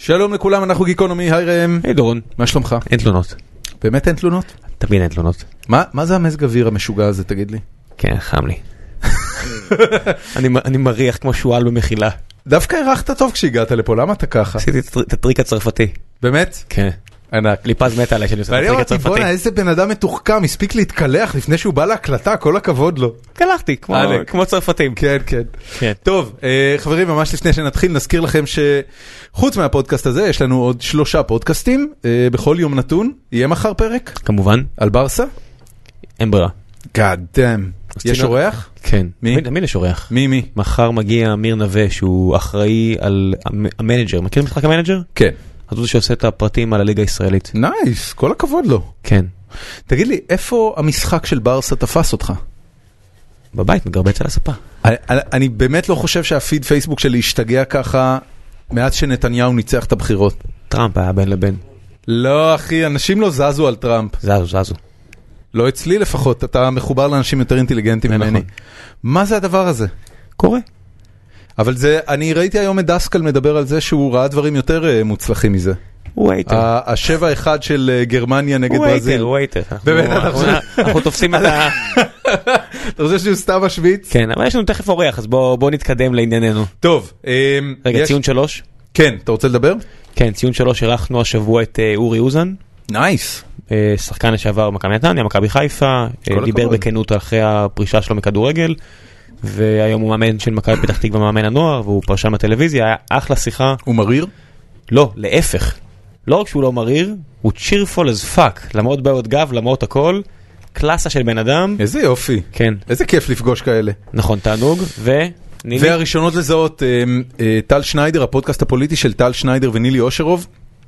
שלום לכולם, אנחנו גיקונומי, היי ראם. היי דורון. מה שלומך? אין תלונות. באמת אין תלונות? תמיד אין תלונות. מה זה המזג אוויר המשוגע הזה, תגיד לי? כן, חם לי. אני מריח כמו שואל במחילה. דווקא הרחת טוב כשהגעת לפה, למה אתה ככה? עשיתי את הטריק הצרפתי. באמת? כן. ענק. ליפז מתה עליי שאני עושה את ואני הטריק אמרתי, הצרפתי. בוא'נה, איזה בן אדם מתוחכם, הספיק להתקלח לפני שהוא בא להקלטה, כל הכבוד לו. קלחתי, כמו צרפתים. כן, כן. כן. טוב, חברים, ממש לפני שנתחיל, נזכיר לכם שחוץ מהפודקאסט הזה, יש לנו עוד 3 פודקאסטים, בכל יום נתון, יהיה מחר פרק. כמובן. על ברסה? אין ברירה. God damn. יש אורח? כן. מי? תמיד יש אורח. מי? מחר מגיע אמיר נווה, שהוא אחראי על המנג'ר. מכיר משחק המנג'ר? כן. אז הוא שעושה את הפרטים על הליגה הישראלית. נייס, כל הכבוד לו. כן. תגיד לי, איפה המשחק של ברסה תפס אותך? בבית, מגרבץ על הספה. אני באמת לא חושב שהפיד פייסבוק שלי השתגע ככה מאז שנתניהו ניצח את הבחירות. טראמפ היה בין לבין. לא, אחי, אנשים לא זזו על טראמפ. זזו. לא אצלי לפחות, אתה מחובר לאנשים יותר אינטליגנטים ממני. מה זה הדבר הזה? קורה. אבל זה, אני ראיתי היום את דסקל מדבר על זה שהוא ראה דברים יותר מוצלחים מזה. הוא הייטר. ה7-1 של גרמניה נגד ברזיל. הוא הייטר. באמת, אנחנו תופסים את ה... אתה חושב שהוא סתם משוויץ? כן, אבל יש לנו תכף אורח, אז בואו נתקדם לענייננו. טוב. רגע, ציון 3? כן, אתה רוצה לדבר? כן, ציון 3, אירחנו השבוע את אורי אוזן. נייס. שחקן לשעבר מכבי נתניה, מכבי חיפה, דיבר בכנות אחרי הפרישה שלו מכדורגל, והיום הוא מאמן של מכבי פתח תקווה, מאמן הנוער, והוא פרשן בטלוויזיה, היה אחלה שיחה. הוא מריר? לא, להפך. לא רק שהוא לא מריר, הוא cheerful as fuck, למרות בעיות גב, למרות הכל, קלאסה של בן אדם. איזה יופי. כן. איזה כיף לפגוש כאלה. נכון, תענוג, והראשונות לזהות, טל שניידר, הפודקאסט הפוליטי של טל שניידר ונילי אושרוב,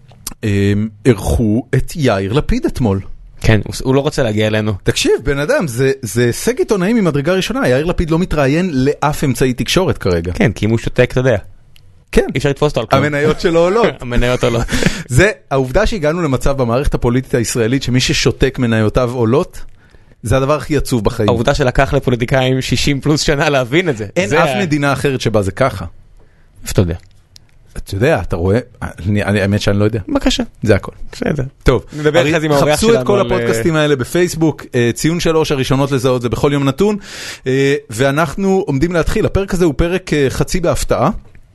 ערכו את יאיר לפיד אתמול. כן, הוא לא רוצה להגיע אלינו. תקשיב, בן אדם, זה הישג עיתונאי ממדרגה ראשונה, יאיר לפיד לא מתראיין לאף אמצעי תקשורת כרגע. כן, כי אם הוא שותק, אתה יודע. כן. אי אפשר לתפוס אותו על כלום. המניות שלו עולות. המניות עולות. זה, העובדה שהגענו למצב במערכת הפוליטית הישראלית, שמי ששותק מניותיו עולות, זה הדבר הכי עצוב בחיים. העובדה שלקח לפוליטיקאים 60 פלוס שנה להבין את זה. אין אף מדינה אחרת שבה זה ככה. איפה אתה יודע? אתה יודע, אתה רואה, האמת שאני לא יודע. בבקשה. זה הכל. בסדר. טוב, חפשו את כל על... הפודקאסטים האלה בפייסבוק, ציון 3 הראשונות לזהות זה בכל יום נתון, ואנחנו עומדים להתחיל. הפרק הזה הוא פרק חצי בהפתעה.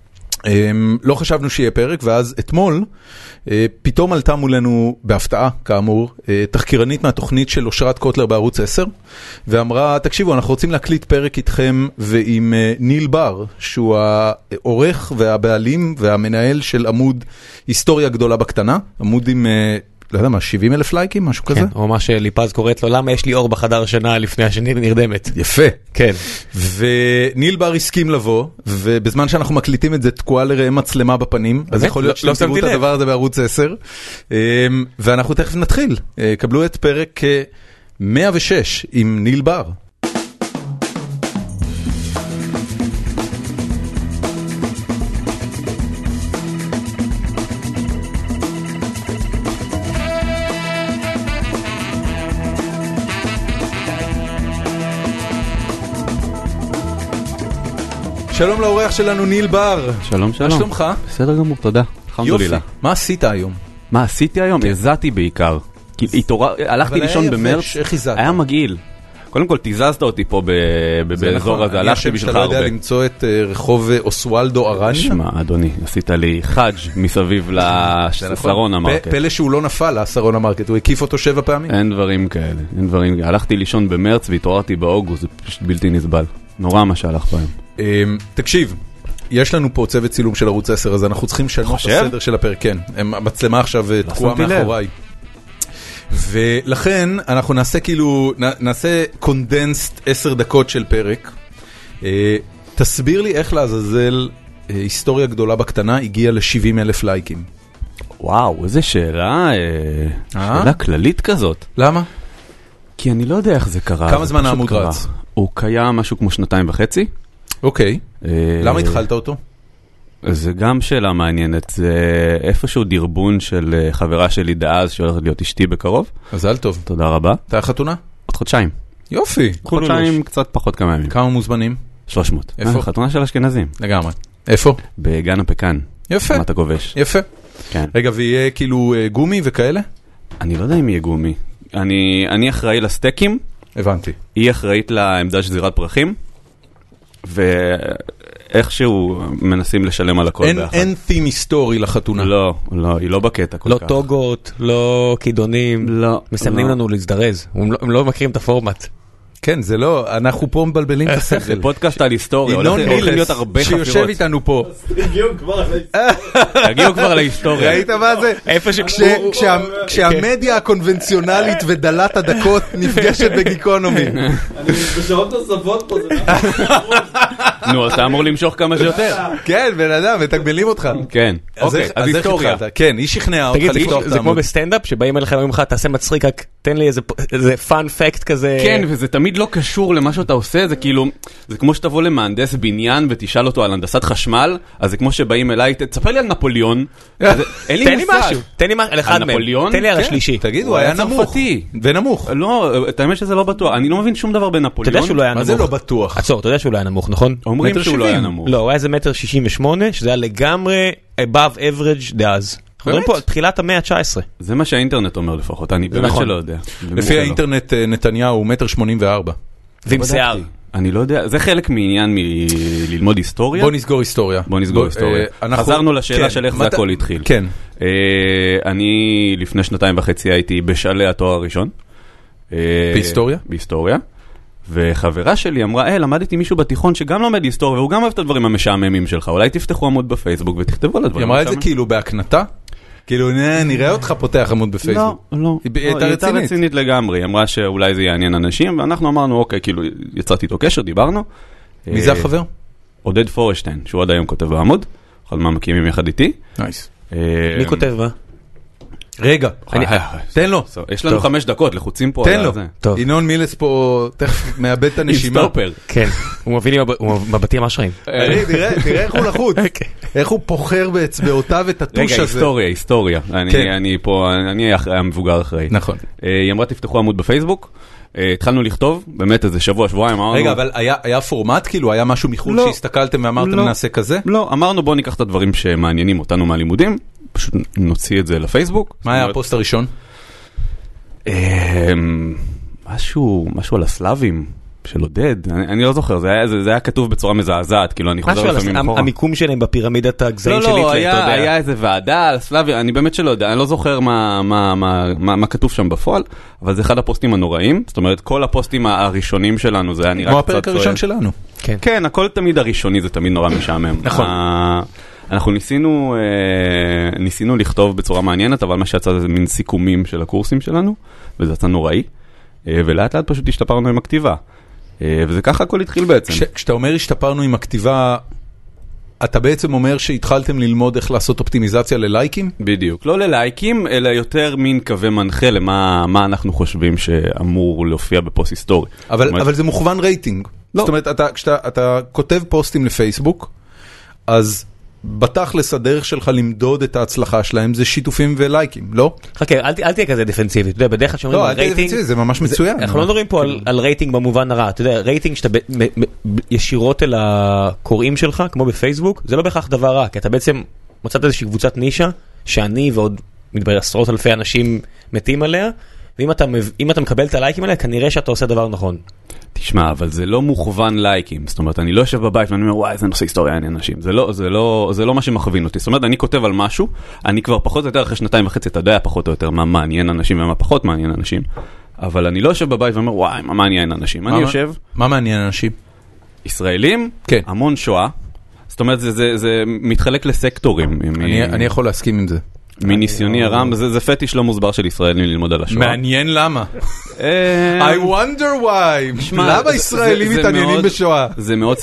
לא חשבנו שיהיה פרק, ואז אתמול פתאום עלתה מולנו בהפתעה, כאמור, תחקירנית מהתוכנית של אושרת קוטלר בערוץ 10, ואמרה, תקשיבו, אנחנו רוצים להקליט פרק איתכם ועם ניל בר, שהוא העורך והבעלים והמנהל של עמוד היסטוריה גדולה בקטנה, עמוד עם... לא יודע מה, 70,000 לייקים, משהו כזה? כן, או מה שליפז קוראת לו, למה יש לי אור בחדר שינה לפני השני נרדמת? יפה. כן. וניל בר הסכים לבוא, ובזמן שאנחנו מקליטים את זה, תקועה לראה מצלמה בפנים, אז יכול להיות שתראו את הדבר הזה בערוץ 10, ואנחנו תכף נתחיל. קבלו את פרק 106 עם ניל בר. שלום לאורח שלנו ניל בר. שלום, שלום. מה שלומך? בסדר גמור, תודה. יופי. מה עשית היום? מה עשיתי היום? הזעתי בעיקר. הלכתי לישון במרץ, איך הזעת? היה מגעיל. קודם כל, תיזזת אותי פה באזור הזה, הלכתי בשבילך הרבה. אני יודע למצוא את רחוב אוסוולדו ארניה? שמע, אדוני, עשית לי חאג' מסביב לסרון המרקט. פלא שהוא לא נפל לסרון המרקט, הוא הקיף אותו 7 פעמים. אין דברים כאלה, אין דברים כאלה. הלכתי לישון במרץ והתעוררתי באוגוסט, זה פשוט בלתי נסבל. נורא מה שהלך פה היום. תקשיב, יש לנו פה צוות צילום של ערוץ 10, אז אנחנו צריכים לשנות את הסדר של הפרק, כן. המצלמה עכשיו תקועה מאחוריי. ולכן אנחנו נעשה כאילו, נעשה קונדנסט 10 דקות של פרק. תסביר לי איך לעזאזל היסטוריה גדולה בקטנה הגיעה ל-70,000 לייקים. וואו, איזה שאלה כללית כזאת. למה? כי אני לא יודע איך זה קרה. כמה זמן העמוד רץ? הוא קיים משהו כמו 2.5. אוקיי. למה התחלת אותו? זה גם שאלה מעניינת, זה איפשהו דרבון של חברה שלי דאז שהולכת להיות אשתי בקרוב. מזל טוב. תודה רבה. אתה חתונה? עוד חודשיים. יופי. חודשיים קצת פחות כמה ימים. כמה מוזמנים? 300. איפה? חתונה של אשכנזים. לגמרי. איפה? בגן הפקן. יפה. מה אתה גובש? יפה. כן. רגע, ויהיה כאילו גומי וכאלה? אני לא יודע אם יהיה גומי. אני אחראי לסטייקים. הבנתי. היא אחראית לעמדה של זירת פרחים, ואיכשהו מנסים לשלם על הכל ביחד. אין תים היסטורי לחתונה. לא, היא לא בקטע כל כך. לא טוגות, לא כידונים. לא. מסמנים לנו להזדרז. הם לא מכירים את הפורמט. כן, זה לא, אנחנו פה מבלבלים את הסגל. זה פודקאסט על היסטוריה, ינון הולכים להיות מילס, הרבה חפירות. שיושב איתנו פה. תגיעו כבר להיסטוריה. ראית מה זה? כשהמדיה הקונבנציונלית ודלת הדקות נפגשת בגיקונומי. אני בשעות נוספות פה, זה נו, אתה אמור למשוך כמה שיותר. כן, בן אדם, מתגמלים אותך. כן, אוקיי, אז היסטוריה. כן, היא שכנעה אותך תגיד, לפתוח את זה כמו העמוד. בסטנדאפ, שבאים אליך ואומרים לך, תעשה מצחיק, רק תן לי איזה פאנ פקט כזה. כן, וזה תמיד לא קשור למה שאתה עושה, זה כאילו, זה כמו שתבוא למהנדס בניין ותשאל אותו על הנדסת חשמל, אז זה כמו שבאים אליי, תספר לי על נפוליאון, אין לי מושג. תן לי משהו, על אחד מהם, תן לי על השלישי. תגיד, הוא היה נמוך. ונמוך. לא, את האמת שזה לא בטוח, אני לא מבין שום דבר בנפוליאון. אתה יודע שהוא לא היה מה נמוך. זה לא בטוח? עצור, אתה יודע שהוא לא היה נמוך, נכון? אומרים שהוא לא היה נמוך. לא, הוא היה איזה 1.68 מטר, שזה היה לגמרי above average דאז. אנחנו מדברים פה על תחילת המאה ה-19. זה מה שהאינטרנט אומר לפחות, אני באמת שלא יודע. לפי האינטרנט נתניהו הוא 1.84 מטר. ועם שיער. אני לא יודע, זה חלק מעניין מללמוד היסטוריה. בוא נסגור היסטוריה. חזרנו לשאלה של איך זה הכל התחיל. כן. אני לפני 2.5 הייתי בשלהי התואר הראשון. בהיסטוריה? בהיסטוריה. וחברה שלי אמרה, למדתי מישהו בתיכון שגם לומד היסטוריה, והוא גם אוהב את הדברים המשעממים שלך, אולי תפתחו עמוד בפייסבוק ותכתבו על הדברים. היא אמרה את זה כאילו בהקנתה? כאילו נראה אותך פותח עמוד בפייסבוק. לא. היא הייתה רצינית לגמרי, היא אמרה שאולי זה יעניין אנשים, ואנחנו אמרנו, אוקיי, כאילו יצרתי איתו קשר, דיברנו. מי זה החבר? עודד פורשטיין, שהוא עד היום כותב בעמוד, אחד מהמקימים יחד איתי. נייס. מי כותב בה? רגע, תן לו. יש לנו 5 דקות, לחוצים פה. תן לו. ינון מילס פה תכף מאבד את הנשימה. עם סטופר. כן, הוא מבין עם מבטים אשראים. תראה איך הוא לחוץ. איך הוא פוחר באצבעותיו את הטוש הזה. רגע, היסטוריה. אני פה, אני המבוגר אחראי. נכון. היא אמרה תפתחו עמוד בפייסבוק. התחלנו לכתוב, באמת איזה שבוע, שבועיים. רגע, אבל היה פורמט כאילו? היה משהו מחול שהסתכלתם ואמרתם נעשה כזה? לא, אמרנו בוא ניקח את הדברים שמעניינים אותנו מהלימודים. פשוט נוציא את זה לפייסבוק. מה היה הפוסט הראשון? משהו על הסלאבים של עודד, אני לא זוכר, זה היה כתוב בצורה מזעזעת, כאילו אני חוזר לפעמים אחורה. המיקום שלהם בפירמידת הגזעים של היטלר, היטלר, אתה יודע. היה איזה ועדה על הסלאבים, אני באמת שלא יודע, אני לא זוכר מה כתוב שם בפועל, אבל זה אחד הפוסטים הנוראים, זאת אומרת, כל הפוסטים הראשונים שלנו, זה היה נראה קצת... כמו הפרק הראשון שלנו. כן, הכל תמיד הראשוני, זה תמיד נורא משעמם. נכון. אנחנו ניסינו לכתוב בצורה מעניינת, אבל מה שיצא זה מין סיכומים של הקורסים שלנו, וזה יצא נוראי, ולאט לאט פשוט השתפרנו עם הכתיבה. וזה ככה הכל התחיל בעצם. כשאתה אומר השתפרנו עם הכתיבה, אתה בעצם אומר שהתחלתם ללמוד איך לעשות אופטימיזציה ללייקים? בדיוק. לא ללייקים, אלא יותר מין קווי מנחה למה אנחנו חושבים שאמור להופיע בפוסט היסטורי. אבל זה מוכוון רייטינג. זאת אומרת, כשאתה כותב פוסטים לפייסבוק, אז... בתכלס הדרך שלך למדוד את ההצלחה שלהם זה שיתופים ולייקים, לא? חכה, אל תהיה כזה דפנסיבי, אתה יודע, בדרך כלל שאומרים על רייטינג... זה ממש מצוין. אנחנו לא מדברים פה על רייטינג במובן הרע, אתה יודע, רייטינג שאתה ישירות אל הקוראים שלך, כמו בפייסבוק, זה לא בהכרח דבר רע, כי אתה בעצם מצאת איזושהי קבוצת נישה, שאני ועוד מתברר עשרות אלפי אנשים מתים עליה, ואם אתה מקבל את הלייקים עליה, כנראה שאתה עושה דבר נכון. תשמע, אבל זה לא מוכוון לייקים, זאת אומרת, אני לא יושב בבית ואני אומר, וואי, זה נושא היסטוריה, אני אנשים. זה לא מה שמכווין אותי. זאת אומרת, אני כותב על משהו, אני כבר פחות או יותר אחרי 2.5, אתה יודע פחות או יותר מה מעניין אנשים ומה פחות מעניין אנשים, אבל אני לא יושב בבית ואומר, וואי, מה מעניין אנשים? אני יושב... מה מעניין אנשים? ישראלים, כן. המון שואה, זאת אומרת, זה מתחלק לסקטורים. אני יכול להסכים עם זה. מניסיוני הרם, זה פטיש לא מוסבר של ישראלים ללמוד על השואה. מעניין למה. I wonder why. למה ישראלים מתעניינים בשואה? זה מאוד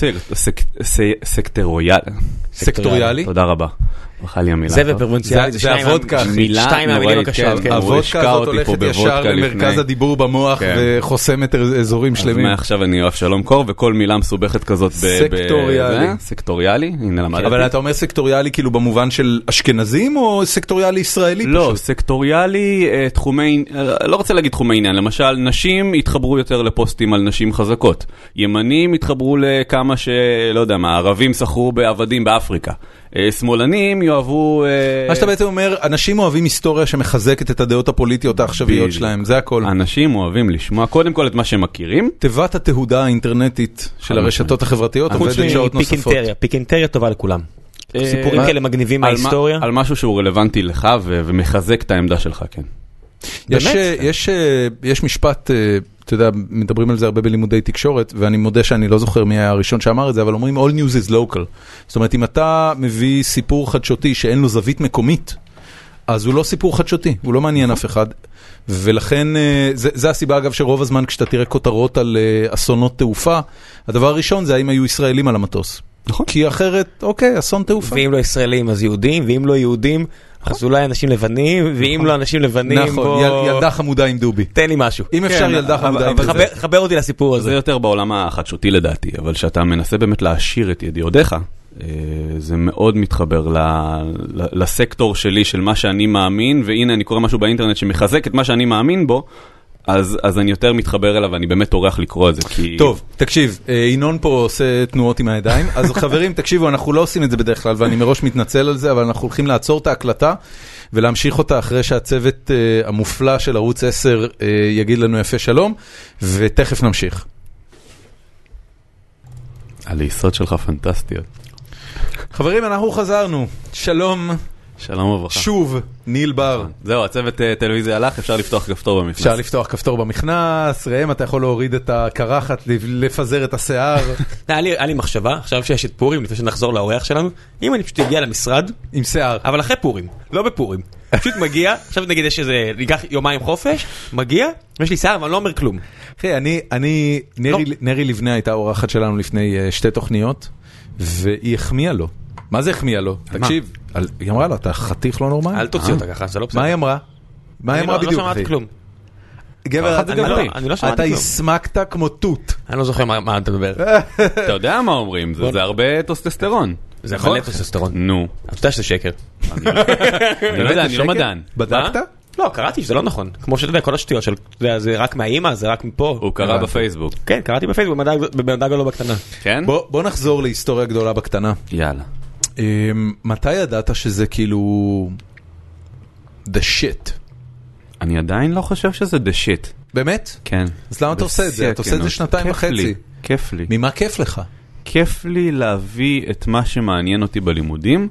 סקטוריאלי. סקטוריאלי? תודה רבה. ברכה לי המילה. זה ופרובינציאלי, זה שתיים מהמילים הקשות. הוודקה הזאת הולכת ישר למרכז הדיבור במוח וחוסמת אזורים שלמים. אז מעכשיו אני אוהב שלום קור, וכל מילה מסובכת כזאת סקטוריאלי. סקטוריאלי, הנה למדתי. אבל אתה אומר סקטוריאלי כאילו במובן של אשכנזים או סקטוריאלי ישראלי? לא, סקטוריאלי תחומי, לא רוצה להגיד תחומי עניין, למשל נשים התחברו יותר לפוסטים על נשים חזקות, ימנים התחברו לכמה שלא יודע מה, ערבים שכרו בעבדים באפריקה. שמאלנים יאהבו... מה שאתה בעצם אומר, אנשים אוהבים היסטוריה שמחזקת את הדעות הפוליטיות העכשוויות שלהם, זה הכל. אנשים אוהבים לשמוע קודם כל את מה שהם מכירים. תיבת התהודה האינטרנטית של הרשתות החברתיות עובדת שעות נוספות. פיקינטריה טובה לכולם. סיפורים כאלה מגניבים מההיסטוריה. על משהו שהוא רלוונטי לך ומחזק את העמדה שלך, כן. יש משפט, אתה יודע, מדברים על זה הרבה בלימודי תקשורת, ואני מודה שאני לא זוכר מי היה הראשון שאמר את זה, אבל אומרים all news is local. זאת אומרת, אם אתה מביא סיפור חדשותי שאין לו זווית מקומית, אז הוא לא סיפור חדשותי, הוא לא מעניין אף אחד. ולכן, זה הסיבה אגב שרוב הזמן כשאתה תראה כותרות על אסונות תעופה, הדבר הראשון זה האם היו ישראלים על המטוס. נכון. כי אחרת, אוקיי, אסון תעופה. ואם לא ישראלים אז יהודים, ואם לא יהודים אז אולי אנשים לבנים, ואם לא אנשים לבנים, נכון, ילדה חמודה עם דובי. תן לי משהו. אם אפשר ילדה חמודה עם דובי. חבר אותי לסיפור הזה. זה יותר בעולם החדשותי לדעתי, אבל שאתה מנסה באמת להשאיר את ידיעותיך, זה מאוד מתחבר לסקטור שלי של מה שאני מאמין, והנה אני קורא משהו באינטרנט שמחזק את מה שאני מאמין בו, אז אני יותר מתחבר אליו, ואני באמת טורח לקרוא את זה, כי... טוב, תקשיב, ינון פה עושה תנועות עם הידיים, אז חברים, תקשיבו, אנחנו לא עושים את זה בדרך כלל, ואני מראש מתנצל על זה, אבל אנחנו הולכים לעצור את ההקלטה, ולהמשיך אותה אחרי שהצוות המופלא של ערוץ 10 יגיד לנו יפה שלום, ותכף נמשיך. הלעיסות שלך פנטסטיות. חברים, אנחנו חזרנו. שלום. שלום וברכה. שוב, ניל בר. זהו, הצוות טלוויזיה הלך, אפשר לפתוח כפתור במכנס. אפשר לפתוח כפתור במכנס, ראם, אתה יכול להוריד את הקרחת, לפזר את השיער. היה לי מחשבה, עכשיו שיש את פורים, לפני שנחזור לאורח שלנו, אם אני פשוט אגיע למשרד, עם שיער. אבל אחרי פורים, לא בפורים. פשוט מגיע, עכשיו נגיד יש איזה, ניקח יומיים חופש, מגיע, ויש לי שיער, אבל אני לא אומר כלום. אחי, נרי לבנה הייתה אורחת שלנו לפני 2 תוכניות, והיא החמיאה לו. מה זה החמיאה לו? תקשיב, היא אמרה לו, אתה חתיך לא נורמלי? אל תוציא אותה ככה, זה לא בסדר. מה היא אמרה? מה היא אמרה בדיוק? אני לא שמעתי כלום. גבר, אני לא שמעתי אתה כלום. הסמקת כמו תות. אני לא זוכר מה אתה מדבר. אתה יודע מה אומרים, זה הרבה טוסטסטרון. זה מלא טוסטסטרון. נו. אתה יודע שזה שקר. אני לא יודע, אני לא מדען. בדקת? לא, קראתי שזה לא נכון. כמו שאתה יודע, כל השטויות של זה רק מהאימא, זה רק מפה. הוא קרא בפייסבוק. כן, קראתי בפייסבוק, במדע גדולה בקטנה. כן? בוא נחזור להיסטוריה גדולה בקטנה. יאללה. מתי ידעת שזה כאילו the shit? אני עדיין לא חושב שזה the shit. באמת? כן. אז למה אתה עושה את זה? אתה עושה את זה 2.5. כיף לי. ממה כיף לך? כיף לי להביא את מה שמעניין אותי בלימודים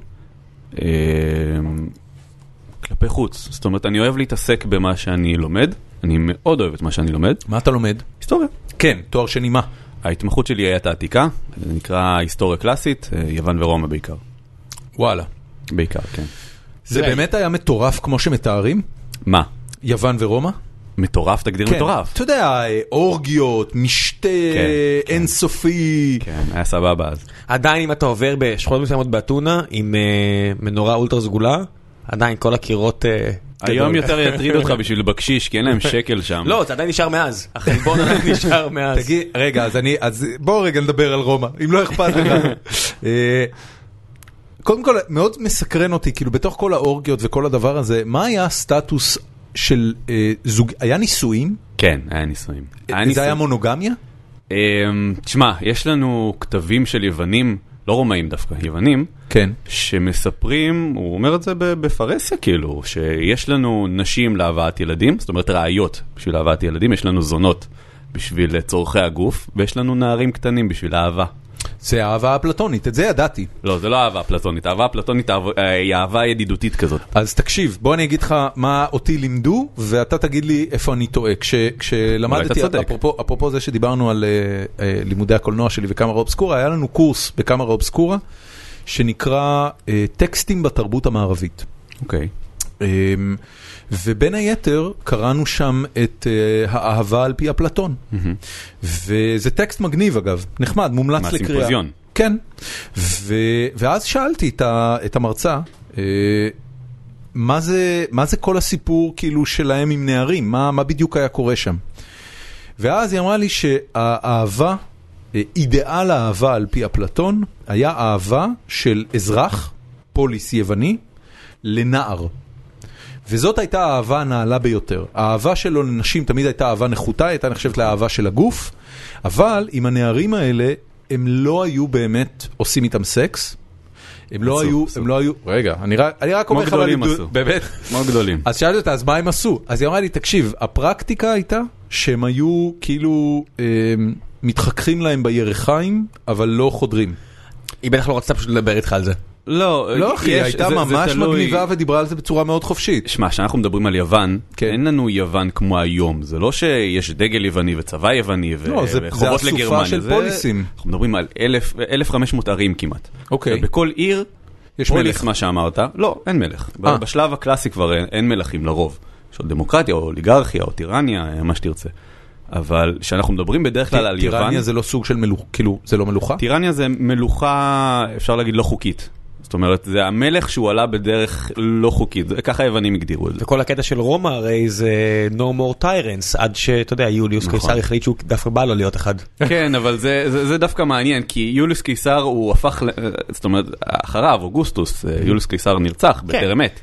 כלפי חוץ. זאת אומרת, אני אוהב להתעסק במה שאני לומד. אני מאוד אוהב את מה שאני לומד. מה אתה לומד? היסטוריה. כן, תואר שני מה? ההתמחות שלי הייתה העתיקה, זה נקרא היסטוריה קלאסית, יוון ורומא בעיקר. וואלה. בעיקר, כן. זה באמת היה מטורף כמו שמתארים? מה? יוון ורומא? מטורף, תגדיר מטורף. אתה יודע, אורגיות, משתה אינסופי. כן, היה סבבה אז. עדיין אם אתה עובר בשכונות מסוימות באתונה עם מנורה אולטרה סגולה, עדיין כל הקירות... היום יותר יטריד אותך בשביל בקשיש, כי אין להם שקל שם. לא, זה עדיין נשאר מאז. החלבון עדיין נשאר מאז. תגיד, רגע, אז בואו רגע נדבר על רומא, אם לא אכפת לך. קודם כל, מאוד מסקרן אותי, כאילו בתוך כל האורגיות וכל הדבר הזה, מה היה הסטטוס של זוג... היה נישואים? כן, היה נישואים. זה היה מונוגמיה? תשמע, יש לנו כתבים של יוונים, לא רומאים דווקא, יוונים, כן. שמספרים, הוא אומר את זה בפרסיה כאילו, שיש לנו נשים להבאת ילדים, זאת אומרת ראיות בשביל להבאת ילדים, יש לנו זונות בשביל צורכי הגוף, ויש לנו נערים קטנים בשביל אהבה. זה אהבה אפלטונית, את זה ידעתי. לא, זה לא אהבה אפלטונית, אהבה אפלטונית היא אהבה ידידותית כזאת. אז תקשיב, בוא אני אגיד לך מה אותי לימדו, ואתה תגיד לי איפה אני טועה. כשלמדתי, אפרופו זה שדיברנו על לימודי הקולנוע שלי וקאמרה אובסקורה, היה לנו קורס בקאמרה אובסקורה, שנקרא טקסטים בתרבות המערבית. אוקיי. ובין היתר קראנו שם את האהבה על פי אפלטון. וזה טקסט מגניב אגב, נחמד, מומלץ לקריאה. מהסימפוזיון. כן. ואז שאלתי את המרצה, מה זה כל הסיפור כאילו שלהם עם נערים? מה בדיוק היה קורה שם? ואז היא אמרה לי שהאהבה, אידאל האהבה על פי אפלטון, היה אהבה של אזרח, פוליס יווני, לנער. וזאת הייתה האהבה הנעלה ביותר. האהבה שלו לנשים תמיד הייתה אהבה נחותה, הייתה נחשבת לאהבה של הגוף, אבל עם הנערים האלה, הם לא היו באמת עושים איתם סקס, הם לא היו, רגע, אני רק אומר לך, באמת, מאוד גדולים. אז שאלתי אותה, אז מה הם עשו? אז היא אמרה לי, תקשיב, הפרקטיקה הייתה שהם היו כאילו מתחככים להם בירחיים, אבל לא חודרים. היא בטח לא רצתה פשוט לדבר איתך על זה. לא, אחי, היא הייתה ממש מגניבה ודיברה על זה בצורה מאוד חופשית. שמע, כשאנחנו מדברים על יוון, אין לנו יוון כמו היום. זה לא שיש דגל יווני וצבא יווני וחובות לגרמניה. זה אסופה של פוליסים. אנחנו מדברים על 1,500 ערים כמעט. אוקיי. ובכל עיר, יש מלך. מה שאמרת, לא, אין מלך. בשלב הקלאסי כבר אין מלכים לרוב. יש עוד דמוקרטיה או אוליגרכיה או טירניה, מה שתרצה. אבל כשאנחנו מדברים בדרך כלל על יוון... טירניה זה לא סוג של מלוכה, כאילו, זה לא מלוכה? טירניה זה מלוכה, אפשר להגיד, לא חוקית. זאת אומרת, זה המלך שהוא עלה בדרך לא חוקית, ככה היוונים הגדירו את זה. וכל הקטע של רומא הרי זה no more tyrants, עד שאתה יודע, יוליוס קיסר החליט שהוא דווקא בא לו להיות אחד. כן, אבל זה דווקא מעניין, כי יוליוס קיסר הוא הפך, זאת אומרת, אחריו, אוגוסטוס, יוליוס קיסר נרצח בטרם עת.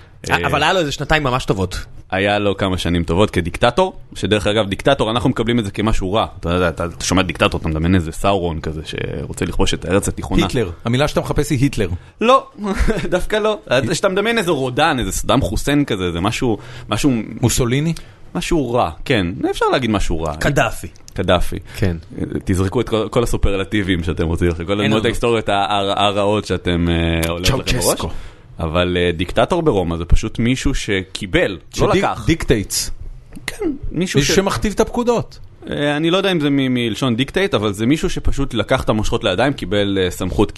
אבל היה לו איזה שנתיים ממש טובות. היה לו כמה שנים טובות כדיקטטור, שדרך אגב דיקטטור, אנחנו מקבלים את זה כמשהו רע. אתה שומע דיקטטור, אתה מדמיין איזה סאורון כזה, שרוצה לכבוש את הארץ התיכונה. היטלר, המילה שאתה מחפש היא היטלר. לא, דווקא לא. שאתה מדמיין איזה רודן, איזה סדאם חוסיין כזה, זה משהו... מוסוליני? משהו רע, כן. אפשר להגיד משהו רע. קדאפי. קדאפי. כן. תזרקו את כל הסופרלטיבים שאתם רוצים, כל הדמות ההיסטוריות הרעות שאתם עולים לכם בראש. אבל דיקטטור ברומא זה פשוט מישהו שקיבל, לא לקח. דיקטייטס. כן, מישהו שמכתיב את הפקודות. אני לא יודע אם זה מלשון דיקטייט, אבל זה מישהו שפשוט לקח את המושכות לידיים, קיבל סמכות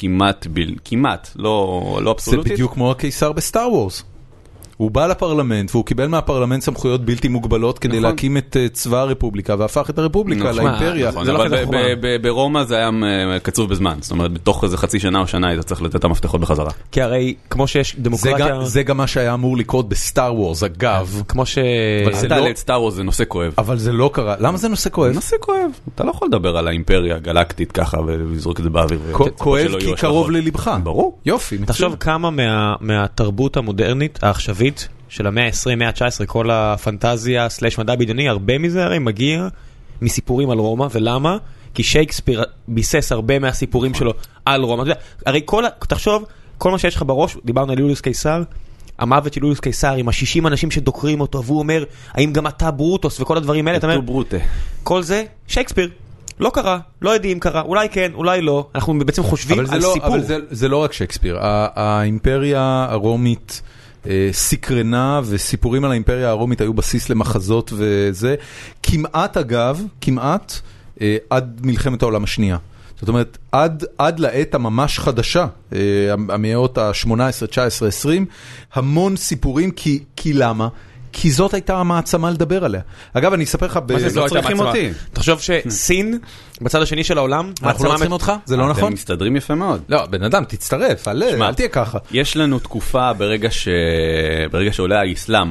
כמעט, לא אבסולוטית. זה בדיוק כמו הקיסר בסטאר וורס. הוא בא לפרלמנט, והוא קיבל מהפרלמנט סמכויות בלתי מוגבלות כדי להקים את צבא הרפובליקה, והפך את הרפובליקה לאימפריה. אבל ברומא זה היה קצוב בזמן, זאת אומרת, בתוך איזה חצי שנה או שנה היית צריך לתת את המפתחות בחזרה. כי הרי, כמו שיש דמוקרטיה... זה גם מה שהיה אמור לקרות בסטאר וורס, אגב. כמו ש... אתה את סטאר וורס זה נושא כואב. אבל זה לא קרה. למה זה נושא כואב? נושא כואב. אתה לא יכול לדבר על האימפריה הגלקטית ככה ולזרוק את זה באוויר. כואב כי קרוב ללבך. ברור. יופי. תחשוב כמה מהתרבות המודרנית, העכשווית, של המאה ה-20, מאה ה-19, כל הפנטזיה סלש מדע בדיוני, הרבה מזה הרי מגיע מסיפורים על רומא, ולמה? כי שייקספיר ביסס הרבה מהסיפורים שלו על רומא. הרי תחשוב, כל מה שיש לך בראש, דיברנו על יוליוס קיסר, המוות של יוליוס קיסר עם ה-60 אנשים שדוקרים אותו, והוא אומר, האם גם אתה ברוטוס וכל הדברים האלה, אתה אומר, כל זה, שייקספיר. לא קרה, לא יודעים קרה, אולי כן, אולי לא, אנחנו בעצם חושבים על סיפור. אבל זה לא רק שייקספיר, האימפריה הרומית סקרנה, וסיפורים על האימפריה הרומית היו בסיס למחזות וזה, כמעט אגב, כמעט עד מלחמת העולם השנייה. זאת אומרת, עד לעת הממש חדשה, המאות ה-18, 19, 20, המון סיפורים, כי למה? כי זאת הייתה המעצמה לדבר עליה. אגב, אני אספר לך... מה זה לא צריכים אותי? תחשוב שסין, בצד השני של העולם... אנחנו לא צריכים אותך? זה לא נכון? אתם מסתדרים יפה מאוד. לא, בן אדם, תצטרף, אל תהיה ככה. יש לנו תקופה ברגע שעולה האסלאם,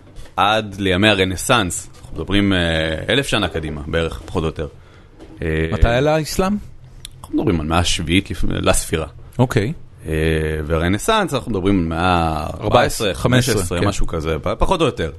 עד לימי הרנסנס, אנחנו מדברים 1,000 שנה קדימה, בערך, פחות או יותר. מתי עלה האסלאם? אנחנו מדברים על 100 שביעית לספירה. אוקיי. והרנסנס, אנחנו מדברים על 114, 15, משהו כזה, פחות או יותר.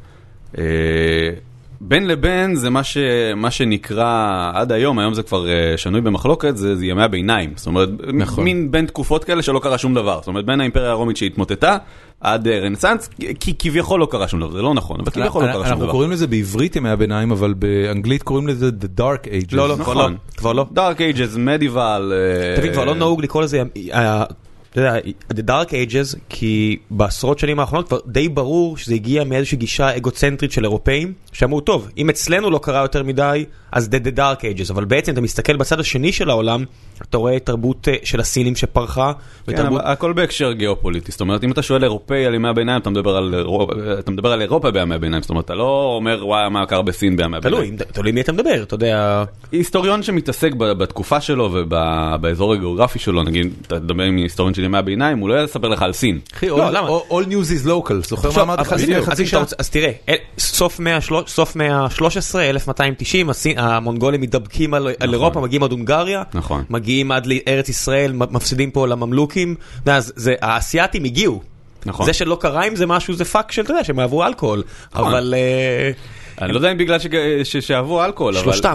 בין לבין זה מה שנקרא עד היום זה כבר שנוי במחלוקת, זה ימי הביניים. זאת אומרת, מין בין תקופות כאלה שלא קרה שום דבר. זאת אומרת, בין האימפריה הרומית שהתמוטטה עד רנסנס, כי כביכול לא קרה שום דבר. זה לא נכון, אבל כביכול לא קרה שום דבר. אנחנו קוראים לזה בעברית ימי הביניים, אבל באנגלית קוראים לזה The Dark Ages. לא, כבר לא. Dark Ages, Medieval. תבין, כבר לא נהוג לקרוא לזה... אתה יודע, The Dark Ages, כי בעשרות שנים האחרונות כבר די ברור שזה הגיע מאיזושהי גישה אגוצנטרית של אירופאים, שאמרו, טוב, אם אצלנו לא קרה יותר מדי, אז The Dark Ages, אבל בעצם אתה מסתכל בצד השני של העולם, אתה רואה תרבות של הסינים שפרחה, כן, הכל בהקשר גיאופוליטי, זאת אומרת, אם אתה שואל אירופאי על ימי הביניים, אתה מדבר על אירופה בימי הביניים, זאת אומרת, אתה לא אומר, וואי, מה קרה בסין בימי הביניים. תלוי מי אתה מדבר, אתה יודע... היסטוריון שמתעסק בתקופה שלו ובאזור הגיאוגרפי שלו, נגיד, אתה מדבר עם היסטוריון של ימי הביניים, הוא לא יספר לך על סין. אחי, all news is local, זוכר מה אמרת לך לפני חצי שעה? אז תראה, סוף מאה ה-13, 1290, המונגולים מתדבקים על אירופה, מגיעים עד הונגריה, מגיעים עד לארץ ישראל, מפסידים פה לממלוכים, האסייתים הגיעו. זה שלא קרה עם זה משהו, זה פאק של, אתה יודע, שהם אהבו אלכוהול, אבל... אני לא יודע אם בגלל שאהבו אלכוהול, אבל... שלושתם.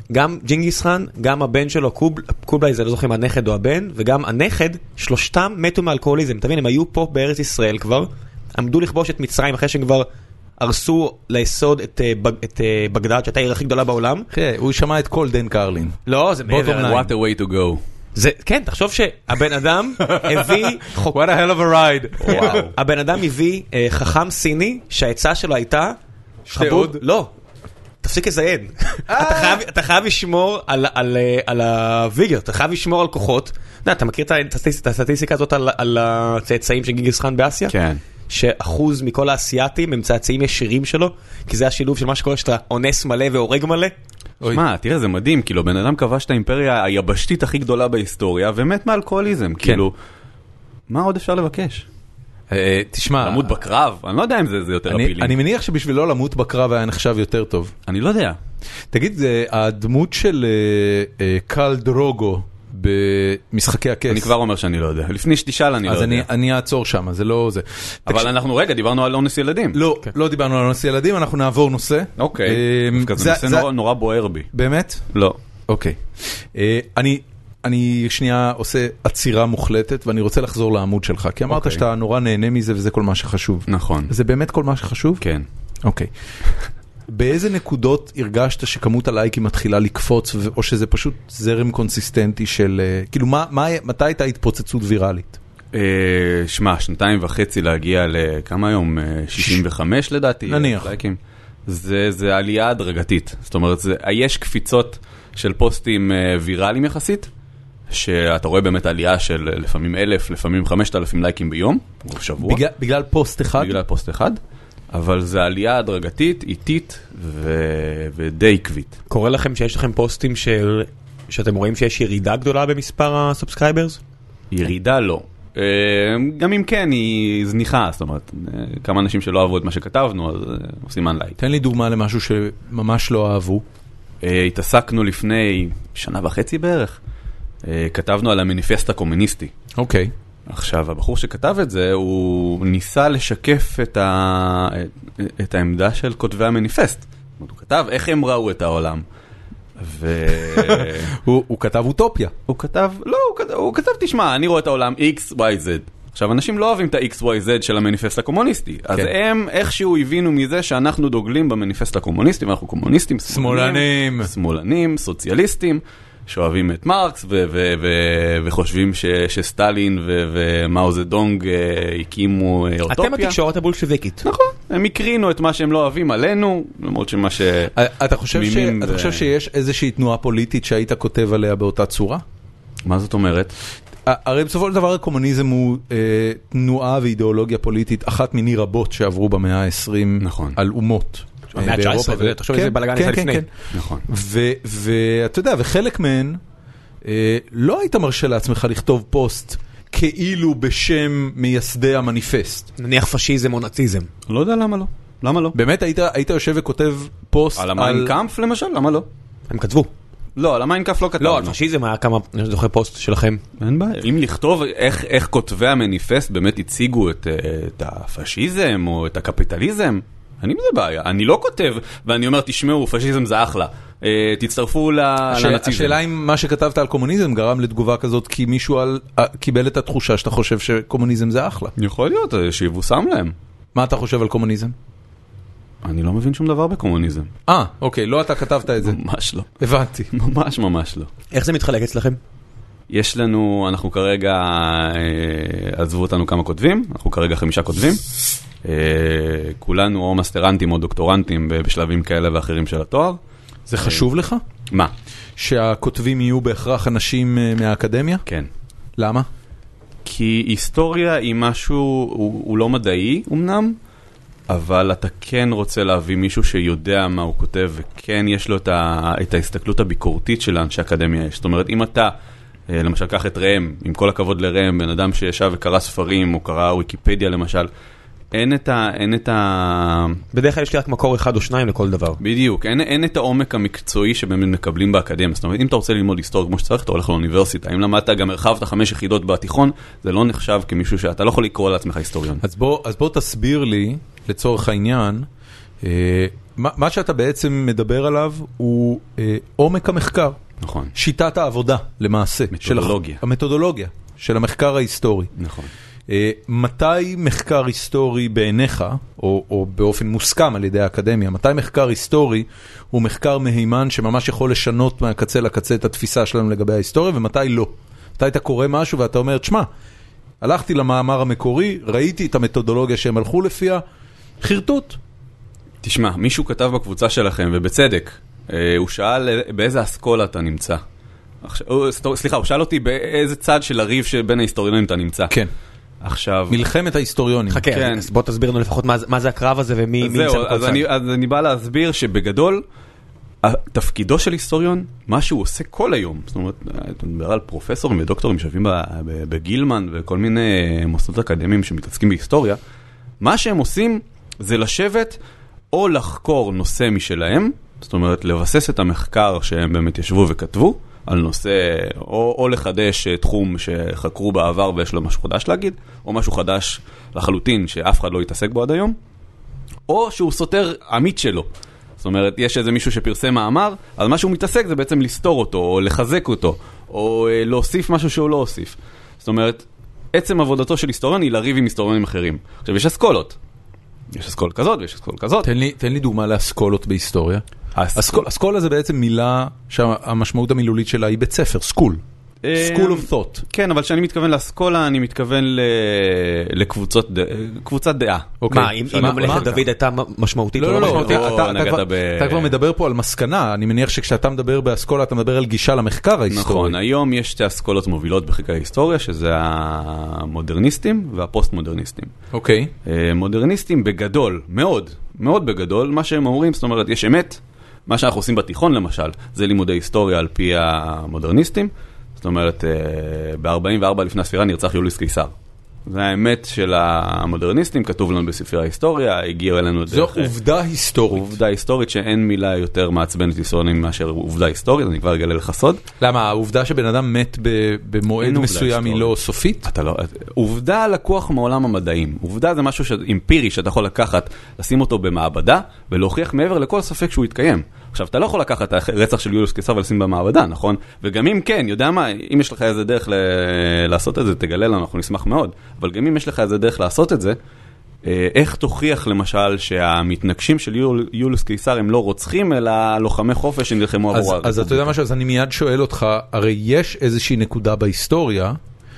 גם ג'ינגיס חאן, גם הבן שלו, קובלאי, זה לא זוכר אם הנכד או הבן, וגם הנכד, שלושתם מתו מאלכוהוליזם. תבין, הם היו פה בארץ ישראל כבר, עמדו לכבוש את מצרים אחרי שהם כבר הרסו ליסוד את בגדד, שהייתה העיר הכי גדולה בעולם. הוא שמע את כל דן קרלין. לא, זה מעבר. What a way to go. כן, תחשוב שהבן אדם הביא... What a hell of a ride. הבן אדם הביא חכם סיני, שהעצה שלו הייתה... שתעוד? לא. תפסיק לזיין. אתה חייב לשמור על הוויגר, אתה חייב לשמור על כוחות. אתה מכיר את הסטטיסטיקה הזאת על הצאצאים של ג'ינגיס חאן באסיה? כן. שאחוז מכל האסייתים הם צאצאים ישירים שלו, כי זה השילוב של מה שקורה שאתה אונס מלא והורג מלא. מה, תראה, זה מדהים, כאילו, בן אדם כבש את האימפריה היבשתית הכי גדולה בהיסטוריה, ומת מאלכוהוליזם, כאילו, מה עוד אפשר לבקש? תשמע, למות בקרב? אני לא יודע אם זה יותר אפילי. אני מניח שבשבילו למות בקרב היה נחשב יותר טוב. אני לא יודע. תגיד, הדמות של קל דרוגו במשחקי הכס. אני כבר אומר שאני לא יודע. לפני שתשאל אני לא יודע. אז אני אעצור שם, זה לא זה. אבל אנחנו רגע, דיברנו על אונס ילדים. לא דיברנו על אונס ילדים, אנחנו נעבור נושא. אוקיי. זה נושא נורא בוער בי. באמת? לא. אוקיי. אני שנייה עושה עצירה מוחלטת, ואני רוצה לחזור לעמוד שלך, כי אמרת שאתה נורא נהנה מזה, וזה כל מה שחשוב. נכון. זה באמת כל מה שחשוב? כן. אוקיי. באיזה נקודות הרגשת שכמות הלייקים מתחילה לקפוץ, או שזה פשוט זרם קונסיסטנטי של... כאילו, מתי הייתה התפוצצות ויראלית? שמע, 2.5 להגיע לכמה היום? 65 לדעתי. נניח. לייקים. זה עלייה הדרגתית. זאת אומרת, יש קפיצות של פוסטים ויראליים יחסית, שאתה רואה באמת עלייה של לפעמים 1,000, לפעמים 5,000 לייקים ביום, או שבוע. בגלל פוסט אחד? בגלל פוסט אחד. אבל זה עלייה הדרגתית, איטית ודי עקבית. קורה לכם שיש לכם פוסטים שאתם רואים שיש ירידה גדולה במספר הסאבסקרייברס? ירידה לא. גם אם כן, היא זניחה, זאת אומרת, כמה אנשים שלא אהבו את מה שכתבנו, אז עושים לייק. תן לי דוגמה למשהו שממש לא אהבו. התעסקנו לפני 1.5 שנה בערך, כתבנו על המניפסט הקומוניסטי. אוקיי. עכשיו, הבחור שכתב את זה, הוא ניסה לשקף את העמדה של כותבי המניפסט. הוא כתב איך הם ראו את העולם. הוא כתב אוטופיה. הוא כתב, לא, הוא כתב, תשמע, אני רואה את העולם X, Y, Z. עכשיו, אנשים לא אוהבים את ה-X, Y, Z של המניפסט הקומוניסטי. אז הם איכשהו הבינו מזה שאנחנו דוגלים במניפסט הקומוניסטי, ואנחנו קומוניסטים, שמאלנים, סוציאליסטים. שאוהבים את מרקס וחושבים שסטלין ומאו זדונג הקימו אוטופיה. אתם התקשורת הבולשביקית. נכון, הם הקרינו את מה שהם לא אוהבים עלינו, למרות שמה ש... אתה חושב שיש איזושהי תנועה פוליטית שהיית כותב עליה באותה צורה? מה זאת אומרת? הרי בסופו של דבר הקומוניזם הוא תנועה ואידיאולוגיה פוליטית, אחת מיני רבות שעברו במאה ה-20 על אומות. במאה ה-19, ותחשוב איזה בלגן יצא לפני. נכון. ואתה יודע, וחלק מהן, לא היית מרשה לעצמך לכתוב פוסט כאילו בשם מייסדי המניפסט. נניח פשיזם או נאציזם. לא יודע למה לא. למה לא? באמת היית יושב וכותב פוסט על המיינקאמפ למשל? למה לא? הם כתבו. לא, על המיינקאמפ לא כתבנו. לא, על פשיזם היה כמה, אני זוכר פוסט שלכם. אין בעיה. אם לכתוב איך כותבי המניפסט באמת הציגו את הפשיזם או את הקפיטליזם, אני בזה בעיה. אני לא כותב, ואני אומר, תשמעו, פשיזם זה אחלה. תצטרפו לנאציזם. השאלה אם מה שכתבת על קומוניזם גרם לתגובה כזאת, כי מישהו קיבל את התחושה שאתה חושב שקומוניזם זה אחלה. יכול להיות, שיבוסם להם. מה אתה חושב על קומוניזם? אני לא מבין שום דבר בקומוניזם. אוקיי, לא אתה כתבת את זה. ממש לא. הבנתי. ממש לא. איך זה מתחלק אצלכם? יש לנו, אנחנו כרגע, עזבו אותנו כמה כותבים, אנחנו כרגע 5 כותבים. כולנו או מסטרנטים או דוקטורנטים בשלבים כאלה ואחרים של התואר. זה חשוב לך? מה? שהכותבים יהיו בהכרח אנשים מהאקדמיה? כן. למה? כי היסטוריה היא משהו, הוא לא מדעי אמנם, אבל אתה כן רוצה להביא מישהו שיודע מה הוא כותב, וכן יש לו את ההסתכלות הביקורתית של האנשי אקדמיה. זאת אומרת, אם אתה, למשל, קח את רם, עם כל הכבוד לרם, בן אדם שישב וקרא ספרים, או קרא ויקיפדיה למשל, אין את ה... בדרך כלל יש לי רק מקור 1 או 2 לכל דבר. בדיוק, אין את העומק המקצועי שבאמת מקבלים באקדמיה. זאת אומרת, אם אתה רוצה ללמוד היסטוריה כמו שצריך, אתה הולך לאוניברסיטה. אם למדת גם הרחבת 5 יחידות בתיכון, זה לא נחשב כמישהו שאתה לא יכול לקרוא לעצמך היסטוריון. אז בוא תסביר לי, לצורך העניין, מה שאתה בעצם מדבר עליו הוא עומק המחקר. נכון. שיטת העבודה, למעשה. מתודולוגיה. המתודולוגיה של המחקר ההיסטורי. נכון. מתי מחקר היסטורי בעיניך, או באופן מוסכם על ידי האקדמיה, מתי מחקר היסטורי הוא מחקר מהימן שממש יכול לשנות מהקצה לקצה את התפיסה שלנו לגבי ההיסטוריה, ומתי לא? מתי אתה קורא משהו ואתה אומר, תשמע, הלכתי למאמר המקורי, ראיתי את המתודולוגיה שהם הלכו לפיה, חרטוט. תשמע, מישהו כתב בקבוצה שלכם, ובצדק, הוא שאל באיזה אסכולה אתה נמצא. סליחה, הוא שאל אותי באיזה צד של הריב שבין ההיסטוריונים אתה נמצא. כן. עכשיו... מלחמת ההיסטוריונים. חכה, כן. אז בוא תסביר לנו לפחות מה זה הקרב הזה ומי נמצא בכל צד. אז אני בא להסביר שבגדול, תפקידו של היסטוריון, מה שהוא עושה כל היום, זאת אומרת, אתה מדבר על פרופסורים ודוקטורים שיושבים בגילמן וכל מיני מוסדות אקדמיים שמתעסקים בהיסטוריה, מה שהם עושים זה לשבת או לחקור נושא משלהם, זאת אומרת, לבסס את המחקר שהם באמת ישבו וכתבו, על נושא, או לחדש תחום שחקרו בעבר ויש לו משהו חדש להגיד, או משהו חדש לחלוטין שאף אחד לא יתעסק בו עד היום, או שהוא סותר עמית שלו. זאת אומרת, יש איזה מישהו שפרסם מאמר, אז מה שהוא מתעסק זה בעצם לסתור אותו, או לחזק אותו, או להוסיף משהו שהוא לא הוסיף. זאת אומרת, עצם עבודתו של היסטוריון היא לריב עם היסטוריונים אחרים. עכשיו, יש אסכולות. יש אסכולה כזאת ויש אסכולה כזאת. תן לי דוגמה לאסכולות בהיסטוריה. אסכולה זה בעצם מילה שהמשמעות המילולית שלה היא בית ספר, סקול. School of Thought. כן, אבל כשאני מתכוון לאסכולה, אני מתכוון לקבוצת דעה. מה, אם ממלכת דוד הייתה משמעותית או לא משמעותית? אתה כבר מדבר פה על מסקנה, אני מניח שכשאתה מדבר באסכולה, אתה מדבר על גישה למחקר ההיסטורי. נכון, היום יש שתי אסכולות מובילות בחקר ההיסטוריה, שזה המודרניסטים והפוסט-מודרניסטים. אוקיי. מודרניסטים בגדול, מאוד, מאוד בגדול, מה שהם אומרים, זאת אומרת, יש אמת, מה שאנחנו עושים בתיכון למשל, זה לימודי היסטוריה על פי המודרניסטים, זאת אומרת, ב-44 לפני הספירה נרצח יוליוס קיסר. זה האמת של המודרניסטים, כתוב לנו בספרי ההיסטוריה, הגיעו אלינו דרך... זו עובדה היסטורית. עובדה היסטורית שאין מילה יותר מעצבנת היסטוריונים מאשר עובדה היסטורית, אני כבר אגלה לך סוד. למה? העובדה שבן אדם מת במועד מסוים היא לא סופית? עובדה לקוח מעולם המדעים. עובדה זה משהו אמפירי שאתה יכול לקחת, לשים אותו במעבדה, ולהוכיח מעבר לכל ספק שהוא יתקיים. עכשיו, אתה לא יכול לקחת את הרצח של יוליוס קיסר ולשים במעבדה, נכון? וגם אם כן, יודע מה, אם יש לך איזה דרך לעשות את זה, תגלה לנו, אנחנו נשמח מאוד. אבל גם אם יש לך איזה דרך לעשות את זה, איך תוכיח למשל שהמתנגשים של יוליוס קיסר הם לא רוצחים, אלא לוחמי חופש שנלחמו עבור הרפובליקה? אז אתה יודע משהו, אז אני מיד שואל אותך, הרי יש איזושהי נקודה בהיסטוריה,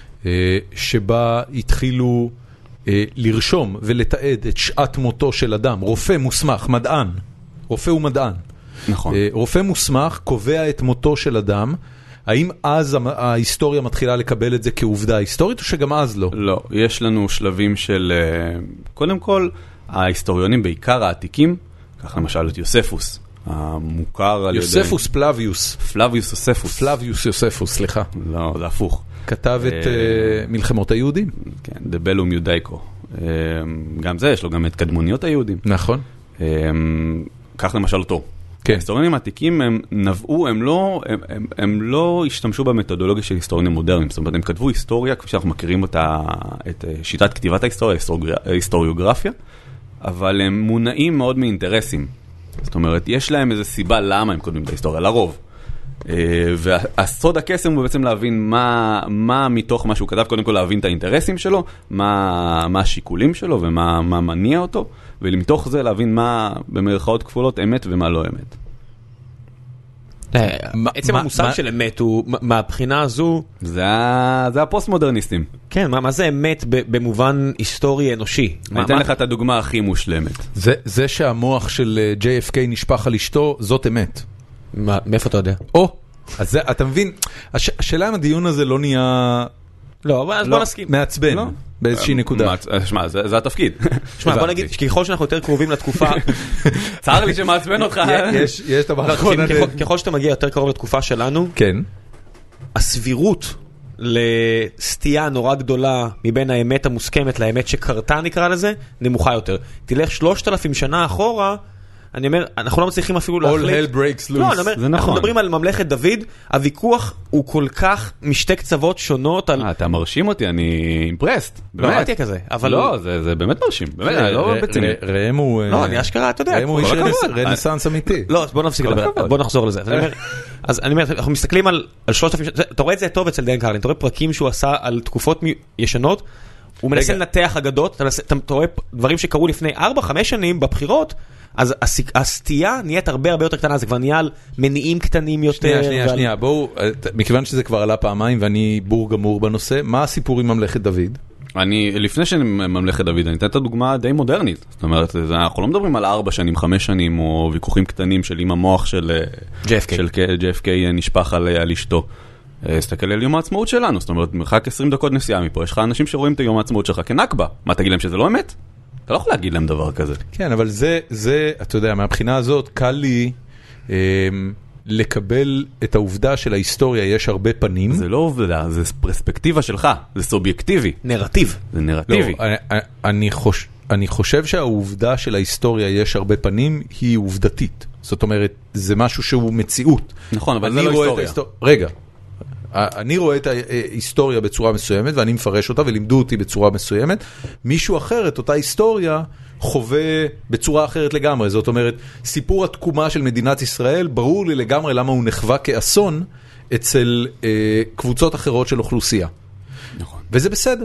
שבה התחילו לרשום ולתעד את שעת מותו של אדם, רופא מוסמך, מדען, רופא ומדען. נכון. רופא מוסמך קובע את מותו של אדם, האם אז ההיסטוריה מתחילה לקבל את זה כעובדה היסטורית, או שגם אז לא? לא, יש לנו שלבים של, קודם כל, ההיסטוריונים בעיקר העתיקים, כך למשל את יוספוס, המוכר על ידי... יוספוס פלביוס. פלביוס יוספוס. פלביוס יוספוס, סליחה. לא, זה הפוך. כתב את מלחמות היהודים. כן, דבלום יודאיקו. גם זה, יש לו גם את קדמוניות היהודים. נכון. כך למשל אותו. ההיסטוריונים העתיקים הם נבעו, הם לא השתמשו במתודולוגיה של היסטוריונים מודרניים, זאת אומרת, הם כתבו היסטוריה, כפי שאנחנו מכירים אותה, את שיטת כתיבת ההיסטוריה, היסטוריוגרפיה, אבל הם מונעים מאוד מאינטרסים. זאת אומרת, יש להם איזו סיבה למה הם כותבים את ההיסטוריה, לרוב. והסוד הקסם הוא בעצם להבין מה מתוך מה שהוא כתב, קודם כל להבין את האינטרסים שלו, מה השיקולים שלו ומה מניע אותו, ומתוך זה להבין מה במרכאות כפולות אמת ומה לא אמת. עצם המושג של אמת הוא, מהבחינה הזו... זה הפוסט-מודרניסטים. כן, מה זה אמת במובן היסטורי אנושי? אני אתן לך את הדוגמה הכי מושלמת. זה שהמוח של JFK נשפך על אשתו, זאת אמת. מאיפה אתה יודע? אז אתה מבין, השאלה אם הדיון הזה לא נהיה... לא, אז בוא נסכים. מעצבן, באיזושהי נקודה. שמע, זה התפקיד. שמע, בוא נגיד שככל שאנחנו יותר קרובים לתקופה... צער לי שמעצבן אותך. יש את המערכון. ככל שאתה מגיע יותר קרוב לתקופה שלנו, כן. הסבירות לסטייה נורא גדולה מבין האמת המוסכמת לאמת שקרתה, נקרא לזה, נמוכה יותר. תלך 3,000 שנה אחורה, אני אומר, אנחנו לא מצליחים אפילו All להחליט. hell breaks לא, loose. אני אומר, אנחנו מדברים על ממלכת דוד, הוויכוח הוא כל כך משתי קצוות שונות על... אתה מרשים אותי, אני אימפרסט. לא, אל תהיה כזה, אבל... לא, זה באמת מרשים. באמת, לא בציניות. ראם הוא... לא, אני אשכרה, אתה יודע. ראם הוא איש רנסנס אמיתי. לא, אז בוא נפסיק לדבר, בוא נחזור לזה. אז אני אומר, אנחנו מסתכלים על 3,000... אתה רואה את זה טוב אצל דן קרלין, אתה רואה פרקים שהוא עשה על תקופות ישנות, הוא מנסה לנתח אגדות, אתה רואה דברים שקרו לפני 4-5 שנים בבחירות, אז הסטייה נהיית הרבה יותר קטנה, זה כבר נהיה על מניעים קטנים יותר. שנייה, בואו, מכיוון שזה כבר עלה פעמיים ואני בור גמור בנושא, מה הסיפור עם ממלכת דוד? לפני ממלכת דוד, אני אתן את הדוגמה די מודרנית. זאת אומרת, אנחנו לא מדברים על 4 שנים, 5 שנים, או ויכוחים קטנים של אם המוח של JFK נשפח על אשתו. תסתכל על יום העצמאות שלנו, זאת אומרת, מרחק 20 דקות נסיעה מפה, יש לך אנשים שרואים את יום העצמאות שלך כנקבה. מה, תגיד להם שזה לא אמת? אתה לא יכול להגיד להם דבר כזה. כן, אבל זה, אתה יודע, מהבחינה הזאת, קל לי לקבל את העובדה של ההיסטוריה, יש הרבה פנים. זה לא עובדה, זה פרספקטיבה שלך, זה סובייקטיבי. נרטיב. זה נרטיבי. לא, אני חושב שהעובדה של ההיסטוריה יש הרבה פנים, היא עובדתית. זאת אומרת, זה משהו שהוא מציאות. נכון, אבל זה לא היסטוריה. רגע. אני רואה את ההיסטוריה בצורה מסוימת, ואני מפרש אותה, ולימדו אותי בצורה מסוימת. מישהו אחר, את אותה היסטוריה, חווה בצורה אחרת לגמרי. זאת אומרת, סיפור התקומה של מדינת ישראל, ברור לי לגמרי למה הוא נחווה כאסון אצל קבוצות אחרות של אוכלוסייה. נכון. וזה בסדר.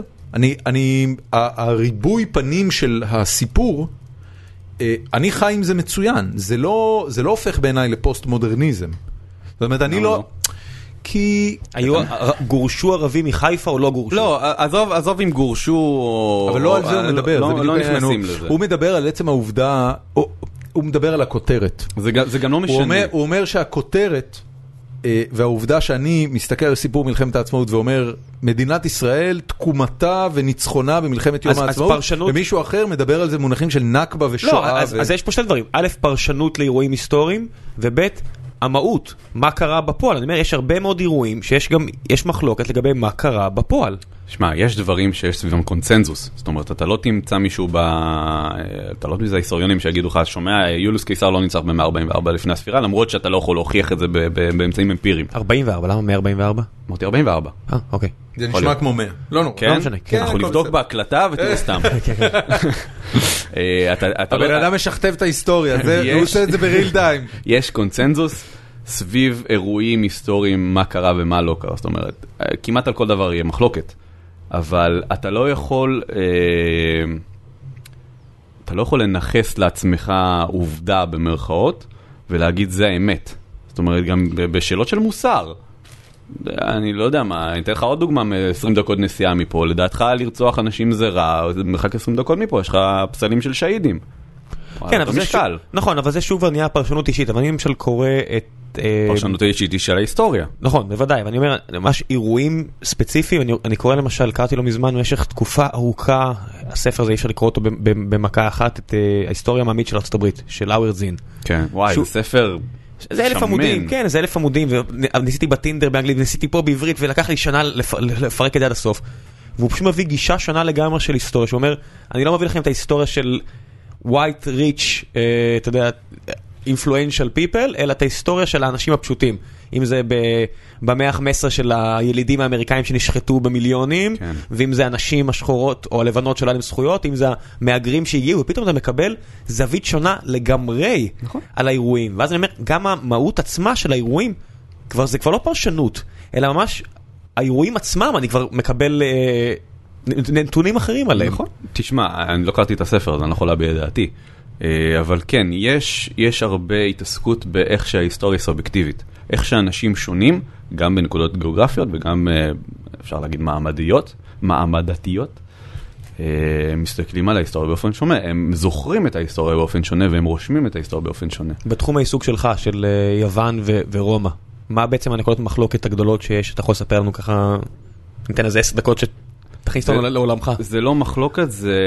הריבוי פנים של הסיפור, אני חי עם זה מצוין. זה לא הופך בעיניי לפוסט מודרניזם. זאת אומרת, אני לא... כי... גורשו ערבים מחיפה או לא גורשו? לא, עזוב אם גורשו... אבל לא על זה הוא מדבר. לא נכנסים לזה. הוא מדבר על עצם העובדה, הוא מדבר על הכותרת. זה גם לא משנה. הוא אומר שהכותרת, והעובדה שאני מסתכל על סיפור מלחמת העצמאות ואומר, מדינת ישראל, תקומתה וניצחונה במלחמת יום העצמאות, ומישהו אחר מדבר על זה מונחים של נקבה ושואה. לא, אז יש פה שתי דברים. א', פרשנות לאירועים היסטוריים, וב', המהות, מה קרה בפועל. אני אומר, יש הרבה מאוד אירועים שיש גם, יש מחלוקת לגבי מה קרה בפועל. שמע, יש דברים שיש סביבם קונצנזוס. זאת אומרת, אתה לא תמצא מישהו אתה לא תמצא היסטוריונים שיגידו לך, שומע, יוליוס קיסר לא ניצח ב-144 לפני הספירה, למרות שאתה לא יכול להוכיח את זה באמצעים אמפיריים. 44, למה 144? אמרתי 44. אוקיי. זה נשמע כמו 100. לא נורא. לא משנה. אנחנו נבדוק בהקלטה ותראו סתם. הבן אדם משכתב את ההיסטוריה, הוא עושה את זה בריל טיים. יש קונצנזוס סביב אירועים היסטוריים, מה קרה ומה לא קרה. זאת אומרת, כמעט על כל דבר יהיה מחלוקת. אבל אתה לא יכול לנחס לעצמך עובדה במרכאות, ולהגיד זה האמת. זאת אומרת, גם בשאלות של מוסר. אני לא יודע מה, אני אתן לך עוד דוגמה מ-20 דקות נסיעה מפה, לדעתך לרצוח אנשים זה רע, מרחק 20 דקות מפה, יש לך פסלים של שהידים. כן, אבל זה משקל. נכון, אבל זה שוב כבר נהיה פרשנות אישית, אבל אני למשל קורא את... פרשנות אישית היא של ההיסטוריה. נכון, בוודאי, ואני אומר, ממש אירועים ספציפיים, אני קורא למשל, קראתי לו מזמן, במשך תקופה ארוכה, הספר הזה אי אפשר לקרוא אותו במכה אחת, את ההיסטוריה המעמית של ארצות הברית, של האוורד זין. כן, וואי, זה ספר... זה 1000 עמודים, כן, זה 1000 עמודים, וניסיתי בטינדר באנגלית, וניסיתי פה בעברית, ולקח לי שנה לפרק את זה עד הסוף. והוא פשוט מביא גישה שונה לגמרי של היסטוריה, שאומר, אני לא מביא לכם את ההיסטוריה של white rich, אתה יודע, influential people, אלא את ההיסטוריה של האנשים הפשוטים. אם זה במאה ה-15 של הילידים האמריקאים שנשחטו במיליונים, כן. ואם זה הנשים השחורות או הלבנות שלהם זכויות, אם זה המאגרים שהגיעו, ופתאום אתה מקבל זווית שונה לגמרי נכון. על האירועים. ואז אני אומר, גם המהות עצמה של האירועים, זה כבר לא פרשנות, אלא ממש האירועים עצמם, אני כבר מקבל נתונים אחרים עליהם. נכון. תשמע, אני לא קראתי את הספר, אז אני לא יכול להביע את דעתי. אבל כן, יש הרבה התעסקות באיך שההיסטוריה סובייקטיבית. איך שאנשים שונים, גם בנקודות גיאוגרפיות וגם, אפשר להגיד, מעמדתיות, מסתכלים על ההיסטוריה באופן שונה. הם זוכרים את ההיסטוריה באופן שונה, והם רושמים את ההיסטוריה באופן שונה. בתחום העיסוק שלך, של יוון ורומא, מה בעצם הנקודות מחלוקת הגדולות שיש? אתה יכול לספר לנו ככה, ניתן איזה 10 דקות שתכניס אותנו לעולמך. זה לא מחלוקת, זה...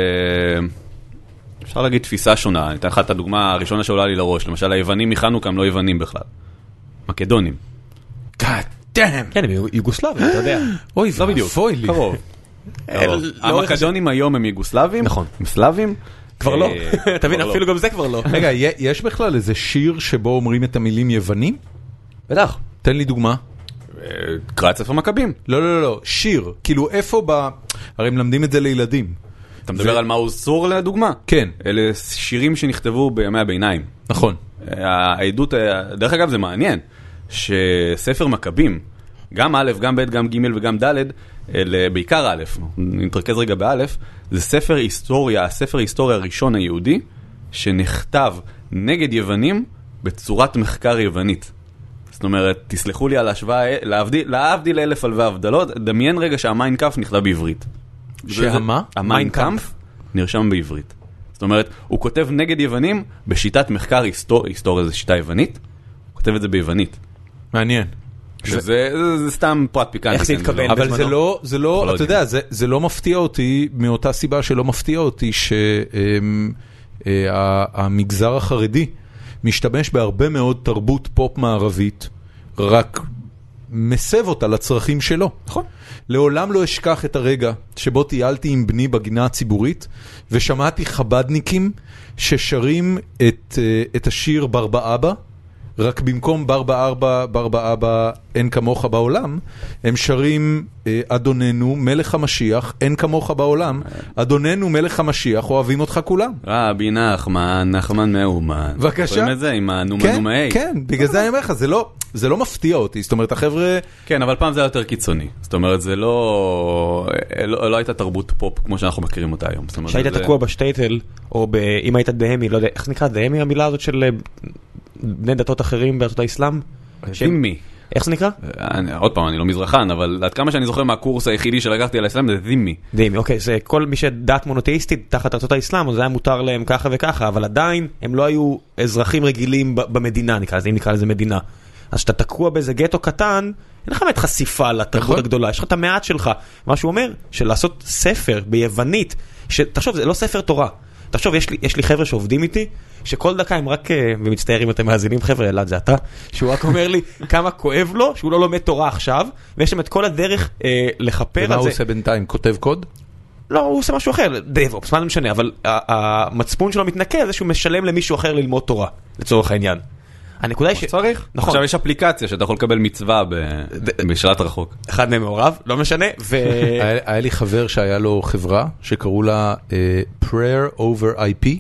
אפשר להגיד תפיסה שונה. אני אתן לך את הדוגמה הראשונה שעולה לי לראש. למשל, היוונים מחנוכה הם לא יוונים בכלל. מקדונים. God damn. כן, הם יוגוסלבים, אתה יודע. אוי, לא בדיוק. קרוב. המקדונים היום הם יוגוסלבים, נכון. הם סלאבים, כבר לא, אתה מבין, אפילו גם זה כבר לא. רגע, יש בכלל איזה שיר שבו אומרים את המילים יוונים? בטח. תן לי דוגמה. קרא את ספר מכבים. לא, שיר. כאילו איפה הרי מלמדים את זה לילדים. אתה מדבר על מהו סור לדוגמה? כן. אלה שירים שנכתבו בימי הביניים. נכון. העדות, דרך אגב זה מעניין, שספר מכבים, גם א', גם ב', גם ג' וגם ד', בעיקר א', נתרכז רגע באלף, זה ספר היסטוריה, הספר היסטוריה הראשון היהודי, שנכתב נגד יוונים בצורת מחקר יוונית. זאת אומרת, תסלחו לי על ההשוואה, להבדיל אלף אלפי הבדלות, דמיין רגע שהמיין קאמפף נכתב בעברית. שהמה? המיין קאמפף נרשם בעברית. זאת אומרת, הוא כותב נגד יוונים בשיטת מחקר היסטוריה, זה שיטה יוונית, הוא כותב את זה ביוונית. מעניין. זה סתם פרט פיקנטי. איך זה התקבל? אבל זה לא, אתה יודע, זה לא מפתיע אותי, מאותה סיבה שלא מפתיע אותי, שהמגזר החרדי משתמש בהרבה מאוד תרבות פופ מערבית, רק מסב אותה לצרכים שלו. נכון. לעולם לא אשכח את הרגע שבו טיילתי עם בני בגינה הציבורית, ושמעתי חבדניקים ששרים את השיר ברבא אבא, רק במקום ברבא אבא אין כמוך בעולם, הם שרים אדוננו מלך המשיח, אין כמוך בעולם, אדוננו מלך המשיח, אוהבים אותך כולם. רבי נחמן, נחמן מאומן. בבקשה. רואים את זה עם הנומנומאי. כן, בגלל זה אני אומר לך, זה לא מפתיע אותי, זאת אומרת, החבר'ה... כן, אבל פעם זה היה יותר קיצוני. זאת אומרת, זה לא הייתה תרבות פופ כמו שאנחנו מכירים אותה היום. שהיית תקוע בשטייטל, או אם היית דהמי, לא יודע, איך נקרא דהמי המילה הזאת של בני דתות אחרים בארצות האסלאם? דימי. איך זה נקרא? עוד פעם, אני לא מזרחן, אבל עד כמה שאני זוכר מהקורס היחידי שלקחתי על האסלאם, זה דימי. דימי, אוקיי, זה כל מי שדת מונותאיסטית תחת ארצות האסלאם, אז זה היה מותר להם ככה וככה, אבל עדיין הם לא היו אזרחים רגילים במדינה, נקרא לזה, אם נקרא לזה מדינה. אז שאתה תקוע באיזה גטו קטן, אין לך באמת חשיפה לתרבות הגדולה, יש לך את המעט שלך. מה שהוא אומר, שלעשות ספר ביוונית, תחשוב, זה לא ספר תורה. תחשוב, יש לי חבר'ה שעובדים איתי, שכל דקה הם רק, ומצטער אם אתם מאזינים חבר'ה, אלעד זה אתה, שהוא רק אומר לי כמה כואב לו, שהוא לא לומד תורה עכשיו, ויש שם את כל הדרך לחפר על זה. ומה הוא עושה בינתיים? כותב קוד? לא, הוא עושה משהו אחר, דאב-אופס, מה זה משנה, אבל המצפון שלו מתנקה, זה שהוא משלם למישהו אחר ללמוד תורה, לצורך העניין. הנקודה היא צריך. נכון. עכשיו יש אפליקציה שאתה יכול לקבל מצווה בשלט רחוק. אחד מהם מעורב, לא משנה. היה לי חבר שהיה לו חברה שקראו לה Prayer over IP,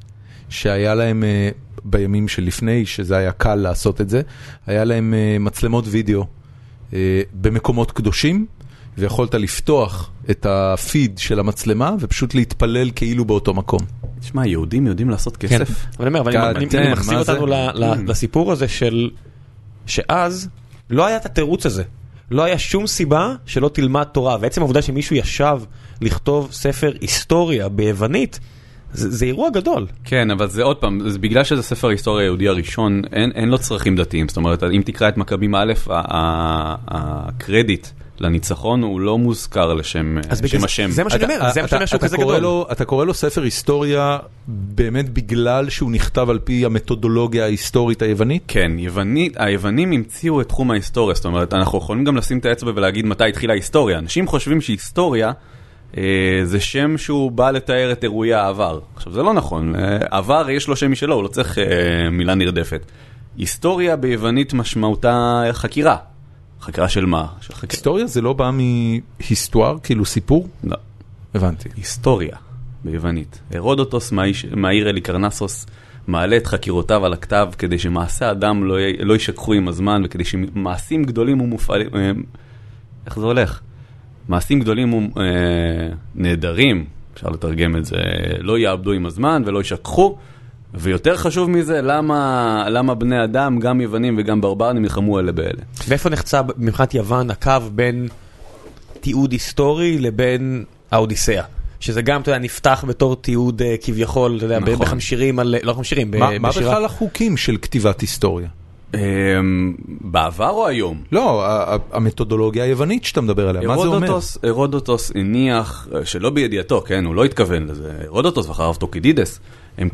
שהיה להם בימים שלפני, שזה היה קל לעשות את זה, היה להם מצלמות וידאו במקומות קדושים, ויכולת לפתוח את הפיד של המצלמה, ופשוט להתפלל כאילו באותו מקום. תשמע, יהודים יודעים לעשות כסף. אבל אני מחזיר אותנו לסיפור הזה שאז לא היה את התירוץ הזה. לא היה שום סיבה שלא תלמד תורה. ועצם העובדה שמישהו ישב לכתוב ספר היסטוריה ביוונית, זה אירוע גדול. כן, אבל זה עוד פעם, זה בגלל שזה ספר ההיסטוריה היהודי הראשון, אין לו צרכים דתיים. זאת אומרת, אם תקרא את מכבים א', הקרדיט לניצחון הוא לא מוזכר לשם השם. זה מה שאני אומר, זה מה שאני אומר שהוא כזה גדול. אתה קורא לו ספר היסטוריה באמת בגלל שהוא נכתב על פי המתודולוגיה ההיסטורית היוונית? כן, היוונים המציאו את תחום ההיסטוריה, זאת אומרת, אנחנו יכולים גם לשים את האצבע ולהגיד מתי התחילה ההיסטוריה. אנשים חושבים שהיסטוריה זה שם שהוא בא לתאר את אירועי העבר. עכשיו, זה לא נכון. עבר יש לו שם משלו, הוא לא צריך מילה נרדפת. היסטוריה ביוונית משמעותה חקירה. חקירה של מה? היסטוריה זה לא בא מהיסטואר, כאילו סיפור? לא. הבנתי. היסטוריה, ביוונית. הרודוטוס מהעיר אליקרנסוס מעלה את חקירותיו על הכתב כדי שמעשה אדם לא יישכחו עם הזמן, וכדי שמעשים גדולים ומופעלים... איך זה הולך? מעשים גדולים ונהדרים, אפשר לתרגם את זה, לא יאבדו עם הזמן ולא יישכחו, ויותר חשוב מזה, למה בני אדם, גם יוונים וגם ברברים, נלחמו אלה באלה. ואיפה נחצה מבחינת יוון הקו בין תיעוד היסטורי לבין האודיסאה? שזה גם, אתה יודע, נפתח בתור תיעוד כביכול, אתה יודע, בחמשירים, לא חמשירים, בשירה. מה בכלל החוקים של כתיבת היסטוריה? בעבר או היום? לא, המתודולוגיה היוונית שאתה מדבר עליה, מה זה אומר? הרודוטוס הניח, שלא בידיעתו, כן, הוא לא התכוון לזה, הרודוטוס ואחריו טוקידידס, הם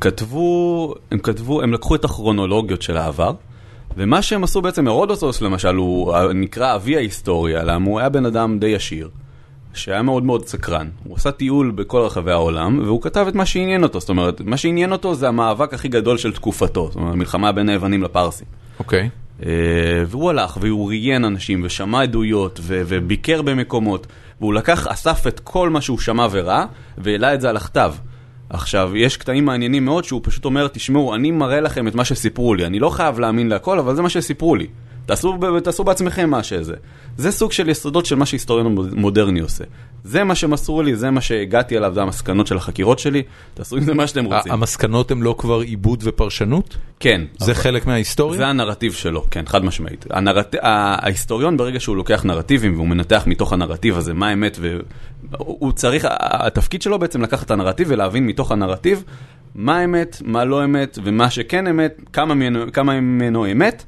לקחו את הכרונולוגיות של העבר, ומה שהם עשו בעצם, הרודוטוס למשל, הוא נקרא אבי ההיסטוריה, למה הוא היה בן אדם די עשיר, שהיה מאוד מאוד סקרן. הוא עשה טיול בכל רחבי העולם, והוא כתב את מה שעניין אותו. זאת אומרת, מה שעניין אותו זה המאבק הכי גדול של תקופתו. זאת אומרת, המלחמה בין היוונים לפרסים. אוקיי. והוא הלך, והוא ראיין אנשים, ושמע עדויות, וביקר במקומות, והוא אסף את כל מה שהוא שמע וראה, והעלה את זה על הכתב. עכשיו, יש קטעים מעניינים מאוד שהוא פשוט אומר, תשמעו, אני מראה לכם את מה שסיפרו לי. אני לא חייב להאמין להכל, אבל זה מה שסיפרו לי. תעשו בעצמכם מה שזה. זה סוג של יסודות של מה שהיסטוריון מודרני עושה. זה מה שמסרו לי, זה מה שהגעתי אליו, זה המסקנות של החקירות שלי. תעשו עם זה מה שאתם רוצים. המסקנות הן לא כבר עיבוד ופרשנות? כן. זה חלק מההיסטוריה? זה הנרטיב שלו, כן, חד משמעית. ההיסטוריון ברגע שהוא לוקח נרטיבים והוא מנתח מתוך הנרטיב הזה מה האמת, והוא צריך, התפקיד שלו בעצם לקחת את הנרטיב ולהבין מתוך הנרטיב מה האמת, מה לא אמת, ומה שכן אמת, כמה ממנו אמת,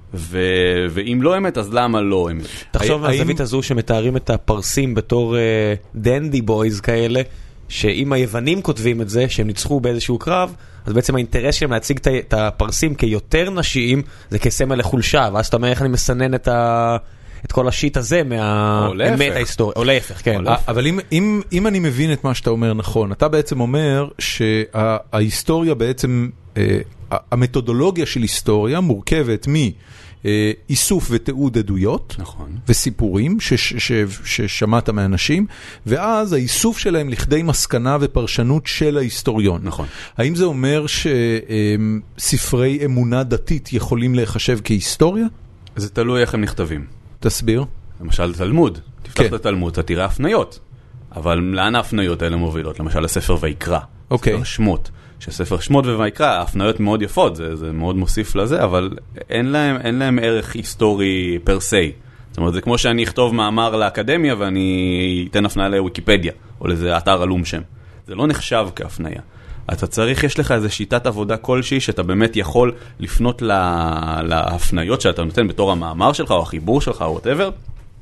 ואם לא אמת, אז למה לא אמת? תחשוב על הזווית הזו שמתארים את הפרסים בתור דנדי בויז כאלה, שאם היוונים כותבים את זה, שהם ניצחו באיזשהו קרב, אז בעצם האינטרס שלהם להציג את הפרסים כיותר נשיים, זה כסמל לחולשה, ואז אתה אומר איך אני מסנן את כל השיט הזה מהאמת ההיסטוריה, או להפך, כן. אבל אם אני מבין את מה שאתה אומר נכון, אתה בעצם אומר שההיסטוריה בעצם, המתודולוגיה של היסטוריה מורכבת איסוף ותיעוד עדויות, נכון. וסיפורים ששמעת מאנשים, ואז האיסוף שלהם לכדי מסקנה ופרשנות של ההיסטוריון. נכון. האם זה אומר שספרי אמונה דתית יכולים להיחשב כהיסטוריה? זה תלוי איך הם נכתבים. תסביר. למשל תלמוד. תפתח את התלמוד, אתה תראה הפניות. אבל לאן ההפניות האלה מובילות? למשל לספר ויקרא. אוקיי. ספר שמות. שספר שמות ויקרא, ההפניות מאוד יפות, זה מאוד מוסיף לזה, אבל אין להם ערך היסטורי פר סי. זאת אומרת, זה כמו שאני אכתוב מאמר לאקדמיה ואני אתן הפניה לוויקיפדיה, או לאיזה אתר עלום שם. זה לא נחשב כהפניה. אתה צריך, יש לך איזו שיטת עבודה כלשהי, שאתה באמת יכול לפנות להפניות שאתה נותן בתור המאמר שלך, או החיבור שלך, או whatever,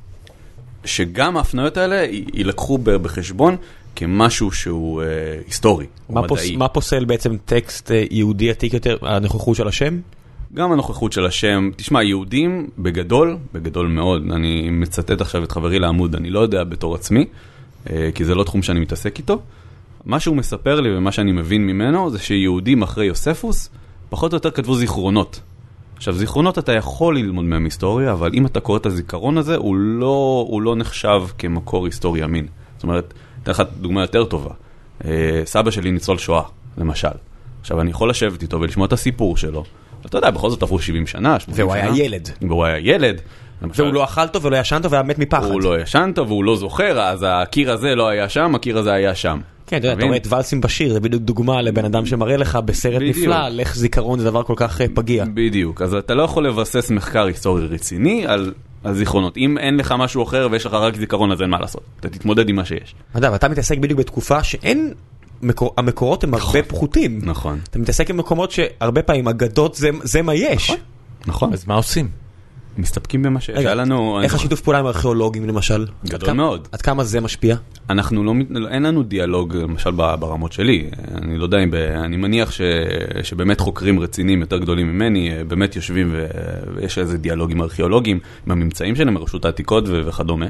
שגם ההפניות האלה יילקחו בחשבון, כמשהו שהוא היסטורי, או מדעי. מה פוסל בעצם טקסט יהודי עתיק יותר? הנוכחות של השם? גם הנוכחות של השם. תשמע, יהודים בגדול מאוד, אני מצטט עכשיו את חברי לעמוד, אני לא יודע בתור עצמי, כי זה לא תחום שאני מתעסק איתו. מה שהוא מספר לי ומה שאני מבין ממנו, זה שיהודים אחרי יוספוס, פחות או יותר כתבו זיכרונות. עכשיו, זיכרונות אתה יכול ללמוד מהם היסטוריה, אבל אם אתה קורא את הזיכרון הזה, הוא לא נחשב כמקור היסטורי אמין. זאת אומרת, אתן לך דוגמה יותר טובה. סבא שלי ניצול שואה, למשל. עכשיו, אני יכול לשבת איתו ולשמוע את הסיפור שלו. אתה יודע, בכל זאת עברו 70 שנה, 80 שנה. והוא היה ילד. והוא היה ילד. והוא לא אכל טוב ולא ישן טוב, והיה מת מפחד. הוא לא ישן טוב והוא לא זוכר, אז הקיר הזה לא היה שם, הקיר הזה היה שם. כן, אתה יודע, אתה רואה את ולסים בשיר, זה בדיוק דוגמה לבן אדם שמראה לך בסרט נפלא, על איך זיכרון זה דבר כל כך פגיע. בדיוק, אז אתה לא יכול לבסס מחקר היסטורי רציני על הזיכרונות. אם אין לך משהו אחר ויש לך רק זיכרון, אז אין מה לעשות. אתה תתמודד עם מה שיש. אתה מתעסק בדיוק בתקופה שאין, המקורות הם הרבה פחותים. נכון. אתה מתעסק עם מקומות שהרבה פעמים אגדות זה מה יש. נכון. אז מה עושים? מסתפקים במה שיש. איך השיתוף פעולה עם ארכיאולוגים למשל? גדול מאוד. עד כמה זה משפיע? אין לנו דיאלוג למשל ברמות שלי. אני לא יודע אם, אני מניח שבאמת חוקרים רציניים יותר גדולים ממני, באמת יושבים ויש איזה דיאלוג עם ארכיאולוגים, עם הממצאים שלהם, מרשות העתיקות וכדומה.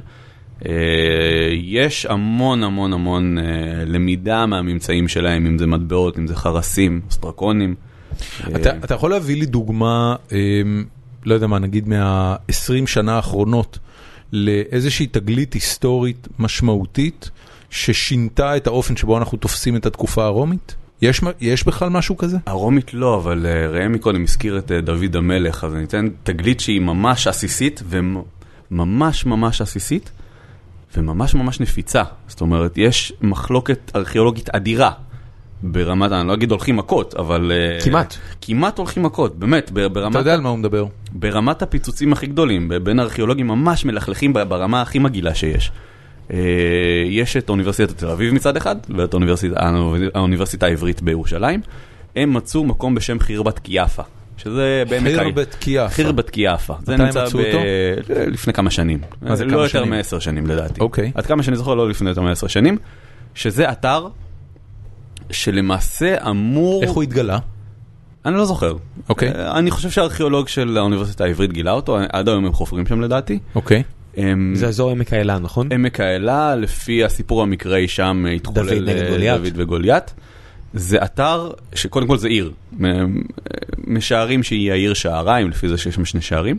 יש המון למידה מהממצאים שלהם, אם זה מטבעות, אם זה חרסים, סטרקונים. אתה יכול להביא לי דוגמה, לא יודע מה, נגיד מה-20 שנה האחרונות, לאיזושהי תגלית היסטורית משמעותית, ששינתה את האופן שבו אנחנו תופסים את התקופה הרומית? יש בכלל משהו כזה? הרומית לא, אבל ראם מקודם הזכיר את דוד המלך, אז אני אתן תגלית שהיא ממש עסיסית, וממש עסיסית, וממש נפיצה. זאת אומרת, יש מחלוקת ארכיאולוגית אדירה, ברמת, אני לא אגיד הולכים מכות, אבל כמעט הולכים מכות, באמת, ברמת, אתה יודע על מה הוא מדבר? ברמת הפיצוצים הכי גדולים, בין הארכיאולוגים ממש מלכלכים ברמה הכי מגעילה שיש. יש את אוניברסיטת תל אביב מצד אחד, ואת האוניברסיטה העברית בירושלים. הם מצאו מקום בשם חירבת קיאפה, שזה בעמק חירבת קיאפה. חירבת קיאפה. זה נמצא לפני כמה שנים. לא יותר מ10 שנים לדעתי. אוקיי. עד כמה שאני זוכר, לא לפני יותר מ10 שנים, שזה אתר שלמעשה אמור... איך הוא התגלה? אני לא זוכר. אוקיי. אני חושב שהארכיאולוג של האוניברסיטה העברית גילה אותו, עד היום הם חופרים שם לדעתי. אוקיי. זה אזור עמק האלה, נכון? עמק האלה, לפי הסיפור המקראי שם התחולל דוד וגוליית. זה אתר שקודם כל זה עיר. משערים שהיא העיר שעריים, לפי זה שיש שם 2 שערים.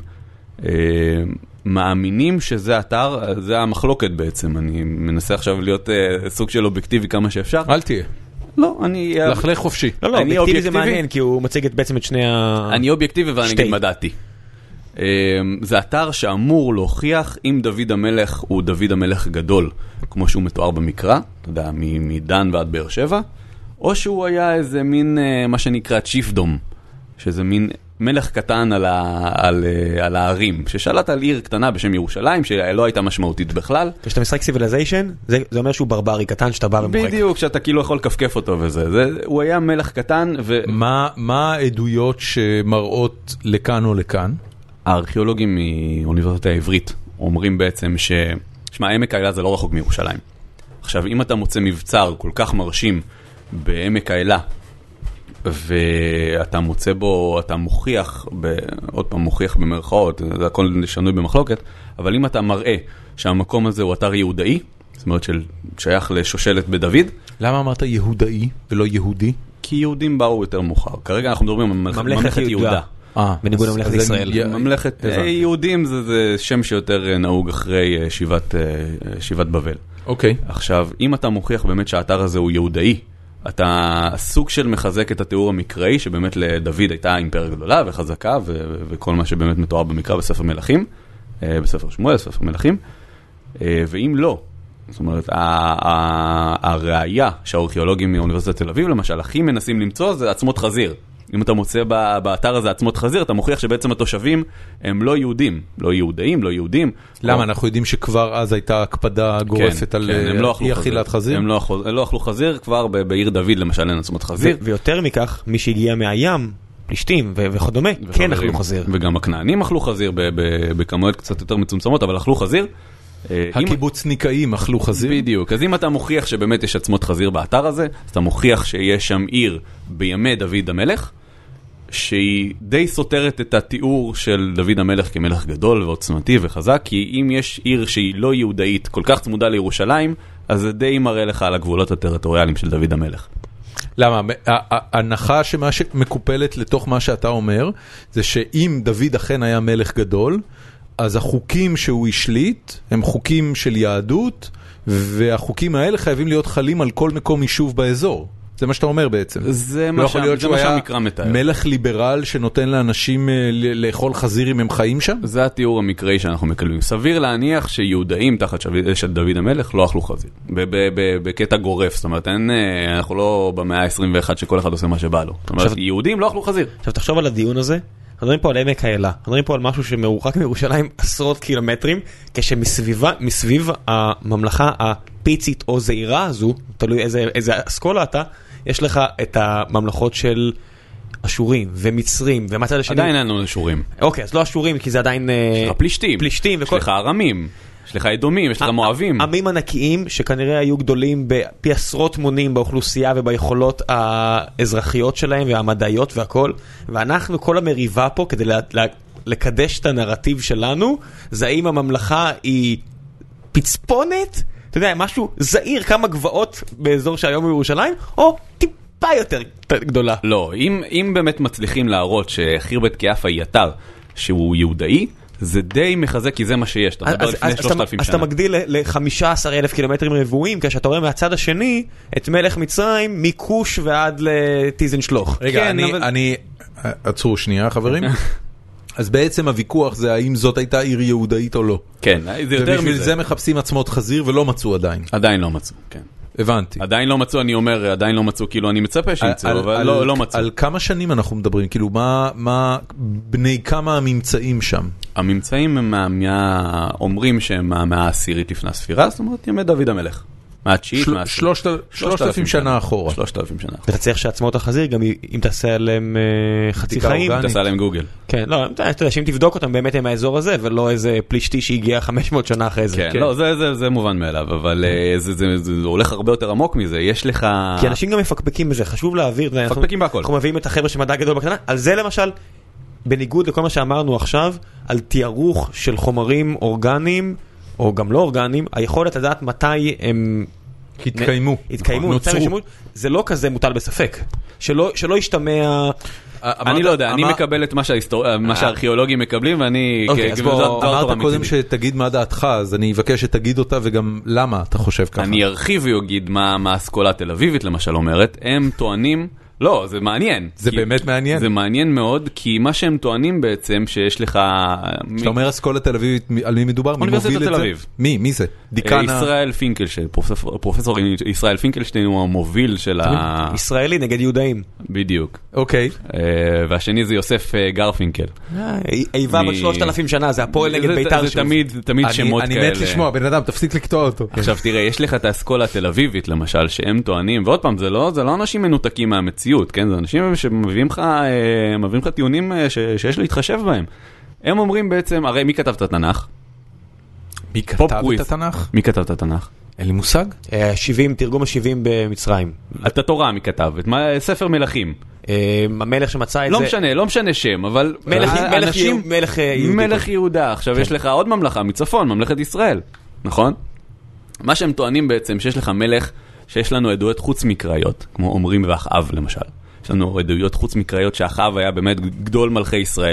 מאמינים שזה אתר, זה המחלוקת בעצם. אני מנסה עכשיו להיות סוג של אובייקטיבי כמה שאפשר. אל תהיה. לא, אני... לחלך חופשי. לא, אובייקטיבי זה מעניין, כי הוא מציג בעצם את שני ה... אני אובייקטיבי ואני גם מדעתי. זה אתר שאמור להוכיח אם דוד המלך הוא דוד המלך גדול, כמו שהוא מתואר במקרא, אתה יודע, מדן ועד באר שבע, או שהוא היה איזה מין, מה שנקרא צ'יפדום, שזה מין מלך קטן על הערים, ששלט על עיר קטנה בשם ירושלים, שלא הייתה משמעותית בכלל. כשאתה משחק סיביליזיישן, זה אומר שהוא ברברי קטן שאתה בא ומוחק. בדיוק, שאתה כאילו יכול לקפקף אותו וזה. הוא היה מלך קטן מה העדויות שמראות לכאן או לכאן? הארכיאולוגים מאוניברסיטה העברית אומרים בעצם שמה, עמק האלה זה לא רחוק מירושלים. עכשיו, אם אתה מוצא מבצר כל כך מרשים בעמק האלה, ואתה מוצא בו, אתה מוכיח, עוד פעם מוכיח במרכאות, זה הכל שנוי במחלוקת, אבל אם אתה מראה שהמקום הזה הוא אתר יהודאי, זאת אומרת שייך לשושלת בדוד. למה אמרת יהודאי ולא יהודי? כי יהודים באו יותר מאוחר. כרגע אנחנו מדברים על ממלכת יהודה. בניגוד לממלכת ישראל. ממלכת יהודים זה שם שיותר נהוג אחרי שיבת בבל. אוקיי. עכשיו, אם אתה מוכיח באמת שהאתר הזה הוא יהודאי, אתה סוג של מחזק את התיאור המקראי, שבאמת לדוד הייתה אימפריה גדולה וחזקה, וכל מה שבאמת מתואר במקרא בספר מלכים, בספר שמואל, בספר מלכים, ואם לא, זאת אומרת, הראיה שהארכיאולוגים מאוניברסיטת תל אביב, למשל, הכי מנסים למצוא זה עצמות חזיר. אם אתה מוצא באתר הזה עצמות חזיר, אתה מוכיח שבעצם התושבים הם לא יהודים, לא יהודאים, לא יהודים. למה? אנחנו יודעים שכבר אז הייתה הקפדה גורפת על אי אכילת חזיר? הם לא אכלו חזיר, כבר בעיר דוד למשל אין עצמות חזיר. ויותר מכך, מי שהגיע מהים, פלישתים וכדומה, כן אכלו חזיר. וגם הכנענים אכלו חזיר בכמויות קצת יותר מצומצמות, אבל אכלו חזיר. הקיבוצניקאים אכלו חזיר? בדיוק. אז אם אתה מוכיח שבאמת יש עצמות חזיר באתר הזה, אז אתה מוכיח שיש שם עיר בימי דוד המלך, שהיא די סותרת את התיאור של דוד המלך כמלך גדול ועוצמתי וחזק, כי אם יש עיר שהיא לא יהודאית, כל כך צמודה לירושלים, אז זה די מראה לך על הגבולות הטריטוריאליים של דוד המלך. למה? ההנחה שמה שמקופלת לתוך מה שאתה אומר, זה שאם דוד אכן היה מלך גדול, אז החוקים שהוא השליט הם חוקים של יהדות, והחוקים האלה חייבים להיות חלים על כל מקום יישוב באזור. זה מה שאתה אומר בעצם. זה מה שהמקרא מתאר. מלך ליברל שנותן לאנשים לאכול חזיר אם הם חיים שם? זה התיאור המקראי שאנחנו מקבלים. סביר להניח שיהודאים תחת של דוד המלך לא אכלו חזיר. בקטע גורף. זאת אומרת, אנחנו לא במאה ה-21 שכל אחד עושה מה שבא לו. זאת אומרת, יהודים לא אכלו חזיר. עכשיו תחשוב על הדיון הזה. אנחנו מדברים פה על עמק האלה. אנחנו מדברים פה על משהו שמרוחק מירושלים עשרות קילומטרים, כשמסביב הממלכה הפיצית או זעירה הזו, תלוי איזה אסכולה אתה, יש לך את הממלכות של אשורים ומצרים, ומצד השני... עדיין אין לנו אשורים. אוקיי, אז לא אשורים, כי זה עדיין... יש לך פלישתים, יש לך ארמים, יש לך אדומים, יש לך מואבים. עמים ענקיים שכנראה היו גדולים בפי עשרות מונים באוכלוסייה וביכולות האזרחיות שלהם והמדעיות והכל, ואנחנו כל המריבה פה כדי לקדש את הנרטיב שלנו, זה האם הממלכה היא פצפונת, אתה יודע, משהו זעיר, כמה גבעות באזור שהיום בירושלים, או טיפה יותר גדולה. לא, אם באמת מצליחים להראות שחירבת קיאפה היא אתר שהוא יהודאי, זה די מחזק, כי זה מה שיש. אתה מדבר לפני 3,000 שנה. אז אתה מגדיל ל-15,000 קילומטרים רבועים, כשאתה רואה מהצד השני את מלך מצרים, מכוש ועד לטיזן שלוח. רגע, אני... עצרו שנייה, חברים. אז בעצם הוויכוח זה האם זאת הייתה עיר יהודאית או לא. כן, זה יותר מזה. ובשביל זה מחפשים עצמות חזיר ולא מצאו עדיין. עדיין לא מצאו, כן. הבנתי. עדיין לא מצאו, אני אומר, עדיין לא מצאו, כאילו אני מצפה שימצאו, אבל לא מצאו. על כמה שנים אנחנו מדברים? כאילו, בני כמה הממצאים שם? הממצאים הם אומרים שהם מהמאה העשירית לפני הספירה, זאת אומרת, ימי דוד המלך. מהתשיעית, 3,000 שנה אחורה. 3,000 שנה אחורה. אתה צריך שעצמות החזיר, גם אם תעשה עליהם חצי חיים. תעשה עליהם גוגל. כן, לא, אתה יודע, שאם תבדוק אותם באמת הם מהאזור הזה, ולא איזה פלישתי שהגיע 500 שנה אחרי זה. כן, לא, זה מובן מאליו, אבל זה הולך הרבה יותר עמוק מזה, יש לך... כי אנשים גם מפקפקים בזה, חשוב להעביר, מפקפקים בהכל. אנחנו מביאים את החבר'ה שמדע גדול בקטנה, על זה למשל, בניגוד לכל מה שאמרנו עכשיו, על תיארוך של חומרים אורגניים, או גם לא אורגניים, היכולת לדעת מתי הם התקיימו, נוצרו. זה לא כזה מוטל בספק. שלא ישתמע... אני לא יודע, אני מקבל את מה שהארכיאולוגים מקבלים, ואני... אמרת קודם שתגיד מה דעתך, אז אני אבקש שתגיד אותה, וגם למה אתה חושב ככה. אני ארחיב ויגיד מה האסכולה תל אביבית למשל אומרת, הם טוענים... לא, זה מעניין. זה באמת מעניין. זה מעניין מאוד, כי מה שהם טוענים בעצם, שיש לך... כשאתה אומר אסכולה תל אביבית, על מי מדובר? אוניברסיטת תל אביב. מי זה? ישראל פינקלשטיין, פרופסור ישראל פינקלשטיין הוא המוביל של ה... ישראלי נגד יהודאים. בדיוק. אוקיי. והשני זה יוסף גרפינקל. איבה בת 3,000 שנה, זה הפועל נגד בית"ר. זה תמיד שמות כאלה. אני מת לשמוע, בן אדם, תפסיק לקטוע אותו. עכשיו תראה, יש לך את האסכולה תל אביבית למשל, שהם טוענים, ועוד פעם, זה לא אנשים מנותקים מהמציאות, כן? זה אנשים שמביאים לך טיעונים שיש להתחשב בהם. הם אומרים בעצם, הרי מי כתב את התנ"ך? מי כתב את התנ"ך? מי כתב את התנ"ך? אין לי מושג. תרגום ה-70 במצרים. את התורה מי כתב? את ספר מלכים. המלך שמצא את זה... לא משנה שם, אבל... מלך יהודה. עכשיו יש לך עוד ממלכה מצפון, ממלכת ישראל. נכון? מה שהם טוענים בעצם, שיש לך מלך שיש לנו עדויות חוץ מקראיות, כמו אומרים ואחאב למשל. יש לנו עדויות חוץ מקראיות שאחאב היה באמת גדול מלכי ישראל.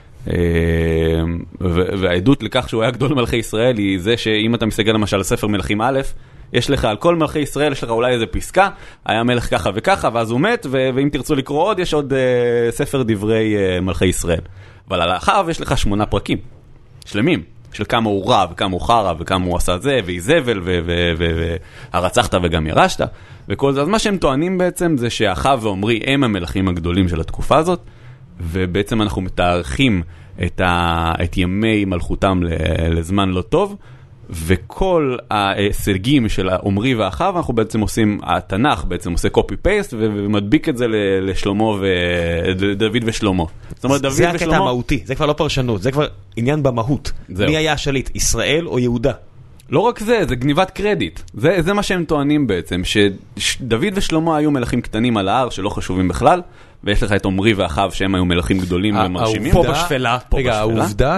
והעדות לכך שהוא היה גדול מלכי ישראל היא זה שאם אתה מסתכל למשל לספר מלכים א', יש לך על כל מלכי ישראל, יש לך אולי איזה פסקה, היה מלך ככה וככה, ואז הוא מת, ואם תרצו לקרוא עוד, יש עוד ספר דברי מלכי ישראל. אבל על אחאב יש לך 8 פרקים שלמים. של כמה הוא רע וכמה הוא חרא וכמה הוא עשה זה ואיזבל והרצחת וגם ירשת וכל זה. אז מה שהם טוענים בעצם זה שאחאב ועומרי הם המלכים הגדולים של התקופה הזאת, ובעצם אנחנו מתארכים את ימי מלכותם לזמן לא טוב, וכל ההישגים של עומרי ואחאב אנחנו בעצם עושים, התנ"ך בעצם עושה קופי פייסט ומדביק את זה לשלמה ודוד ושלמה. זאת אומרת, דוד זה ושלמה... הקטע המהותי, זה כבר לא פרשנות, זה כבר עניין במהות. מי היה השליט, ישראל או יהודה? לא רק זה, זה גניבת קרדיט. זה מה שהם טוענים בעצם, שדוד ושלמה היו מלכים קטנים על ההר שלא חשובים בכלל, ויש לך את עומרי ואחאב שהם היו מלכים גדולים ומרשימים. פה בשפלה. רגע, העובדה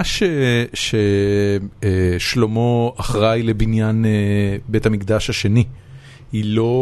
ששלמה אחראי לבניין בית המקדש השני, היא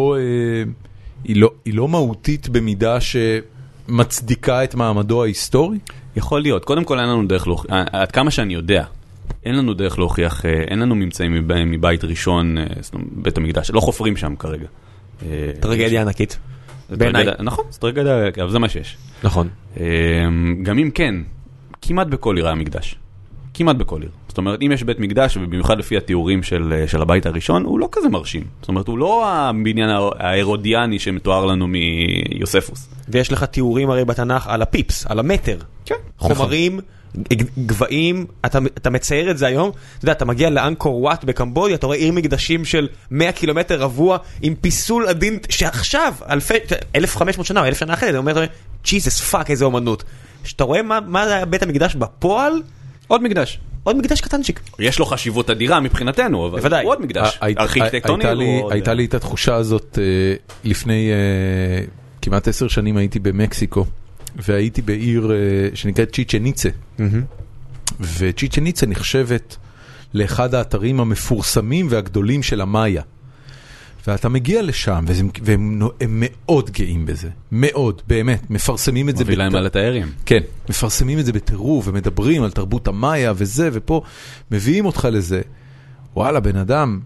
לא מהותית במידה שמצדיקה את מעמדו ההיסטורי? יכול להיות. קודם כל אין לנו דרך להוכיח, עד כמה שאני יודע, אין לנו דרך להוכיח, אין לנו ממצאים מבית ראשון, בית המקדש, לא חופרים שם כרגע. טרגדיה ענקית. בעיניי. נכון, זה טרגדיה, אבל זה מה שיש. נכון. גם אם כן, כמעט בכל עיר היה מקדש. כמעט בכל עיר. זאת אומרת, אם יש בית מקדש, ובמיוחד לפי התיאורים של הבית הראשון, הוא לא כזה מרשים. זאת אומרת, הוא לא הבניין ההרודיאני שמתואר לנו מיוספוס. ויש לך תיאורים הרי בתנ"ך על הפיפס, על המטר. כן. חומרים, גבעים, אתה מצייר את זה היום, אתה יודע, אתה מגיע לאנקור וואט בקמבודיה, אתה רואה עיר מקדשים של 100 קילומטר רבוע, עם פיסול עדין, שעכשיו, 1500 שנה או 1000 שנה אחרת, אתה אומר, ג'יזוס פאק, איזה אומנות. שאתה רואה מה זה בית המקדש בפועל? עוד מקדש. עוד מקדש קטנצ'יק. יש לו חשיבות אדירה מבחינתנו, אבל הוא עוד מקדש. ארכיטקטוני. הייתה לי את התחושה הזאת לפני כמעט 10 שנים הייתי במקסיקו, והייתי בעיר שנקראת צ'יצ'ן-איצה. וצ'יצ'ן-איצה נחשבת לאחד האתרים המפורסמים והגדולים של המאיה. ואתה מגיע לשם, והם מאוד גאים בזה. מאוד, באמת. מפרסמים את זה... מביא להם על התארים. כן, מפרסמים את זה בטירוף, ומדברים על תרבות המאיה וזה, ופה מביאים אותך לזה. וואלה, בן אדם,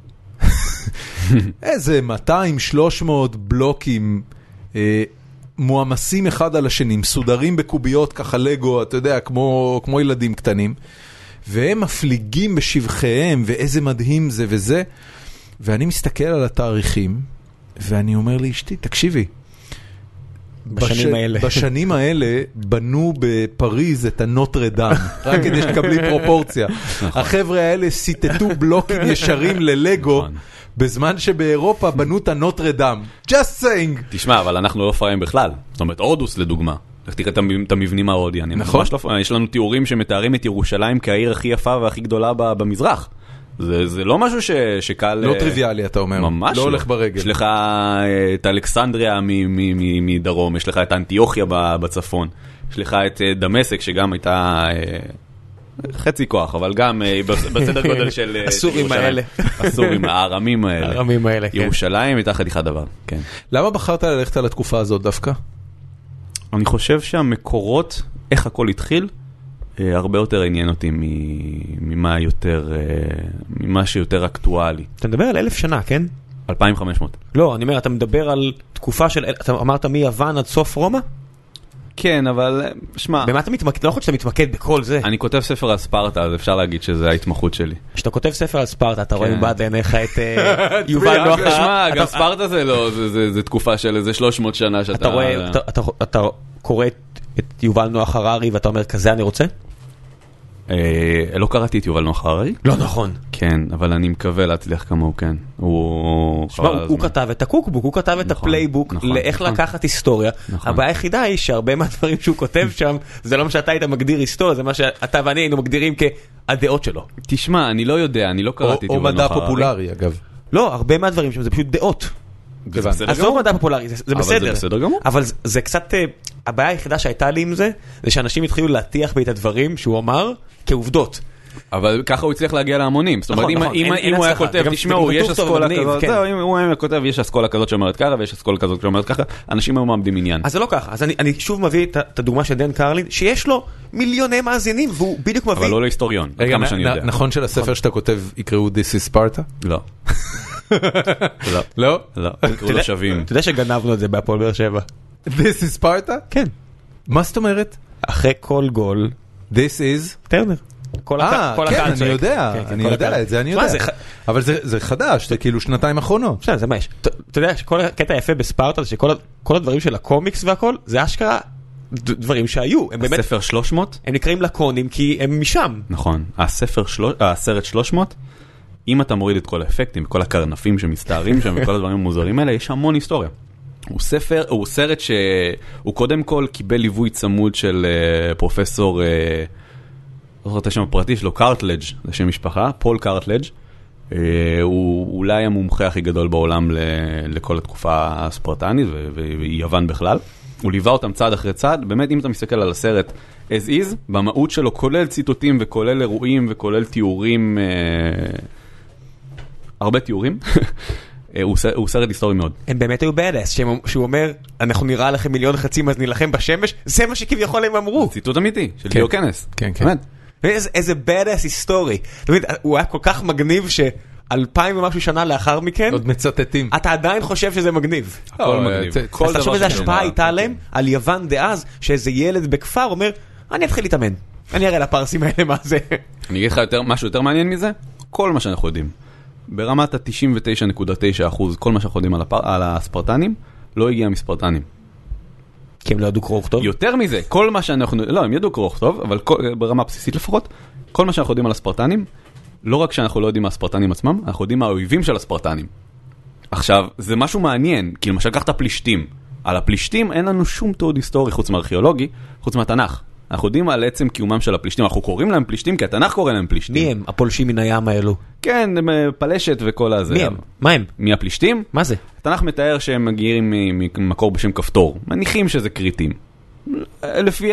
איזה 200-300 בלוקים מואמסים אחד על השני, מסודרים בקוביות ככה לגו, אתה יודע, כמו ילדים קטנים, והם מפליגים בשבחיהם, ואיזה מדהים זה וזה, ואני מסתכל על התאריכים, ואני אומר לאשתי, תקשיבי, בשנים האלה בנו בפריז את הנוטרה דאם, רק כדי שתקבלי פרופורציה. החבר'ה האלה סיטטו בלוקים ישרים ללגו, בזמן שבאירופה בנו את הנוטרה דאם. Just saying. תשמע, אבל אנחנו לא פרעים בכלל. זאת אומרת, הודוס לדוגמה. תראה את המבנים ההודיאנים. נכון. יש לנו תיאורים שמתארים את ירושלים כעיר הכי יפה והכי גדולה במזרח. זה לא משהו שקל... לא טריוויאלי, אתה אומר. ממש לא הולך ברגל. יש לך את אלכסנדריה מדרום, יש לך את אנטיוכיה בצפון, יש לך את דמשק שגם הייתה חצי כוח, אבל גם בסדר גודל של... הסורים האלה. הסורים, הארמים האלה. הארמים האלה, כן. ירושלים הייתה חתיכת דבר, כן. למה בחרת ללכת על התקופה הזאת דווקא? אני חושב שהמקורות, איך הכל התחיל, הרבה יותר עניין אותי ממה שיותר אקטואלי. אתה מדבר על 1,000 שנה, כן? 2500. לא, אני אומר, אתה מדבר על תקופה של, אתה אמרת מיוון עד סוף רומא? כן, אבל, שמע... במה אתה מתמקד? לא יכול שאתה מתמקד בכל זה. אני כותב ספר על ספרטה, אז אפשר להגיד שזה ההתמחות שלי. כשאתה כותב ספר על ספרטה, אתה רואה מבעד לעיניך את יובל נוח הררי. שמע, גם ספרטה זה לא, זה תקופה של איזה 300 שנה שאתה... אתה קורא את יובל נוח הררי ואתה אומר, כזה אני רוצה? לא קראתי את יובל נוח הררי. לא נכון. כן, אבל אני מקווה להצליח כמוהו, כן. הוא כתב את הקוקבוק, הוא כתב את הפלייבוק לאיך לקחת היסטוריה. הבעיה היחידה היא שהרבה מהדברים שהוא כותב שם, זה לא מה שאתה היית מגדיר היסטוריה, זה מה שאתה ואני היינו מגדירים כהדעות שלו. תשמע, אני לא יודע, אני לא קראתי את יובל נוח הררי. או מדע פופולרי, אגב. לא, הרבה מהדברים שם זה פשוט דעות. אז לא מדע פופולרי, זה בסדר. אבל זה בסדר גמור. אבל זה קצת, הבעיה היחידה שהייתה לי עם זה, זה שאנשים התחילו להטיח בי את הדברים שהוא אמר כעובדות. אבל ככה הוא הצליח להגיע להמונים. זאת אומרת, אם הוא היה כותב, תשמעו, יש אסכולה כזאת, זהו, אם הוא היה כותב, יש אסכולה כזאת שאומרת ככה, ויש אסכולה כזאת שאומרת ככה, אנשים היו מעמדים עניין. אז זה לא ככה. אז אני שוב מביא את הדוגמה של דן קרלין, שיש לו מיליוני מאזינים, והוא בדיוק מביא... אבל לא להיסטוריון, כמה שאני יודע. נכון שלספר שאתה כותב יקראו This is Sparta? לא. לא? לא, יקראו לו שווים. אתה יודע שגנבנו את זה בהפועל באר שבע? This is Sparta? כן. מה זאת אומרת? אחרי כל גול... This is? טרנר. כן, אני יודע, אני יודע את זה, אני יודע. אבל זה חדש, זה כאילו שנתיים אחרונות. זה מה יש. אתה יודע שכל הקטע היפה בספרטה, זה שכל הדברים של הקומיקס והכל, זה אשכרה דברים שהיו. הספר 300? הם נקראים לקונים כי הם משם. נכון. הסרט 300, אם אתה מוריד את כל האפקטים, כל הקרנפים שמסתערים שם וכל הדברים המוזרים האלה, יש המון היסטוריה. הוא סרט שהוא קודם כל קיבל ליווי צמוד של פרופסור... לא זוכר את השם הפרטי שלו, קארטלג', זה שם משפחה, פול קארטלג'. הוא אולי המומחה הכי גדול בעולם לכל התקופה הספרטנית ויוון בכלל. הוא ליווה אותם צעד אחרי צעד. באמת, אם אתה מסתכל על הסרט as is, במהות שלו כולל ציטוטים וכולל אירועים וכולל תיאורים, הרבה תיאורים. הוא סרט היסטורי מאוד. הם באמת היו בדאס, שהוא אומר, אנחנו נראה לכם 1.5 מיליון אז נילחם בשמש, זה מה שכביכול הם אמרו. ציטוט אמיתי, של דיוקנס. כן, כן. איזה בדאס היסטורי. הוא היה כל כך מגניב ש2000 ומשהו שנה לאחר מכן, עוד מצטטים. אתה עדיין חושב שזה מגניב. הכל מגניב. אז תחשוב איזה השפעה הייתה להם על יוון דאז, שאיזה ילד בכפר אומר, אני אתחיל להתאמן. אני אראה לפרסים האלה מה זה. אני אגיד לך משהו יותר מעניין מזה, כל מה שאנחנו יודעים. ברמת ה-99.9%, כל מה שאנחנו יודעים על הספרטנים, לא הגיע מספרטנים. כי הם לא ידעו קרוא וכתוב? יותר מזה, כל מה שאנחנו... לא, הם ידעו קרוא וכתוב, אבל ברמה בסיסית לפחות, כל מה שאנחנו יודעים על הספרטנים, לא רק שאנחנו לא יודעים מהספרטנים עצמם, אנחנו יודעים מהאויבים של הספרטנים. עכשיו, זה משהו מעניין, כי למשל קח את הפלישתים. על הפלישתים אין לנו שום תיעוד היסטורי חוץ מארכיאולוגי, חוץ מהתנ"ך. אנחנו יודעים על עצם קיומם של הפלישתים, אנחנו קוראים להם פלישתים, כי התנ"ך קורא להם פלישתים. מי הם? הפולשים מן הים האלו. כן, פלשת וכל הזה. מי הם? מה הם? מי הפלישתים? מה זה? התנ"ך מתאר שהם מגיעים ממקור בשם כפתור. מניחים שזה קריטים. לפי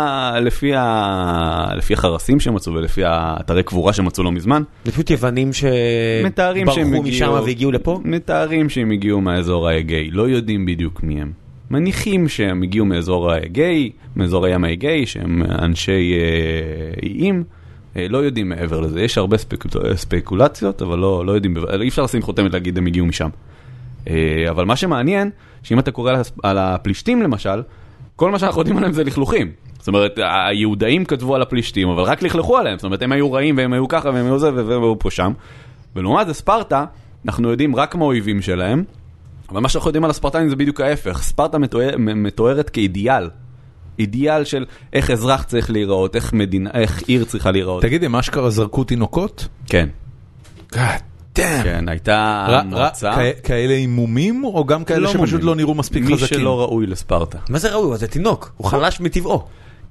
החרסים שמצאו ולפי האתרי קבורה שמצאו לא מזמן. לפי יוונים שברחו משם והגיעו לפה? מתארים שהם הגיעו מהאזור האגאי. לא יודעים בדיוק מי הם. מניחים שהם הגיעו מאזור האגאי, מאזור הים האגאי, שהם אנשי איים, לא יודעים מעבר לזה. יש הרבה ספקולציות, אבל לא יודעים, אי אפשר לשים חותמת להגיד הם הגיעו משם. אבל מה שמעניין, שאם אתה קורא על הפלישתים למשל, כל מה שאנחנו יודעים עליהם זה לכלוכים. זאת אומרת, היהודאים כתבו על הפלישתים, אבל רק לכלכו עליהם. זאת אומרת, הם היו רעים והם היו ככה והם היו זה והם היו פה שם. ולעומת זה ספרטה, אנחנו יודעים רק מה האויבים שלהם, אבל מה שאנחנו יודעים על הספרטנים זה בדיוק ההפך. ספרטה מתוארת כאידיאל. אידיאל של איך אזרח צריך להיראות, איך עיר צריכה להיראות. תגיד, הם אשכרה זרקו תינוקות? כן. God damn. כן, הייתה מועצה. כאלה אימומים, או גם כאלה שפשוט לא נראו מספיק חזקים? מי שלא ראוי לספרטה. מה זה ראוי? זה תינוק. הוא חלש מטבעו.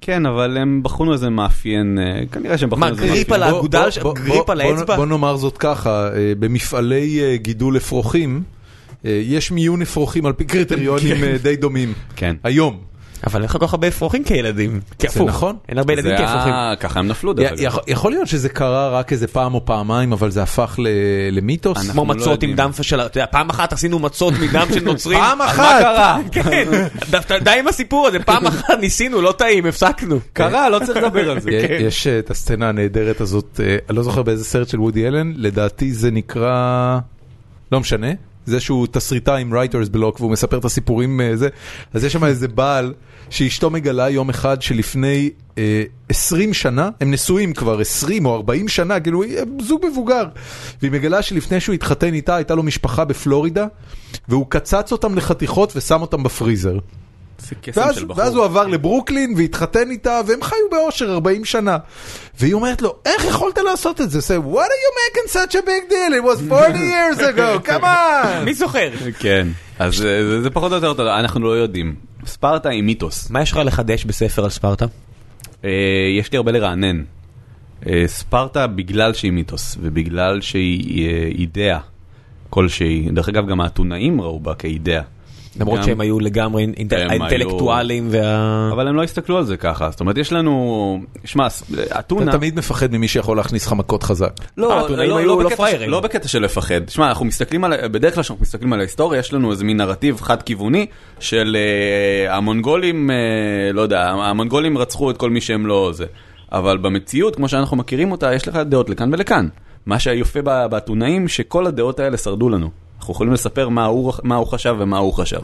כן, אבל הם בחרו איזה מאפיין, כנראה שהם בחרו איזה מאפיין. מה, גריפ על האגודל, גריפ על האצבע? בוא נאמר זאת ככה, במפעלי גידול אפרוחים, יש מיון אפרוחים על פי קריטריונים די דומים. כן. היום. אבל אין לך כל כך הרבה אפרוחים כילדים. זה נכון. אין הרבה ילדים כאפרוחים. ככה הם נפלו דרך אגב. יכול להיות שזה קרה רק איזה פעם או פעמיים, אבל זה הפך למיתוס. כמו מצות עם דם של... אתה יודע, פעם אחת עשינו מצות מדם של נוצרים. פעם אחת! מה קרה? כן, די עם הסיפור הזה, פעם אחת ניסינו, לא טעים, הפסקנו. קרה, לא צריך לדבר על זה. יש את הסצנה הנהדרת הזאת, אני לא זוכר באיזה סרט של וודי אלן, לדעתי זה נקרא... לא משנה. זה שהוא תסריטה עם writer's block והוא מספר את הסיפורים זה, אז יש שם איזה בעל שאשתו מגלה יום אחד שלפני 20 שנה, הם נשואים כבר 20 או 40 שנה, כאילו זוג מבוגר, והיא מגלה שלפני שהוא התחתן איתה הייתה לו משפחה בפלורידה, והוא קצץ אותם לחתיכות ושם אותם בפריזר. ואז הוא עבר לברוקלין והתחתן איתה, והם חיו באושר 40 שנה. והיא אומרת לו, איך יכולת לעשות את זה? Say, what are you making such a big deal? It was 40 years ago, come on! מי זוכר? כן, אז זה פחות או יותר, אנחנו לא יודעים. ספרטה היא מיתוס. מה יש לך לחדש בספר על ספרטה? יש לי הרבה לרענן. ספרטה בגלל שהיא מיתוס, ובגלל שהיא אידאה כלשהי. דרך אגב, גם האתונאים ראו בה כאידאה. למרות שהם היו לגמרי אינטלקטואלים אבל הם לא הסתכלו על זה ככה. זאת אומרת, יש לנו... שמע, אתונה... אתה תמיד מפחד ממי שיכול להכניס לך מכות חזק. לא בקטע של לפחד. שמע, אנחנו מסתכלים על... בדרך כלל שאנחנו מסתכלים על ההיסטוריה, יש לנו איזה מין נרטיב חד-כיווני של המונגולים, לא יודע, המונגולים רצחו את כל מי שהם לא זה. אבל במציאות, כמו שאנחנו מכירים אותה, יש לך דעות לכאן ולכאן. מה שהיפה באתונאים, שכל הדעות האלה שרדו לנו. אנחנו יכולים לספר מה הוא חשב ומה הוא חשב.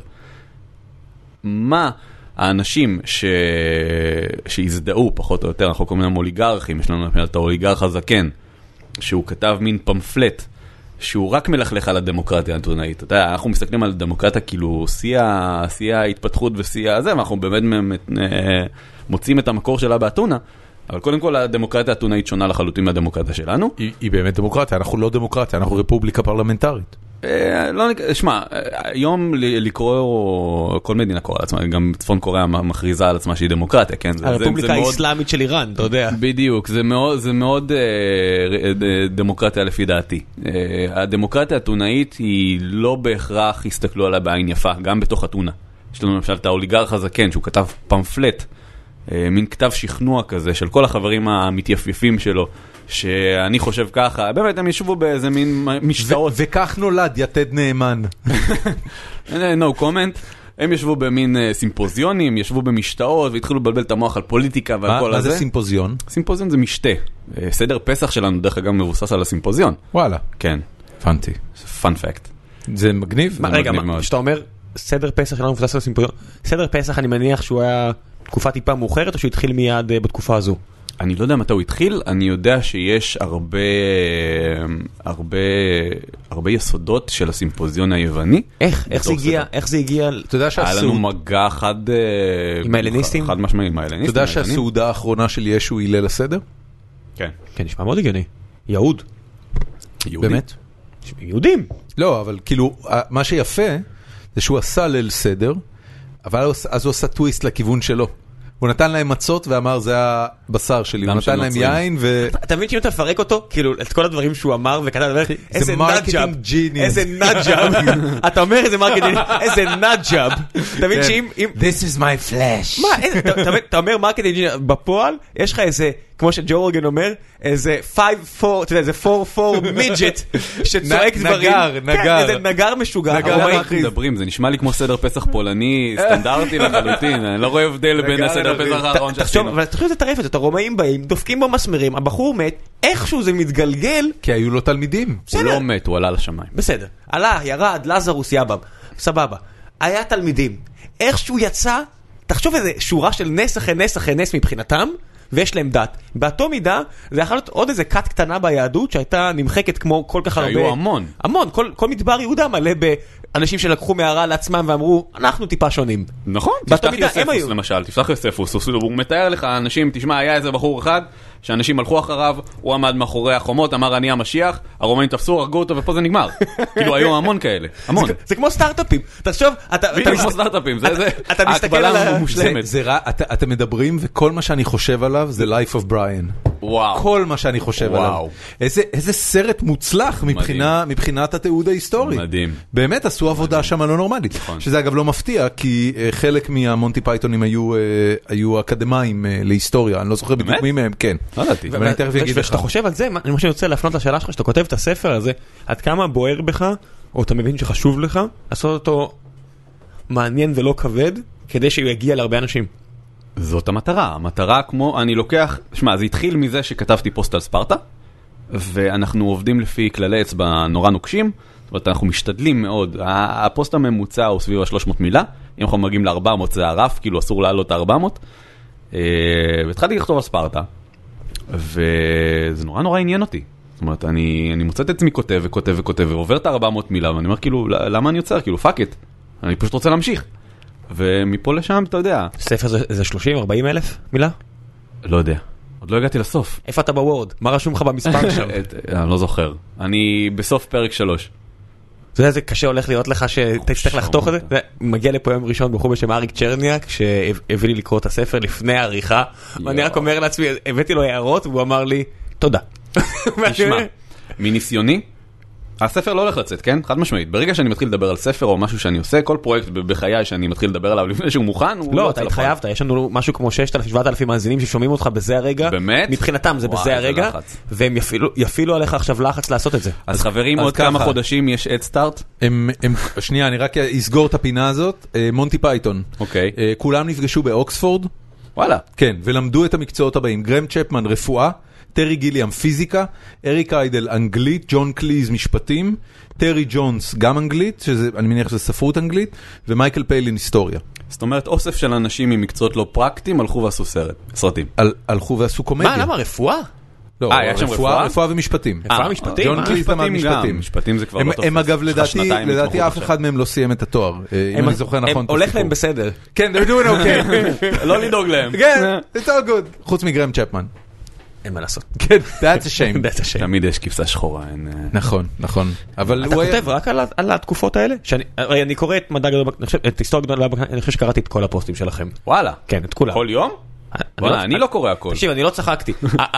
מה האנשים שהזדהו פחות או יותר, אנחנו קוראים להם אוליגרכים, יש לנו את האוליגרך הזקן, שהוא כתב מין פמפלט, שהוא רק מלכלך על הדמוקרטיה האתונאית. אתה יודע, אנחנו מסתכלים על הדמוקרטיה כאילו שיא ההתפתחות ושיא הזה, ואנחנו באמת מוצאים את המקור שלה באתונה, אבל קודם כל הדמוקרטיה האתונאית שונה לחלוטין מהדמוקרטיה שלנו. היא באמת דמוקרטיה, אנחנו לא דמוקרטיה, אנחנו רפובליקה פרלמנטרית. שמע, היום לקרוא, כל מדינה קוראה על עצמה, גם צפון קוריאה מכריזה על עצמה שהיא דמוקרטיה, כן? הרפובליקה האסלאמית של איראן, אתה יודע. בדיוק, זה מאוד דמוקרטיה לפי דעתי. הדמוקרטיה האתונאית היא לא בהכרח הסתכלו עליה בעין יפה, גם בתוך אתונה. יש לנו למשל את האוליגרך הזקן, שהוא כתב פמפלט, מין כתב שכנוע כזה של כל החברים המתייפייפים שלו, שאני חושב ככה, באמת הם ישבו באיזה מין משתאות. וכך נולד יתד נאמן. No comment. הם ישבו במין סימפוזיונים, ישבו במשתאות, והתחילו לבלבל את המוח על פוליטיקה ועל כל הזה. מה זה סימפוזיון? סימפוזיון זה משתה. סדר פסח שלנו דרך אגב מבוסס על הסימפוזיון. וואלה. כן. פנטי. פאנ פקט. זה מגניב? רגע, כשאתה אומר סדר פסח שלנו מבוסס על הסימפוזיון, סדר פסח אני מניח שהוא היה תקופה טיפה מאוחרת, או שהוא התחיל מיד בתקופה הזו? אני לא יודע מתי הוא התחיל, אני יודע שיש הרבה יסודות של הסימפוזיון היווני. איך זה הגיע? אתה יודע היה לנו מגע חד... עם ההלניסטים? חד משמעי עם ההלניסטים. אתה יודע שהסעודה האחרונה של ישו היא ליל הסדר? כן. כן, נשמע מאוד הגיוני. יהוד. באמת? יהודים. לא, אבל כאילו, מה שיפה זה שהוא עשה ליל סדר, אבל אז הוא עשה טוויסט לכיוון שלו. הוא נתן להם מצות ואמר, זה הבשר שלי. הוא נתן להם יין ו... אתה מבין שאם אתה מפרק אותו, כאילו, את כל הדברים שהוא אמר וכתב, איזה מרקטינג ג'יניוס. איזה נאג'אב. אתה אומר איזה מרקטינג, איזה נאג'אב. אתה מבין שאם... This is my flesh. מה, אתה אומר מרקטינג ג'יניוס, בפועל, יש לך איזה, כמו שג'ו רוגן אומר, איזה 5-4, אתה יודע, איזה 4-4 מידג'ט, שצועק דברים. נגר. איזה נגר משוגע. מדברים, זה נשמע לי כמו סדר פסח פולני, סטנדרטי לחלוטין, אני לא רואה הבדל בין הסדר פסח האחרון שעשינו. אבל תחשוב את הטרפת, את הרומאים באים, דופקים במסמרים, הבחור מת, איכשהו זה מתגלגל. כי היו לו תלמידים. הוא לא מת, הוא עלה לשמיים. בסדר. עלה, ירד, לזרוס, יבב. סבבה. היה תלמידים. איכשהו יצא, תחשוב איזה שורה של נס אחרי נס אחרי נס מבחינתם, ויש להם דת. באותו מידה, זה יכול להיות עוד איזה קט קטנה ביהדות, שהייתה נמחקת כמו כל כך הרבה... היו המון. המון. כל מדבר יהודה מלא אנשים שלקחו מערה לעצמם ואמרו, אנחנו טיפה שונים. נכון, תפתח יוספוס למשל, תפתח יוספוס, הוא מתאר לך אנשים, תשמע, היה איזה בחור אחד, שאנשים הלכו אחריו, הוא עמד מאחורי החומות, אמר אני המשיח, הרומאים תפסו, הרגו אותו ופה זה נגמר. כאילו היו המון כאלה, המון. זה כמו סטארט-אפים, תחשוב, כמו סטארט-אפים, אתה מסתכל על המושלמת. אתם מדברים וכל מה שאני חושב עליו זה Life of Brian. וואו. כל מה שאני חושב עליו. איזה סרט מוצלח מבחינת התיעוד ההיסטורי. מדהים. באמת עשו עבודה שם לא נורמלית. שזה אגב לא מפתיע, כי חלק מהמונטי פייתונים היו אקדמיים להיסטוריה. אני לא זוכר בדיוק מי מהם, כן. אבל אני תכף אגיד לך. כשאתה חושב על זה, אני רוצה להפנות לשאלה שלך, שאתה כותב את הספר הזה, עד כמה בוער בך, או אתה מבין שחשוב לך, לעשות אותו מעניין ולא כבד, כדי שהוא יגיע להרבה אנשים. זאת המטרה. המטרה כמו, אני לוקח, שמע, זה התחיל מזה שכתבתי פוסט על ספרטה, ואנחנו עובדים לפי כללי אצבע נורא נוקשים, זאת אומרת, אנחנו משתדלים מאוד. הפוסט הממוצע הוא סביב ה-300 מילה, אם אנחנו מגיעים ל-400 זה הרף, כאילו אסור לעלות ה-400, והתחלתי לכתוב על ספרטה, וזה נורא נורא עניין אותי. זאת אומרת, אני מוצא את עצמי כותב וכותב וכותב, ועובר את ה-400 מילה, ואני אומר, כאילו, למה אני יוצר? כאילו, fuck it. אני פשוט רוצה להמשיך. ומפה לשם, אתה יודע. ספר זה 30-40 אלף מילה? לא יודע. עוד לא הגעתי לסוף. איפה אתה בוורד? מה רשום לך במספר שם? אני לא זוכר. אני בסוף פרק 3. אתה יודע, זה קשה הולך להיות לך שתצטרך לחתוך את זה. מגיע לפה יום ראשון בחור בשם אריק צ'רניאק, שהביא לי לקרוא את הספר לפני העריכה, ואני רק אומר לעצמי, הבאתי לו הערות, והוא אמר לי, תודה. תשמע, מניסיוני, הספר לא הולך לצאת, כן? חד משמעית. ברגע שאני מתחיל לדבר על ספר או משהו שאני עושה, כל פרויקט בחיי שאני מתחיל לדבר עליו לפני שהוא מוכן, הוא לא, אתה התחייבת, יש לנו משהו כמו 6,000-7,000 מאזינים ששומעים אותך בזה הרגע. באמת? מבחינתם זה בזה הרגע, והם יפעילו עליך עכשיו לחץ לעשות את זה. אז חברים, עוד כמה חודשים יש Head Start? שנייה, אני רק אסגור את הפינה הזאת. מונטי פייתון. אוקיי. כולם נפגשו באוקספורד. וואלה. כן, ולמדו את המקצועות הבאים. גרם צ'פמן, רפואה. טרי גיליאם, פיזיקה, אריק איידל, אנגלית, ג'ון קליז, משפטים, טרי ג'ונס, גם אנגלית, אני מניח שזה ספרות אנגלית, ומייקל פיילין, היסטוריה. זאת אומרת, אוסף של אנשים עם מקצועות לא פרקטיים הלכו ועשו סרטים. הלכו ועשו קומדיה. מה, למה רפואה? לא, רפואה ומשפטים. רפואה ומשפטים? ג'ון קליז למד משפטים. משפטים זה כבר לא טוב. הם אגב, לדעתי אף אחד מהם לא סיים את התואר. אם אני זוכר נכון. הולך להם בסדר. כן, they're doing okay. לא לדאוג להם. כן, it's all good. חוץ מגרם צ'פמן. אין מה לעשות. כן, that's a shame. תמיד יש כבשה שחורה. נכון, נכון. אבל אתה כותב רק על התקופות האלה? אני קורא את מדע גדול, את היסטוריה גדולה, אני חושב שקראתי את כל הפוסטים שלכם. וואלה. כן, את כולם. כל יום? וואלה, אני לא קורא הכל. תקשיב, אני לא צחקתי.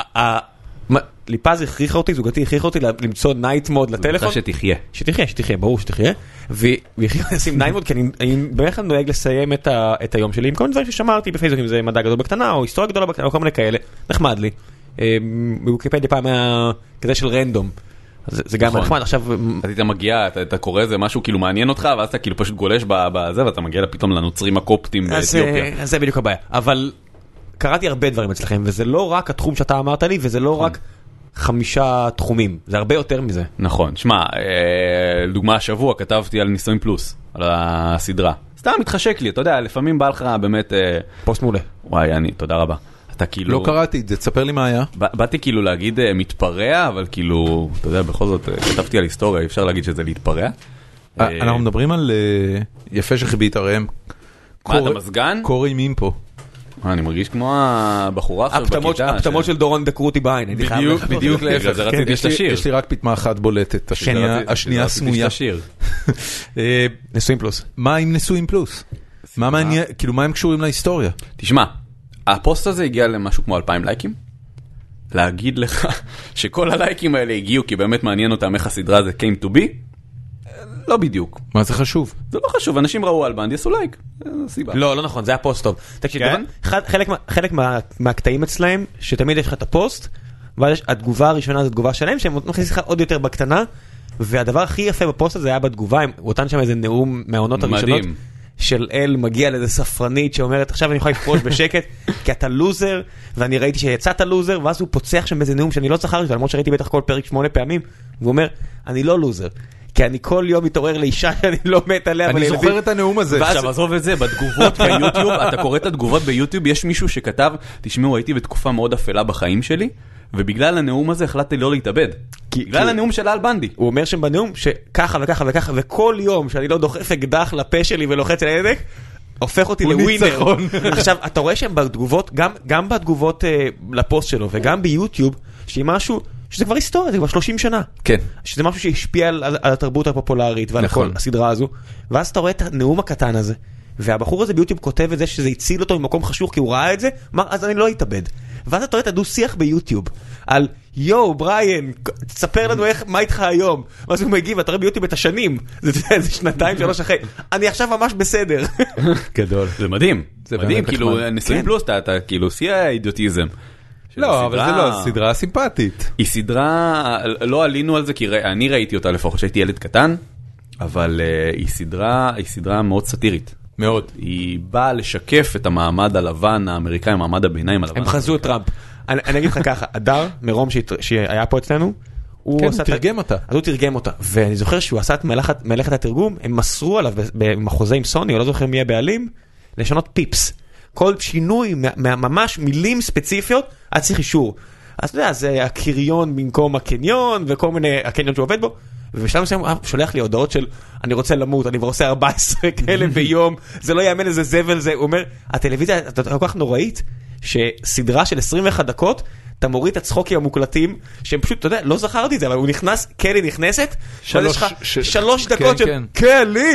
ליפז הכריחה אותי, זוגתי הכריחה אותי למצוא נייט מוד לטלפון. רוצה שתחיה, ברור שתחיה. והכריחה לשים נייט מוד, כי אני בערך נוהג לסיים את היום שלי עם כל מיני דברים ששמרתי בפייסבוק, אם זה מדע גדול בקטנה, או היסטוריה גדולה בקטנה, או כל מיני כאלה. נחמד לי. בוויקיפדיה פעם היה כזה של רנדום. זה גם נחמד, עכשיו... אתה מגיע, אתה קורא זה משהו כאילו מעניין אותך, ואז אתה כאילו פשוט גולש בזה, ואתה מגיע פתאום לנוצרים הקופטים באתיופיה. זה בדיוק הבעיה. אבל קראתי הרבה דברים אצלכם, וזה לא רק התחום שאתה אמרת לי, וזה לא רק 5 תחומים, זה הרבה יותר מזה. נכון, שמע, לדוגמה השבוע כתבתי על ניסויים פלוס, על הסדרה. סתם מתחשק לי, אתה יודע, לפעמים בא לך באמת... פוסט מעולה. וואי, תודה רבה. כאילו... לא קראתי את זה, תספר לי מה היה. באתי כאילו להגיד מתפרע, אבל כאילו, אתה יודע, בכל זאת, כתבתי על היסטוריה, אפשר להגיד שזה להתפרע. אנחנו מדברים על יפה שחיבית הראם. מה, אתה מזגן? קור אימים פה. אני מרגיש כמו הבחורה עכשיו בכיתה. הפתמות של דורון דקרותי בעין. בדיוק להפך. זה רציתי לשיר. יש לי רק פתמה אחת בולטת, השנייה סמויה. נשואים פלוס. מה עם נשואים פלוס? מה מעניין, כאילו מה הם קשורים להיסטוריה? תשמע, הפוסט הזה הגיע למשהו כמו 2,000 לייקים. להגיד לך שכל הלייקים האלה הגיעו כי באמת מעניין אותם איך הסדרה זה came to be, לא בדיוק. מה זה חשוב? זה לא חשוב, אנשים ראו על בנד, יעשו לייק. לא נכון, זה הפוסט טוב. חלק מהקטעים אצלהם, שתמיד יש לך את הפוסט, ואז התגובה הראשונה זה תגובה שלהם, שהם מכניסים לך עוד יותר בקטנה, והדבר הכי יפה בפוסט הזה היה בתגובה, הוא נתן שם איזה נאום מהעונות הראשונות, של אל מגיע לאיזה ספרנית שאומרת, עכשיו אני יכול לפרוש בשקט, כי אתה לוזר, ואני ראיתי שיצאת לוזר, ואז הוא פוצח שם באיזה נאום שאני לא זכרתי, למרות שראיתי בטח כל פרק 8 פעמים, והוא אומר, אני לא לוזר, כי אני כל יום מתעורר לאישה שאני לא מת עליה. אני זוכר את הנאום הזה. עכשיו עזוב את זה, בתגובות ביוטיוב, אתה קורא את התגובות ביוטיוב, יש מישהו שכתב, תשמעו, הייתי בתקופה מאוד אפלה בחיים שלי, ובגלל הנאום הזה החלטתי לא להתאבד. בגלל הנאום של אל בנדי. הוא אומר שם בנאום שככה וככה וככה, וכל יום שאני לא דוחף אקדח לפה שלי ולוחץ על ההדק, הופך אותי לווינר. עכשיו, אתה רואה שהם בתגובות, גם בתגובות לפוסט שלו, וגם ביוטיוב, שהיא משהו, שזה כבר היסטוריה, זה כבר 30 שנה. כן. שזה משהו שהשפיע על התרבות הפופולרית, ועל כל הסדרה הזו. ואז אתה רואה את הנאום הקטן הזה, והבחור הזה ביוטיוב כותב את זה, שזה הציל אותו ממקום חשוך, כי הוא ראה את זה, אז אני לא אתאבד. ואז אתה רואה את הדו שיח ביוטיוב, על יו, בריין, תספר לנו מה איתך היום. ואז הוא מגיב, אתה רואה ביוטיוב את השנים, זה 2-3 אחרי, אני עכשיו ממש בסדר. גדול. זה מדהים, זה מדהים, כאילו נישואים פלוס, אתה כאילו שיא האידיוטיזם. לא, אבל זה לא, סדרה סימפטית. היא סדרה, לא עלינו על זה, כי אני ראיתי אותה לפחות שהייתי ילד קטן, אבל היא סדרה מאוד סאטירית. מאוד. היא באה לשקף את המעמד הלבן האמריקאי, מעמד הביניים הלבן. הם חזו את טראמפ. אני אגיד לך ככה, אדר, מרום שהיה פה אצלנו, כן, הוא תרגם אותה. אז הוא תרגם אותה, ואני זוכר שהוא עשה את מלאכת התרגום, הם מסרו עליו במחוזה עם סוני, או לא זוכר מי יהיה בעלים, לשנות פיפס. כל שינוי, ממש מילים ספציפיות, היה צריך אישור. אז אתה יודע, זה הקריון במקום הקניון, וכל מיני, הקניון שהוא עובד בו, ובשלב מסוים הוא שולח לי הודעות של, אני רוצה למות, אני עושה 14 כאלה ביום, זה לא יאמן איזה זבל זה, הוא אומר, הטלוויזיה כל כך נוראית, שסדרה של 21 דקות, אתה מוריד את הצחוקים המוקלטים, שהם פשוט, אתה יודע, לא זכרתי את זה, אבל הוא נכנס, קלי נכנסת, 3 דקות של קלי,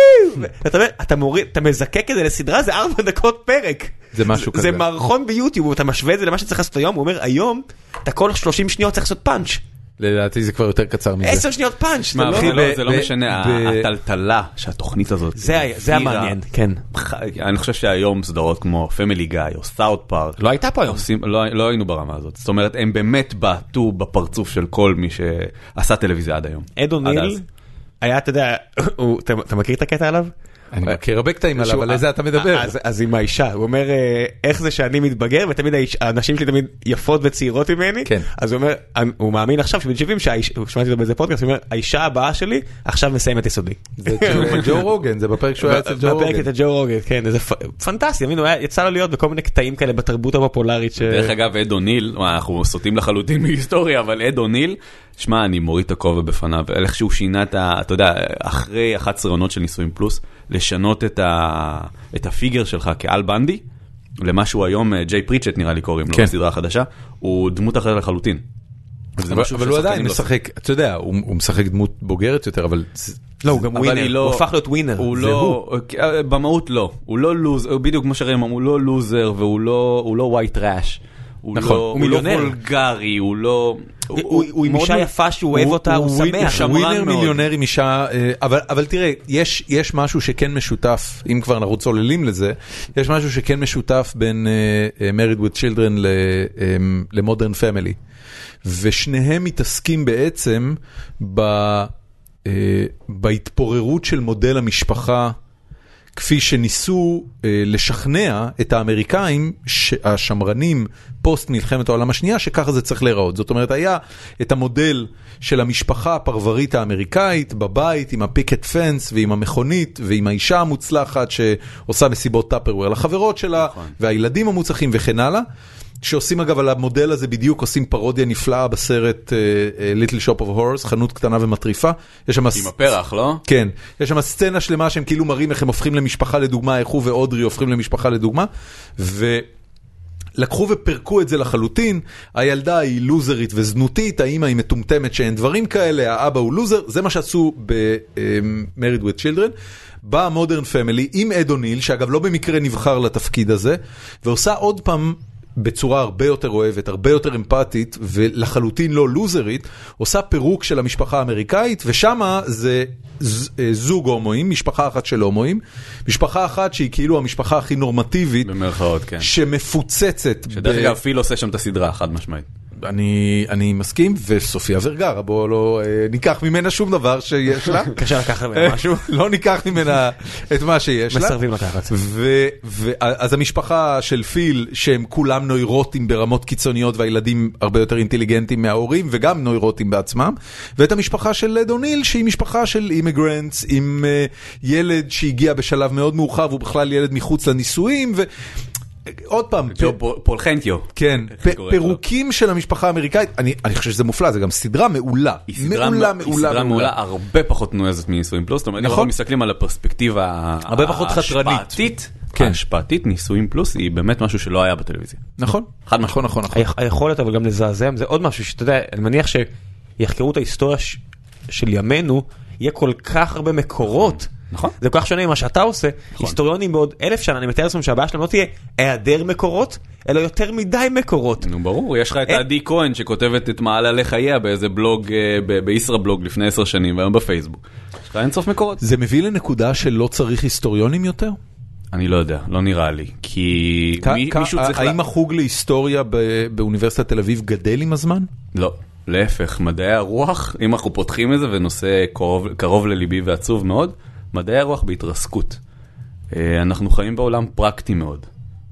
אתה מוריד, אתה מזקק את זה לסדרה, זה 4 דקות פרק. זה משהו כזה. זה מערכון ביוטיוב, ואתה משווה את זה למה שצריך לעשות היום, הוא אומר, היום, אתה כל 30 שניות צריך לעשות פאנץ'. לדעתי זה כבר יותר קצר מזה. 10 שניות פאנץ'. זה לא משנה, הטלטלה שהתוכנית הזאת. זה המעניין, כן. אני חושב שהיום סדרות כמו פמילי גאי או סאוט פארק. לא הייתה פה היום. לא היינו ברמה הזאת. זאת אומרת, הם באמת בעטו בפרצוף של כל מי שעשה טלוויזיה עד היום. אד אוניל היה, אתה יודע, אתה מכיר את הקטע עליו? אני מכיר הרבה קטעים עליו, אבל איזה אתה מדבר? אז עם האישה, הוא אומר, איך זה שאני מתבגר, ותמיד האנשים שלי תמיד יפות וצעירות ממני, אז הוא אומר, הוא מאמין עכשיו, שבן 70, שמעתי אותו באיזה פודקאסט, הוא אומר, האישה הבאה שלי עכשיו מסיימת יסודי. זה ג'ו רוגן, זה בפרק שהוא היה אצל ג'ו רוגן. בפרק את ג'ו רוגן, כן, זה פנטסטי, יצא לו להיות בכל מיני קטעים כאלה בתרבות הפופולרית. דרך אגב, אד אוניל, אנחנו סוטים לחלוטין מהיסטוריה, אבל אד אוניל, שמע, אני מוריד את הכובע בפניו, איך שהוא שינה את אתה יודע, אחרי 11 עונות של נישואים פלוס, לשנות את הפיגר שלך כאל בנדי, למשהו היום, ג'יי פריצ'ט נראה לי קוראים לו, בסדרה החדשה, הוא דמות אחרת לחלוטין. אבל הוא עדיין משחק, אתה יודע, הוא משחק דמות בוגרת יותר, אבל... לא, הוא גם ווינר, הוא הפך להיות ווינר. במהות לא, הוא לא לוזר, בדיוק כמו שראים, הוא לא לוזר, והוא לא ווייט ראש. הוא לא וולגרי, הוא לא... הוא עם אישה יפה שהוא אוהב אותה, הוא שמח. הוא ווינר מיליונר עם אישה, אבל תראה, יש משהו שכן משותף, אם כבר אנחנו צוללים לזה, יש משהו שכן משותף בין Married with Children ל-Modern Family. ושניהם מתעסקים בעצם בהתפוררות של מודל המשפחה, כפי שניסו לשכנע את האמריקאים, השמרנים פוסט מלחמת העולם השנייה, שככה זה צריך להיראות. זאת אומרת, היה את המודל של המשפחה הפרברית האמריקאית, בבית, עם הפיקט פנס ועם המכונית, ועם האישה המוצלחת שעושה מסיבות טאפרוור לחברות שלה, והילדים המוצלחים וכן הלאה. שעושים אגב על המודל הזה בדיוק, עושים פרודיה נפלאה בסרט Little Shop of Horrors, חנות קטנה ומטריפה. עם הפרח, לא? כן. יש שם סצנה שלמה שהם כאילו מראים איך הם הופכים למשפחה לדוגמה, איך הוא ואודרי הופכים למשפחה לדוגמה, ולקחו ופרקו את זה לחלוטין. הילדה היא לוזרית וזנותית, האמא היא מטומטמת שאין דברים כאלה, האבא הוא לוזר, זה מה שעשו ב-Married with Children. באה מודרן פמילי עם אד אוניל, שאגב לא במקרה נבחר לתפקיד הזה, ועושה עוד פעם בצורה הרבה יותר אוהבת, הרבה יותר אמפתית, ולחלוטין לא לוזרית, עושה פירוק של המשפחה האמריקאית, ושמה זה זוג הומואים, משפחה אחת של הומואים, משפחה אחת שהיא כאילו המשפחה הכי נורמטיבית, במרכאות, כן. שמפוצצת. שדרך אגב, פיל עושה שם את הסדרה, חד משמעית. אני מסכים, וסופיה ורגרה, בואו לא ניקח ממנה שום דבר שיש לה. קשה לקחת ממנה משהו. לא ניקח ממנה את מה שיש לה. מסרבים לקחת. אז המשפחה של פיל, שהם כולם נוירוטים ברמות קיצוניות, והילדים הרבה יותר אינטליגנטים מההורים, וגם נוירוטים בעצמם, ואת המשפחה של אד אוניל, שהיא משפחה של אימיגרנטס, עם ילד שהגיע בשלב מאוד מאוחר, והוא בכלל ילד מחוץ לנישואים, עוד פעם, פולחנטיו. כן, פירוקים של המשפחה האמריקאית, אני חושב שזה מופלא, זה גם סדרה מעולה. היא סדרה מעולה, הרבה פחות נועזת מנישואים פלוס, זאת אומרת, אנחנו מסתכלים על הפרספקטיבה הרבה פחות חתרנית. ההשפעתית, נישואים פלוס, היא באמת משהו שלא היה בטלוויזיה. נכון, נכון, נכון. היכולת אבל גם לזעזם, זה עוד משהו שאתה יודע, אני מניח שיחקרו את ההיסטוריה של ימינו, יהיה כל כך הרבה מקורות. נכון. זה כל כך שונה ממה שאתה עושה. היסטוריונים בעוד 1000 שנה, אני מתאר לעצמם שהבעיה שלהם לא תהיה היעדר מקורות, אלא יותר מדי מקורות. נו ברור, יש לך את עדי כהן שכותבת את מעלה לחייה באיזה בלוג, בישראל בלוג לפני 10 שנים, והיום בפייסבוק. יש לך אין סוף מקורות. זה מביא לנקודה שלא צריך היסטוריונים יותר? אני לא יודע, לא נראה לי. כי מישהו צריך... האם החוג להיסטוריה באוניברסיטת תל אביב גדל עם הזמן? לא. להפך, מדעי הרוח, אם אנחנו פותחים את זה ונושא קרוב לליבי ועצוב מאוד, מדעי הרוח בהתרסקות. אנחנו חיים בעולם פרקטי מאוד.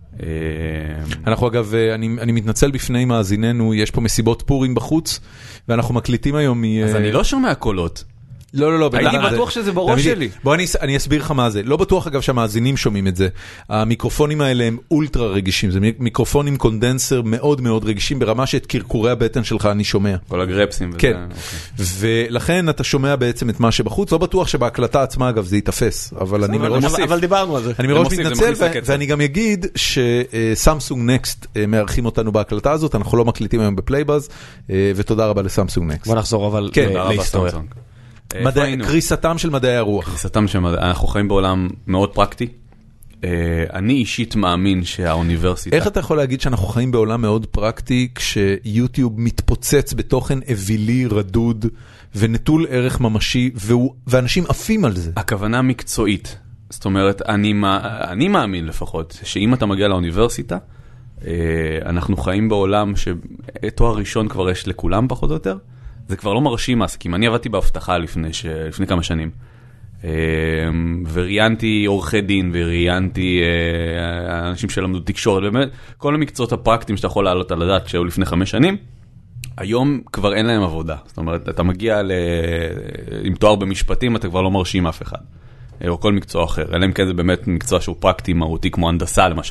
אנחנו אגב, אני מתנצל בפני מאזיננו, יש פה מסיבות פורים בחוץ, ואנחנו מקליטים היום אז אני לא שומע קולות. לא, הייתי בטוח שזה בראש שלי. בוא אני אסביר לך מה זה. לא בטוח אגב שהמאזינים שומעים את זה. המיקרופונים האלה הם אולטרה רגישים. זה מיקרופונים קונדנסר מאוד מאוד רגישים, ברמה שאת קרקורי הבטן שלך אני שומע. כל הגרפסים וזה. כן. ולכן אתה שומע בעצם את מה שבחוץ. לא בטוח שבהקלטה עצמה אגב זה יתאפס. אבל דיברנו על זה. אני מראש מתנצל, ואני גם אגיד שסמסונג נקסט מארחים אותנו בהקלטה הזאת. אנחנו לא מקליטים היום בפלייבאז, ותודה רבה לסמסונג נקסט. בוא נחזור אבל להיסטוריה. קריסתם של מדעי הרוח. קריסתם של מדעי, אנחנו חיים בעולם מאוד פרקטי. אני אישית מאמין שהאוניברסיטה... איך אתה יכול להגיד שאנחנו חיים בעולם מאוד פרקטי, כשיוטיוב מתפוצץ בתוכן אווילי, רדוד, ונטול ערך ממשי, ואנשים עפים על זה? הכוונה מקצועית. זאת אומרת, אני מאמין לפחות, שאם אתה מגיע לאוניברסיטה, אנחנו חיים בעולם שתואר ראשון כבר יש לכולם פחות או יותר, זה כבר לא מרשים מעסקים. אני עבדתי בהבטחה לפני כמה שנים. וראיינתי עורכי דין, וראיינתי אנשים שלמדו תקשורת, באמת, כל המקצועות הפרקטיים שאתה יכול לעלות על הדעת שהיו לפני 5 שנים, היום כבר אין להם עבודה. זאת אומרת, אתה מגיע עם תואר במשפטים, אתה כבר לא מרשים אף אחד. או כל מקצוע אחר. אלא אם כן זה באמת מקצוע שהוא פרקטי, מהותי, כמו הנדסה למשל.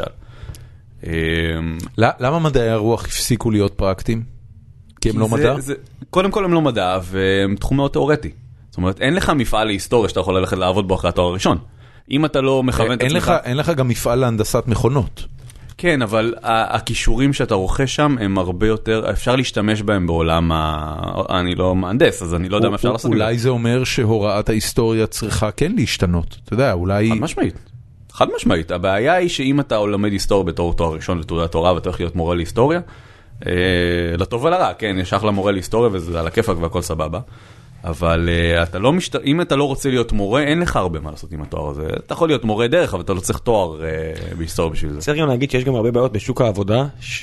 למה מדעי הרוח הפסיקו להיות פרקטיים? כי הם לא מדע? קודם כל הם לא מדע, והם תחום מאוד תיאורטי. זאת אומרת, אין לך מפעל להיסטוריה שאתה יכול ללכת לעבוד בו אחרי התואר הראשון. אם אתה לא מכוון את עצמך... אין לך גם מפעל להנדסת מכונות. כן, אבל הכישורים שאתה רוכש שם הם הרבה יותר, אפשר להשתמש בהם בעולם אני לא מהנדס, אז אני לא יודע מה אפשר לעשות. אולי זה אומר שהוראת ההיסטוריה צריכה כן להשתנות. אתה יודע, אולי... חד משמעית. הבעיה היא שאם אתה לומד היסטוריה בתור תואר ראשון לתעודת הוראה, ואתה הולך להיות מורה להיסטוריה, לטוב ולרע, כן, יש אחלה מורה להיסטוריה וזה על הכיפק והכל סבבה, אבל אם אתה לא רוצה להיות מורה, אין לך הרבה מה לעשות עם התואר הזה. אתה יכול להיות מורה דרך, אבל אתה לא צריך תואר בהיסטוריה בשביל זה. צריך גם להגיד שיש גם הרבה בעיות בשוק העבודה,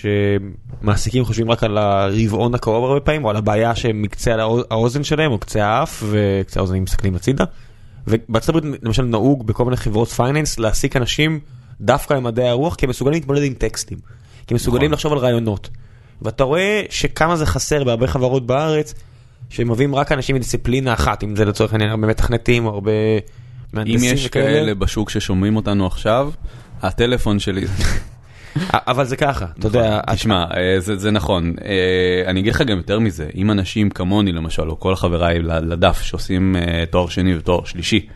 שמעסיקים חושבים רק על הרבעון הקרוב הרבה פעמים, או על הבעיה שמקצה על האוזן שלהם, או קצה האף, וקצה האוזן מסתכלים הצידה. ובארצות הברית למשל נהוג בכל מיני חברות פייננס להעסיק אנשים דווקא למדעי הרוח, כי הם מסוגלים להתמודד עם טקסטים, כי הם מסוגלים לחשוב על רעיונות. ואתה רואה שכמה זה חסר בהרבה חברות בארץ, שמביאים רק אנשים מדיסציפלינה אחת, אם זה לצורך העניין הרבה מתכנתים או הרבה מהנדסים. אם יש כאלה בשוק ששומעים אותנו עכשיו, הטלפון שלי... אבל זה ככה, אתה יודע... תשמע, זה נכון. אני אגיד לך גם יותר מזה, אם אנשים כמוני למשל, או כל החבריי לדף שעושים תואר שני ותואר שלישי,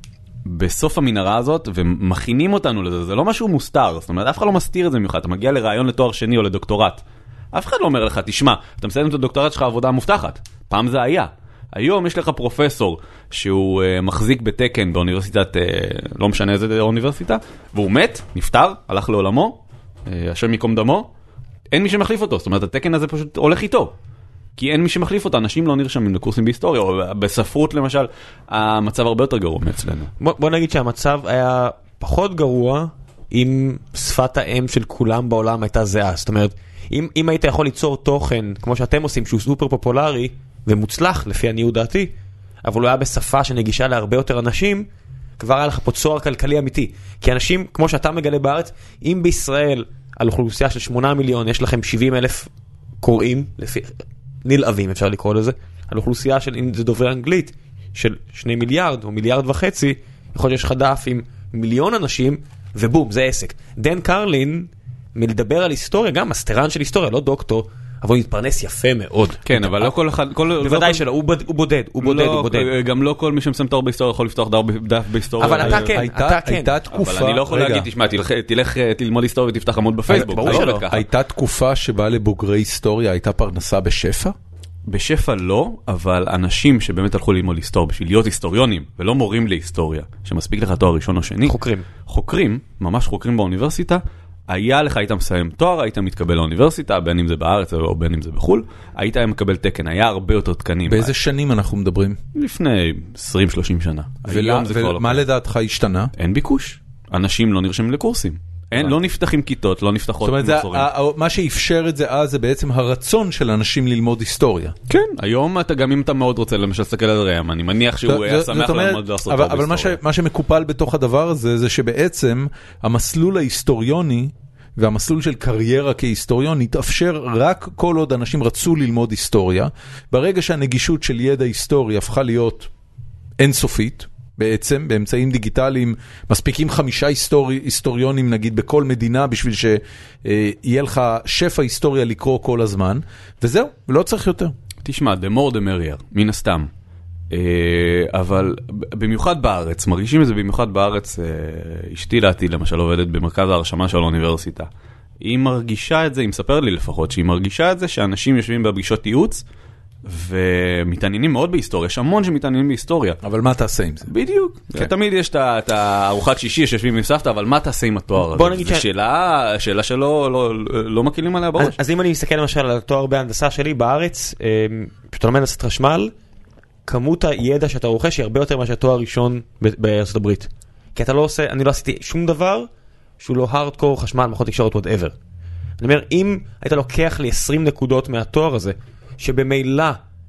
בסוף המנהרה הזאת, ומכינים אותנו לזה, זה לא משהו מוסתר, זאת אומרת, אף אחד לא מסתיר את זה מיוחד, אתה מגיע לרעיון לתואר שני או לדוקטורט, אף אחד לא אומר לך, תשמע, אתה מסיים את הדוקטורט שלך עבודה מובטחת, פעם זה היה. היום יש לך פרופסור שהוא מחזיק בתקן באוניברסיטת, לא משנה איזה אוניברסיטה, והוא מת, נפטר, הלך לעולמו, השם יקום דמו, אין מי שמחליף אותו, זאת אומרת, התקן הזה פשוט הולך איתו. כי אין מי שמחליף אותה, אנשים לא נרשמים לקורסים בהיסטוריה, או בספרות למשל, המצב הרבה יותר גרוע מאצלנו. בוא נגיד שהמצב היה פחות גרוע, אם שפת האם של כולם בעולם הייתה זהה. זאת אומרת, אם היית יכול ליצור תוכן, כמו שאתם עושים, שהוא סופר פופולרי ומוצלח, לפי עניות דעתי, אבל הוא היה בשפה שנגישה להרבה יותר אנשים, כבר היה לך פה צוהר כלכלי אמיתי. כי אנשים, כמו שאתה מגלה בארץ, אם בישראל, על אוכלוסייה של 8 מיליון, יש לכם 70,000 קוראים, לפי... נלהבים אפשר לקרוא לזה, על אוכלוסייה של, אם זה דובר אנגלית, של 2 מיליארד או 1.5 מיליארד, יכול להיות שיש לך דף עם 1,000,000 אנשים, ובום, זה עסק. דן קרלין מלדבר על היסטוריה, גם מסטרן של היסטוריה, לא דוקטור, אבל הוא מתפרנס יפה מאוד. כן, אבל לא כל אחד... בוודאי שלא, הוא בודד. גם לא כל מי שמסיים תואר בהיסטוריה יכול לפתוח דף בהיסטוריה. אבל אתה כן, אתה כן. הייתה תקופה... אבל אני לא יכול להגיד, תשמע, תלך ללמוד היסטוריה ותפתח עמוד בפייסבוק. ברור שלא. הייתה תקופה שבה לבוגרי היסטוריה הייתה פרנסה בשפע? בשפע לא, אבל אנשים שבאמת הלכו ללמוד היסטוריה בשביל להיות היסטוריונים, ולא מורים להיסטוריה, שמספיק לך תואר ראשון או שני. חוקרים, ממש חוקרים באוניברסיטה, היה לך, היית מסיים תואר, היית מתקבל לאוניברסיטה, בין אם זה בארץ או בין אם זה בחול, היית מקבל תקן, היה הרבה יותר תקנים. באיזה שנים אנחנו מדברים? לפני 20-30 שנה. ומה לדעתך השתנה? אין ביקוש. אנשים לא נרשמים לקורסים. לא נפתחים כיתות, לא נפתחות מחזורים. מה שאפשר את זה אז זה בעצם הרצון של אנשים ללמוד היסטוריה. כן, היום גם אם אתה מאוד רוצה למשל לסתכל על ראם, אני מניח שהוא היה שמח ללמוד לעשות טוב בהיסטוריה. אבל מה שמקופל בתוך הדבר הזה, זה שבעצם המסלול ההיסטוריוני והמסלול של קריירה כהיסטוריון התאפשר רק כל עוד אנשים רצו ללמוד היסטוריה. ברגע שהנגישות של ידע היסטורי הפכה להיות אינסופית, בעצם, באמצעים דיגיטליים, מספיקים 5 היסטוריונים, נגיד, בכל מדינה, בשביל שיהיה לך שפע היסטוריה לקרוא כל הזמן, וזהו, ולא צריך יותר. תשמע, the more the merrier, מן הסתם. אבל במיוחד בארץ, מרגישים את זה במיוחד בארץ, אשתי לעתיד, למשל, עובדת במרכז ההרשמה של האוניברסיטה. היא מרגישה את זה, היא מספר לי לפחות, שהיא מרגישה את זה שאנשים יושבים בפגישות ייעוץ, ומתעניינים מאוד בהיסטוריה, יש המון שמתעניינים בהיסטוריה. אבל מה תעשה עם זה? בדיוק. תמיד יש את הארוחת שישי שיושבים עם סבתא, אבל מה תעשה עם התואר הזה? זו שאלה שלא מקילים עליה בראש. אז אם אני מסתכל למשל על התואר בהנדסה שלי בארץ, שאתה לומד הנדסת חשמל, כמות הידע שאתה רוכש היא הרבה יותר מאשר תואר ראשון בארצות הברית. כי אתה לא עושה, אני לא עשיתי שום דבר שהוא לא הארדקור, חשמל, מערכות תקשורת, whatever. אני אומר, אם היית לוקח לי 20 נקודות מהתואר הזה, שבמילא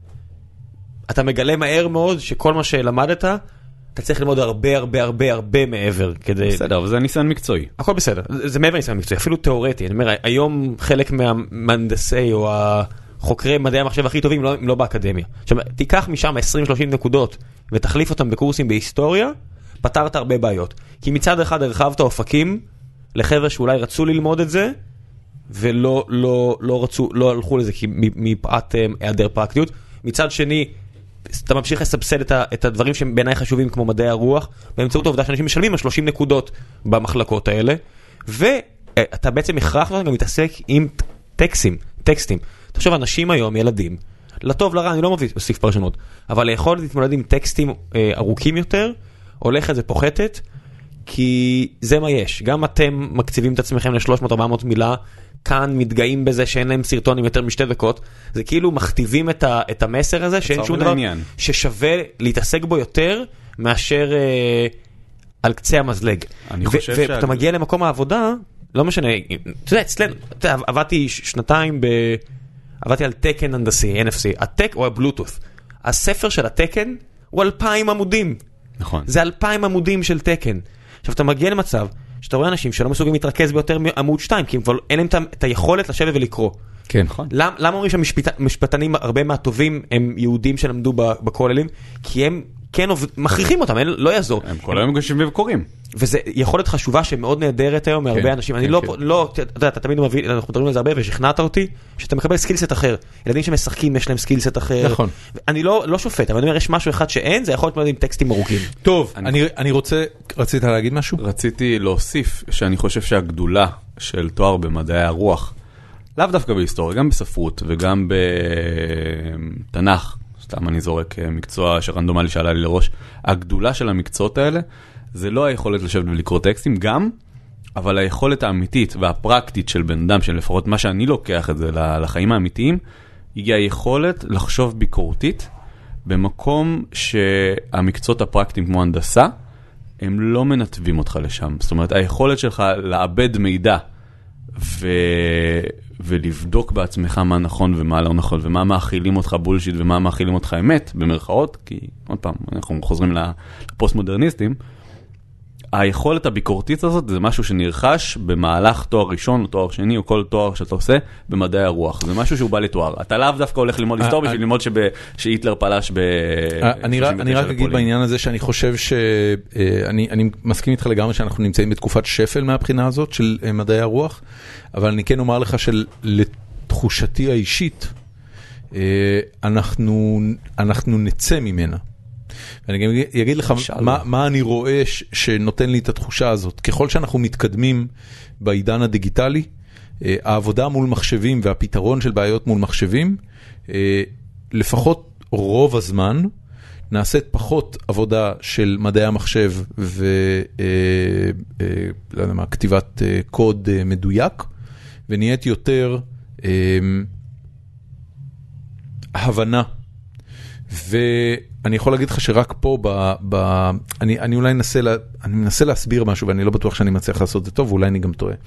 אתה מגלה מהר מאוד שכל מה שלמדת, אתה צריך ללמוד הרבה הרבה הרבה הרבה מעבר כדי... בסדר, אבל זה ניסיון מקצועי. הכל בסדר, זה מעבר ניסיון מקצועי, אפילו תיאורטי. אני אומר, היום חלק מהמהנדסי או החוקרי מדעי המחשב הכי טובים לא באקדמיה. עכשיו, תיקח משם 20-30 נקודות ותחליף אותם בקורסים בהיסטוריה, פתרת הרבה בעיות. כי מצד אחד הרחבת אופקים לחבר'ה שאולי רצו ללמוד את זה, ולא הלכו לזה מפאת היעדר פרקטיות. מצד שני, אתה ממשיך לסבסד את הדברים שבעיניי חשובים כמו מדעי הרוח, באמצעות העובדה שאנשים משלמים על 30 נקודות במחלקות האלה, ואתה בעצם הכרח גם מתעסק עם טקסטים. אתה חושב, אנשים היום, ילדים, לטוב לרע, אני לא מוסיף פרשנות, אבל היכולת להתמודד עם טקסטים ארוכים יותר, הולכת ופוחתת, כי זה מה יש. גם אתם מקציבים את עצמכם ל-300-400 מילה, כאן מתגאים בזה שאין להם סרטון עם יותר משתי דקות, זה כאילו מכתיבים את המסר הזה, שאין שום דבר ששווה להתעסק בו יותר, מאשר על קצה המזלג. ואתה מגיע למקום העבודה, לא משנה, אתה יודע, אצלנו, עבדתי שנתיים, עבדתי על תקן הנדסי, NFC, הטק או הבלוטות'. הספר של התקן הוא 2,000 עמודים. נכון. זה 2,000 עמודים של תקן. עכשיו, אתה מגיע למצב שאתה רואה אנשים שלא מסוגלים להתרכז ביותר מעמוד 2, כי הם כבר אין להם את היכולת לשבת ולקרוא. כן, נכון. למה אומרים שהמשפטנים, הרבה מהטובים, הם יהודים שלמדו בכוללים? כי הם כן מכריחים אותם, לא יעזור. הם כל היום גושים וקוראים. וזה יכולת חשובה שמאוד נהדרת היום מהרבה אנשים. אני לא, אתה יודע, אתה תמיד מביא, אנחנו מדברים על זה הרבה, ושכנעת אותי, שאתה מקבל סקילסט אחר. ילדים שמשחקים, יש להם סקילסט אחר. נכון. אני לא שופט, אבל אני אומר, יש משהו אחד שאין, זה יכול להיות עם טקסטים ארוכים. טוב, אני רצית להגיד משהו? רציתי להוסיף שאני חושב שהגדולה של תואר במדעי הרוח, לאו דווקא בהיסטוריה, גם בספרות וגם בתנ"ך, סתם אני זורק מקצוע שרנדומלי שעלה לי לראש, הגדולה של המקצועות האלה, זה לא היכולת לשבת ולקרוא טקסטים, גם, אבל היכולת האמיתית והפרקטית של בן אדם, של לפחות מה שאני לוקח את זה לחיים האמיתיים, היא היכולת לחשוב ביקורתית, במקום שהמקצועות הפרקטיים כמו הנדסה, הם לא מנתבים אותך לשם. זאת אומרת, היכולת שלך לאבד מידע, ולבדוק בעצמך מה נכון ומה לא נכון, ומה מאכילים אותך בולשיט ומה מאכילים אותך אמת, במרכאות, כי עוד פעם, אנחנו חוזרים לפוסט-מודרניסטים, היכולת הביקורתית הזאת זה משהו שנרכש במהלך תואר ראשון או תואר שני או כל תואר שאתה עושה במדעי הרוח. זה משהו שהוא בא לתואר. אתה לאו דווקא הולך ללמוד היסטוריה בשביל ללמוד שהיטלר פלש אני רק אגיד בעניין הזה שאני חושב אני מסכים איתך לגמרי שאנחנו נמצאים בתקופת שפל מהבחינה הזאת של מדעי הרוח, אבל אני כן אומר לך שלתחושתי האישית אנחנו נצא ממנה. ואני גם אגיד לך מה אני רואה שנותן לי את התחושה הזאת. ככל שאנחנו מתקדמים בעידן הדיגיטלי, העבודה מול מחשבים והפתרון של בעיות מול מחשבים, לפחות רוב הזמן, נעשית פחות עבודה של מדעי המחשב כתיבת קוד מדויק, ונהיית יותר הבנה. ואני יכול להגיד לך שרק פה, אני אולי מנסה להסביר משהו, ואני לא בטוח שאני מצליח לעשות את זה טוב, ואולי אני גם טועה.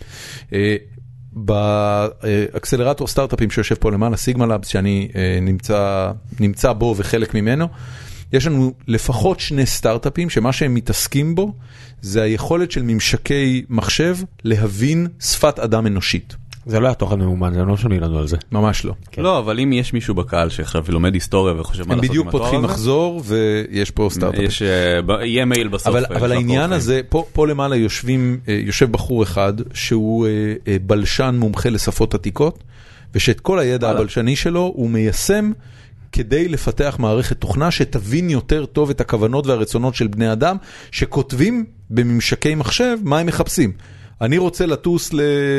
באקסלרטור סטארט-אפים שיושב פה למעלה, סיגמה לאבס, שאני נמצא בו וחלק ממנו, יש לנו לפחות 2 סטארט-אפים שמה שהם מתעסקים בו, זה היכולת של ממשקי מחשב להבין שפת אדם אנושית. זה לא היה תוכן ממומן, זה לא שומעים לנו על זה. ממש לא. לא, אבל אם יש מישהו בקהל שעכשיו לומד היסטוריה וחושב מה לעשות עם התואר הזה, הם בדיוק פותחים מחזור ויש פה סטארט-אפים. יהיה מייל בסוף. אבל העניין הזה, פה למעלה יושב בחור אחד שהוא בלשן מומחה לשפות עתיקות, ושאת כל הידע הבלשני שלו הוא מיישם כדי לפתח מערכת תוכנה שתבין יותר טוב את הכוונות והרצונות של בני אדם, שכותבים בממשקי מחשב מה הם מחפשים. אני רוצה לטוס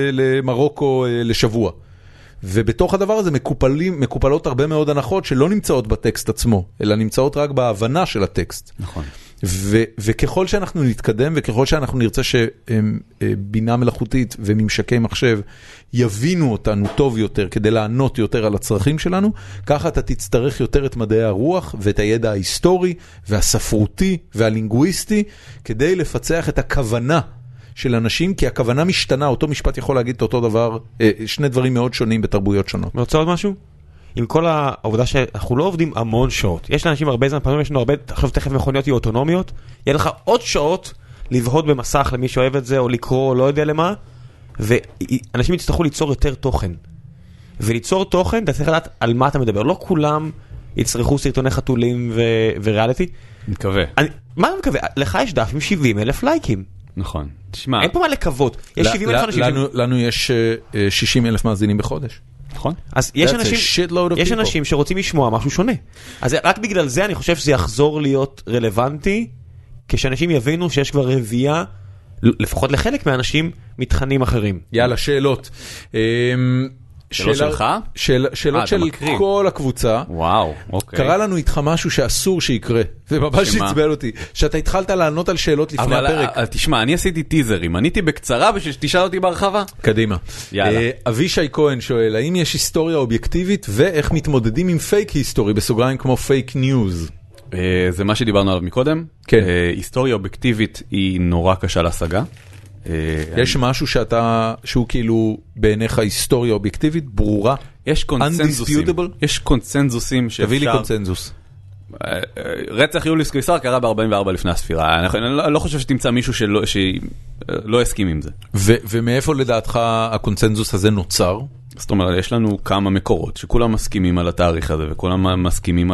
למרוקו לשבוע. ובתוך הדבר הזה מקופלות הרבה מאוד הנחות שלא נמצאות בטקסט עצמו, אלא נמצאות רק בהבנה של הטקסט. נכון. וככל שאנחנו נתקדם, וככל שאנחנו נרצה שבינה מלאכותית וממשקי מחשב יבינו אותנו טוב יותר, כדי לענות יותר על הצרכים שלנו, ככה אתה תצטרך יותר את מדעי הרוח, ואת הידע ההיסטורי, והספרותי, והלינגוויסטי, כדי לפצח את הכוונה של אנשים, כי הכוונה משתנה, אותו משפט יכול להגיד את אותו דבר, 2 דברים מאוד שונים בתרבויות שונות. רוצה עוד משהו? עם כל העבודה שאנחנו לא עובדים המון שעות, יש לאנשים הרבה זמן, פעמים יש לנו הרבה, עכשיו תכף מכוניות יהיו אוטונומיות, יהיה לך עוד שעות לבהות במסך למי שאוהב את זה, או לקרוא, או לא יודע למה, ואנשים יצטרכו ליצור יותר תוכן. וליצור תוכן, אתה צריך לדעת על מה אתה מדבר. לא כולם יצטרכו סרטוני חתולים וריאליטי. מקווה. מה אני מקווה? לך יש דף עם 70,000 לייקים. נכון. תשמע. אין פה מה לקוות. יש 70,000 אנשים. לנו יש 60,000 מאזינים בחודש. נכון. אז יש אנשים שרוצים לשמוע משהו שונה. אז רק בגלל זה אני חושב שזה יחזור להיות רלוונטי, כשאנשים יבינו שיש כבר רבייה, לפחות לחלק מהאנשים, מתכנים אחרים. יאללה, שאלות. שאלות שלך? שאלות של כל הקבוצה. וואו, אוקיי. קרה לנו איתך משהו שאסור שיקרה, וממש עצבן אותי, שאתה התחלת לענות על שאלות לפני הפרק. אבל תשמע, אני עשיתי טיזרים, עניתי בקצרה בשביל שתשאל אותי בהרחבה. קדימה. יאללה. אבישי כהן שואל, האם יש היסטוריה אובייקטיבית, ואיך מתמודדים עם פייק היסטורי, בסוגריים כמו פייק ניוז? זה מה שדיברנו עליו מקודם. כן. היסטוריה אובייקטיבית היא נורא קשה להשגה. יש משהו שהוא כאילו בעיניך היסטוריה אובייקטיבית, ברורה? יש קונצנזוסים. יש קונצנזוסים שאפשר... תביא לי קונצנזוס. רצח יוליוס קיסר קרה ב-44 לפני הספירה. אני לא חושב שתמצא מישהו שלא הסכים עם זה. ומאיפה לדעתך הקונצנזוס הזה נוצר? זאת אומרת, יש לנו כמה מקורות שכולם מסכימים על התאריך הזה, וכולם מסכימים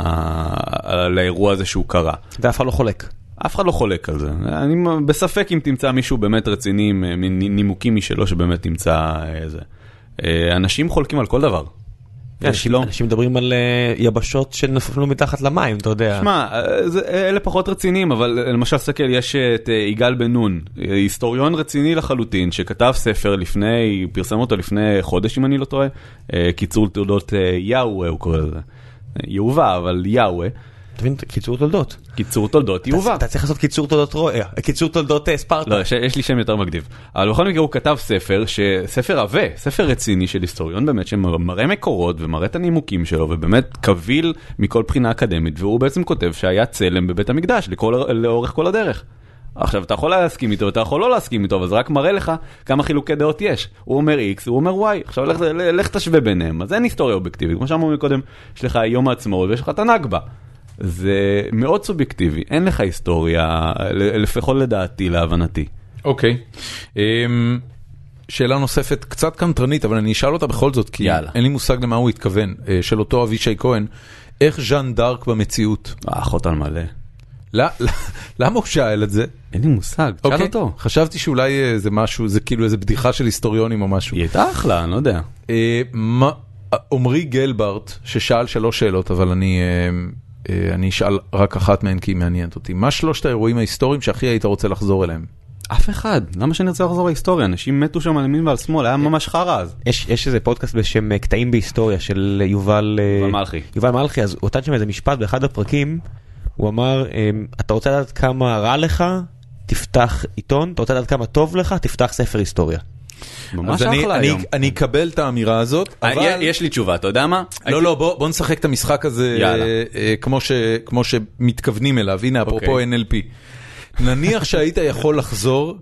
על האירוע הזה שהוא קרה. ואף אחד לא חולק. אף אחד לא חולק על זה. אני בספק אם תמצא מישהו באמת רציני, נימוקים משלו שבאמת תמצא איזה. אנשים חולקים על כל דבר. אנשים מדברים על יבשות שנפלו מתחת למים, אתה יודע. שמע, אלה פחות רציניים, אבל למשל סקל, יש את יגאל בן נון, היסטוריון רציני לחלוטין, שכתב ספר לפני, פרסם אותו לפני חודש, אם אני לא טועה, קיצור תולדות יאווה, הוא קורא לזה. יהובה, אבל יאווה. תבין, קיצור תולדות. קיצור תולדות יהובה. אתה צריך לעשות קיצור תולדות רואה, קיצור תולדות ספרטה. לא, יש לי שם יותר מגניב. אבל בכל מקרה הוא כתב ספר עבה, ספר רציני של היסטוריון באמת, שמראה מקורות ומראה את הנימוקים שלו, ובאמת קביל מכל בחינה אקדמית, והוא בעצם כותב שהיה צלם בבית המקדש, לאורך כל הדרך. עכשיו, אתה יכול להסכים איתו, אתה יכול לא להסכים איתו, אבל זה רק מראה לך כמה חילוקי דעות יש. הוא אומר X, הוא אומר Y. עכשיו, לך תשווה ביניהם. אז אין היסטוריה אובייקטיבית. כמו שאמרנו קודם, יש לך יום העצמאות ויש לך את הנכבה. זה מאוד סובייקטיבי, אין לך היסטוריה, לפחות לדעתי, להבנתי. אוקיי. שאלה נוספת, קצת קנטרנית, אבל אני אשאל אותה בכל זאת, כי אין לי מושג למה הוא התכוון, של אותו אבישי כהן, איך ז'אן דארק במציאות? האחות על מלא. למה הוא שאל את זה? אין לי מושג, שאל אותו. חשבתי שאולי זה משהו, זה כאילו איזה בדיחה של היסטוריונים או משהו. היא הייתה אחלה, אני לא יודע. עומרי גלברט, ששאל 3 שאלות, אבל אני אשאל רק אחת מהן כי היא מעניינת אותי. מה 3 האירועים ההיסטוריים שהכי היית רוצה לחזור אליהם? אף אחד. למה שנרצה לחזור להיסטוריה? אנשים מתו שם על ימין ועל שמאל, היה ממש חרא אז. יש איזה פודקאסט בשם קטעים בהיסטוריה של יובל מלכי. יובל מלכי, אז הוא נתן שם איזה משפט באחד הפרקים, הוא אמר, אתה רוצה לדעת כמה רע לך, תפתח עיתון, אתה רוצה לדעת כמה טוב לך, תפתח ספר היסטוריה. ממש אחלה היום. אני אקבל את האמירה הזאת, אבל... יש לי תשובה, אתה יודע מה? לא, בוא נשחק את המשחק הזה כמו שמתכוונים אליו. הנה, אפרופו NLP. נניח שהיית יכול לחזור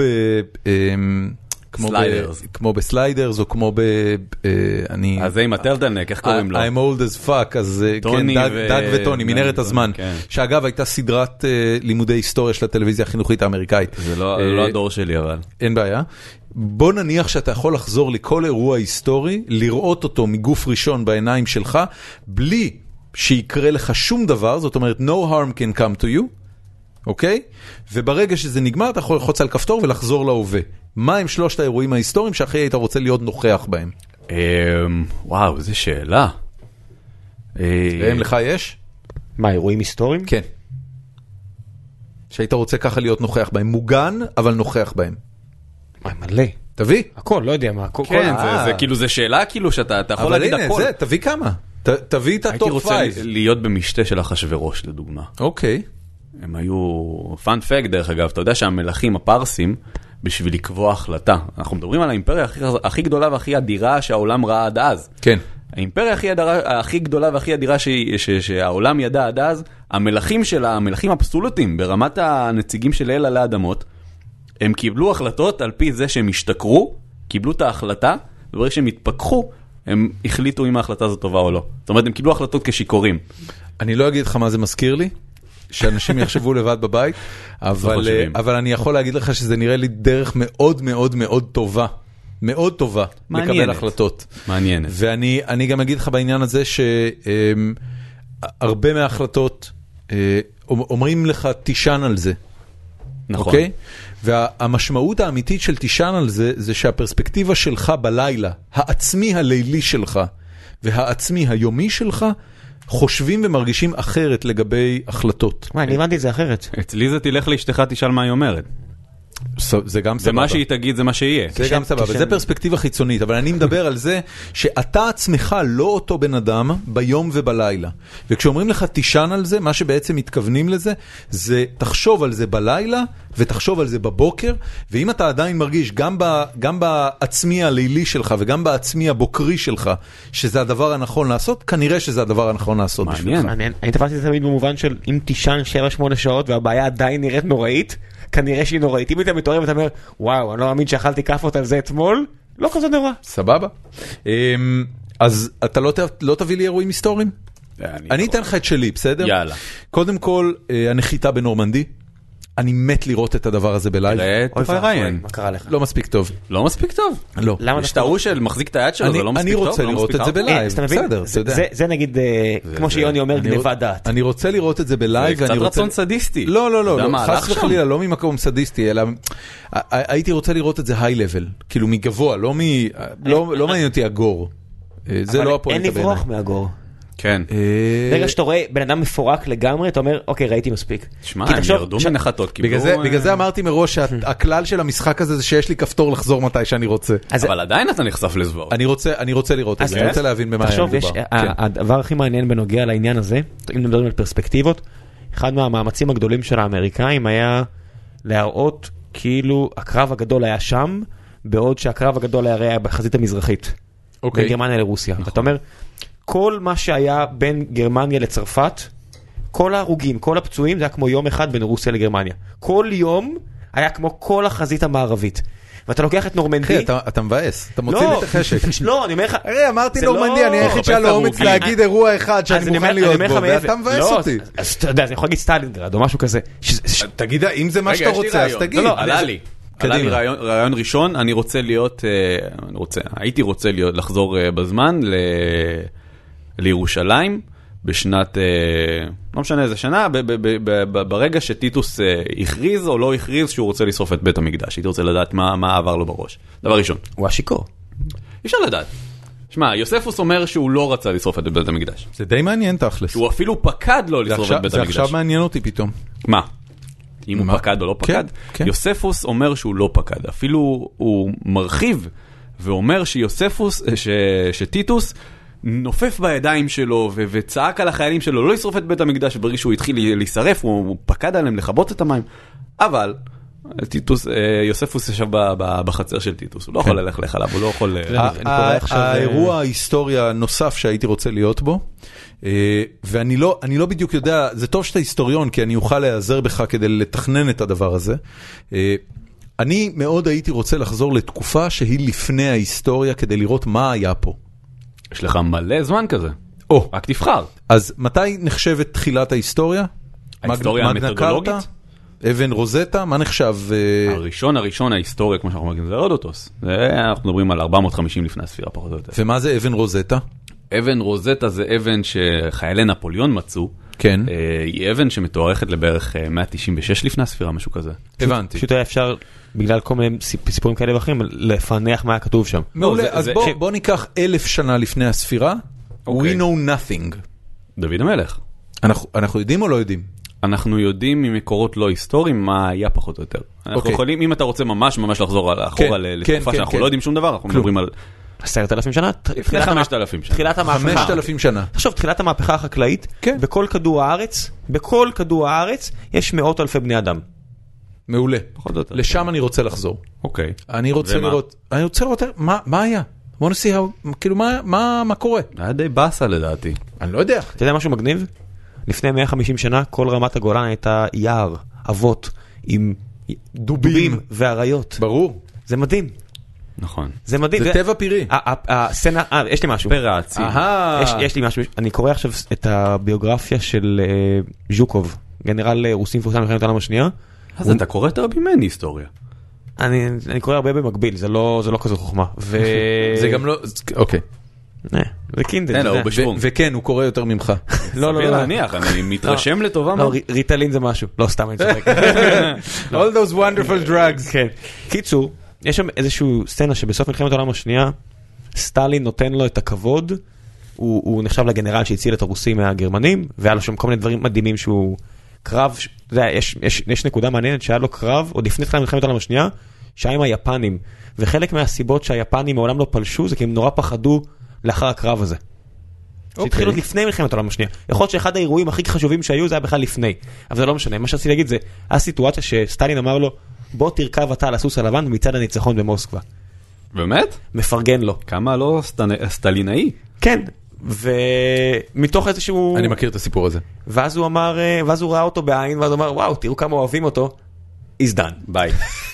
כמו בסליידרס או כמו אז זה עם הטרדלנק, איך קוראים לו? I'm old as fuck, אז דג וטוני, מנהרת הזמן, שאגב הייתה סדרת לימודי היסטוריה של הטלוויזיה החינוכית האמריקאית. זה לא הדור שלי אבל. אין בעיה. בוא נניח שאתה יכול לחזור לכל אירוע היסטורי, לראות אותו מגוף ראשון בעיניים שלך, בלי שיקרה לך שום דבר, זאת אומרת no harm can come to you, אוקיי? וברגע שזה נגמר, אתה יכול ללחוץ על כפתור ולחזור להווה. מה הם 3 האירועים ההיסטוריים שהכי היית רוצה להיות נוכח בהם? וואו, זו שאלה. ראם, לך יש? מה, אירועים היסטוריים? כן. שהיית רוצה ככה להיות נוכח בהם. מוגן, אבל נוכח בהם. מלא. תביא. הכל, לא יודע מה. כן, זה כאילו, זה שאלה כאילו שאתה יכול להגיד הכל. אבל הנה, תביא כמה. תביא את הטופ 5. הייתי רוצה להיות במשתה של אחשוורוש, לדוגמה. אוקיי. הם היו, פאנ פאק דרך אגב, אתה יודע שהמלכים הפרסים, בשביל לקבוע החלטה, אנחנו מדברים על האימפריה הכי גדולה והכי אדירה שהעולם ראה עד אז. כן. האימפריה הכי גדולה והכי אדירה שהעולם ידע עד אז, המלכים שלה, המלכים אבסולוטיים, ברמת הנציגים של אל עלי אדמות, הם קיבלו החלטות על פי זה שהם השתכרו, קיבלו את ההחלטה, וברגע שהם התפכחו, הם החליטו אם ההחלטה הזו טובה או לא. זאת אומרת, הם קיבלו החלטות כשיכורים. אני לא אגיד לך מה זה מזכיר לי, שאנשים יחשבו לבד בבית, אבל אני יכול להגיד לך שזה נראה לי דרך מאוד מאוד מאוד טובה, מאוד טובה, לקבל החלטות. מעניינת. ואני גם אגיד לך בעניין הזה, שהרבה מההחלטות אומרים לך, תישן על זה. נכון. אוקיי? והמשמעות האמיתית של תישן על זה, זה שהפרספקטיבה שלך בלילה, העצמי הלילי שלך, והעצמי היומי שלך, חושבים ומרגישים אחרת לגבי החלטות. אני הבנתי את זה אחרת. אצלי זה תלך לאשתך, תשאל מה היא אומרת. זה גם סבבה. ומה שהיא תגיד זה מה שיהיה. זה גם סבבה, זה פרספקטיבה חיצונית, אבל אני מדבר על זה שאתה עצמך לא אותו בן אדם ביום ובלילה. וכשאומרים לך תישן על זה, מה שבעצם מתכוונים לזה, זה תחשוב על זה בלילה ותחשוב על זה בבוקר, ואם אתה עדיין מרגיש גם בעצמי הלילי שלך וגם בעצמי הבוקרי שלך, שזה הדבר הנכון לעשות, כנראה שזה הדבר הנכון לעשות בשבילך. אני תפסתי את זה תמיד במובן של אם תישן 7-8 שעות והבעיה עדיין נראית נוראית, כנראה שהיא נוראית. אם אתה מתעורר ואתה אומר, וואו, אני לא מאמין שאכלתי כפות על זה אתמול, לא כזה נורא. סבבה. אז אתה לא תביא לי אירועים היסטוריים? אני אתן לך את שלי, בסדר? יאללה. קודם כל, הנחיתה בנורמנדי. אני מת לראות את הדבר הזה בלייב. מה קרה לך? לא מספיק טוב. לא מספיק טוב? לא. יש טעו של מחזיק את היד שלו, זה לא מספיק טוב? אני רוצה לראות את זה בלייב. בסדר, אתה יודע. זה נגיד, כמו שיוני אומר, גניבת דעת. אני רוצה לראות את זה בלייב. זה קצת רצון סדיסטי. לא, חס וחלילה, לא ממקום סדיסטי, אלא הייתי רוצה לראות את זה היי לבל, כאילו מגבוה, לא מעניין אותי הגור. זה לא הפועל. אין לברוח מהגור. כן. ברגע שאתה רואה בן אדם מפורק לגמרי, אתה אומר, אוקיי, ראיתי מספיק. שמע, הם ירדו מנחתות. בגלל זה אמרתי מראש שהכלל של המשחק הזה זה שיש לי כפתור לחזור מתי שאני רוצה. אבל עדיין אתה נחשף לזוועות. אני רוצה לראות את זה, אני רוצה להבין במה היה מדובר. הדבר הכי מעניין בנוגע לעניין הזה, אם מדברים על פרספקטיבות, אחד מהמאמצים הגדולים של האמריקאים היה להראות כאילו הקרב הגדול היה שם, בעוד שהקרב הגדול היה בחזית המזרחית. בין גרמניה לרוסיה. אתה אומר, כל מה שהיה בין גרמניה לצרפת, כל ההרוגים, כל הפצועים, זה היה כמו יום אחד בין רוסיה לגרמניה. כל יום היה כמו כל החזית המערבית. ואתה לוקח את נורמנדי. אתה מבאס, אתה מוציא לי את החשק. לא, אני אומר לך... הרי אמרתי נורמנדי, אני היחיד שהיה לו אומץ להגיד אירוע אחד שאני מוכן להיות בו, ואתה מבאס אותי. אז אתה יודע, אני יכול להגיד סטלינגרד או משהו כזה. תגיד, אם זה מה שאתה רוצה, אז תגיד. עלה לי רעיון ראשון, הייתי רוצה לחזור בזמן לירושלים, בשנת, לא משנה איזה שנה, ברגע שטיטוס הכריז או לא הכריז שהוא רוצה לשרוף את בית המקדש. הייתי רוצה לדעת מה עבר לו בראש. דבר ראשון. הוא השיקור. אי אפשר לדעת. שמע, יוספוס אומר שהוא לא רצה לשרוף את בית המקדש. זה די מעניין תכלס. שהוא אפילו פקד לו לשרוף את בית המקדש. זה עכשיו מעניין אותי פתאום. מה? אם הוא פקד או לא פקד? יוספוס אומר שהוא לא פקד. אפילו הוא מרחיב ואומר שטיטוס נופף בידיים שלו וצעק על החיילים שלו לא לשרוף את בית המקדש, וברגע שהוא התחיל להישרף הוא פקד עליהם לכבות את המים. אבל יוספוס ישב בחצר של טיטוס, הוא לא יכול ללכת עליו, הוא לא יכול... האירוע ההיסטוריה הנוסף שהייתי רוצה להיות בו, ואני לא בדיוק יודע, זה טוב שאתה היסטוריון, כי אני אוכל להיעזר בך כדי לתכנן את הדבר הזה. אני מאוד הייתי רוצה לחזור לתקופה שהיא לפני ההיסטוריה, כדי לראות מה היה פה. יש לך מלא זמן כזה. רק תבחר. אז מתי נחשבת תחילת ההיסטוריה? ההיסטוריה המתודולוגית? אבן רוזטה, מה נחשב? הראשון ההיסטוריה, כמו שאנחנו מגיעים, זה הרודוטוס. אנחנו מדברים על 450 לפני הספירה, פחות או יותר. ומה זה אבן רוזטה? אבן רוזטה זה אבן שחיילי נפוליאון מצאו. כן. היא אבן שמתוארכת לבערך 196 לפני הספירה, משהו כזה. הבנתי. פשוט היה אפשר, בגלל כל מיני סיפורים כאלה ואחרים, לפענח מה היה כתוב שם. מעולה, אז בוא ניקח 1000 שנה לפני הספירה. We know nothing. דוד המלך. אנחנו יודעים או לא יודעים? אנחנו יודעים ממקורות לא היסטוריים מה היה פחות או יותר. אנחנו יכולים, אם אתה רוצה ממש לחזור אחורה לתקופה שאנחנו לא יודעים שום דבר, אנחנו מדברים על 10,000 שנה? 5,000 שנה. תחילת המהפכה. 5,000 שנה. תחשוב, תחילת המהפכה החקלאית, בכל כדור הארץ, יש מאות אלפי בני אדם. מעולה. לשם אני רוצה לחזור. אוקיי. אני רוצה לראות מה היה. בוא נסי, כאילו מה קורה? היה די בסה לדעתי. אני לא יודע. אתה יודע משהו מגניב? לפני 150 שנה, כל רמת הגולן הייתה יער, אבות, עם דובים ואריות. ברור. זה מדהים. נכון. זה מדהים. זה טבע פירי. הסצנה, יש לי משהו. פרע עצים. יש לי משהו. אני קורא עכשיו את הביוגרפיה של ז'וקוב, גנרל רוסי מפורסם במלחמת העולם השנייה. אז אתה קורא יותר ממני היסטוריה. אני קורא הרבה במקביל, זה לא כזו חוכמה. זה גם לא, אוקיי. זה קינדל. וכן, הוא קורא יותר ממך. סביר להניח, אני מתרשם לטובה. ריטלין זה משהו. לא, סתם אני צודק. All those wonderful drugs. כן. קיצור, יש שם איזשהו סצנה שבסוף מלחמת העולם השנייה, סטלין נותן לו את הכבוד, הוא נחשב לגנרל שהציל את הרוסים מהגרמנים, והיה לו שם כל מיני דברים מדהימים שהוא קרב, אתה יודע, יש נקודה מעניינת שהיה לו קרב, עוד לפני מלחמת העולם השנייה, שהיה עם היפנים, וחלק מהסיבות שהיפנים מעולם לא פלשו, זה כי הם נורא פחדו לאחר הקרב הזה. שהתחילו לפני מלחמת העולם השנייה. יכול להיות שאחד האירועים הכי חשובים שהיו, זה היה בכלל לפני. אבל זה לא משנה. מה שרציתי להגיד זה, הסיטואציה שסטלין אמר לו, בוא תרכב אתה על הסוס הלבן מצד הניצחון במוסקבה. באמת? מפרגן לו. כמה לא סטלינאי? כן. ומתוך איזשהו... אני מכיר את הסיפור הזה. ואז הוא אמר, ואז הוא ראה אותו בעין, ואז הוא אמר, וואו, תראו כמה אוהבים אותו. He's done. ביי.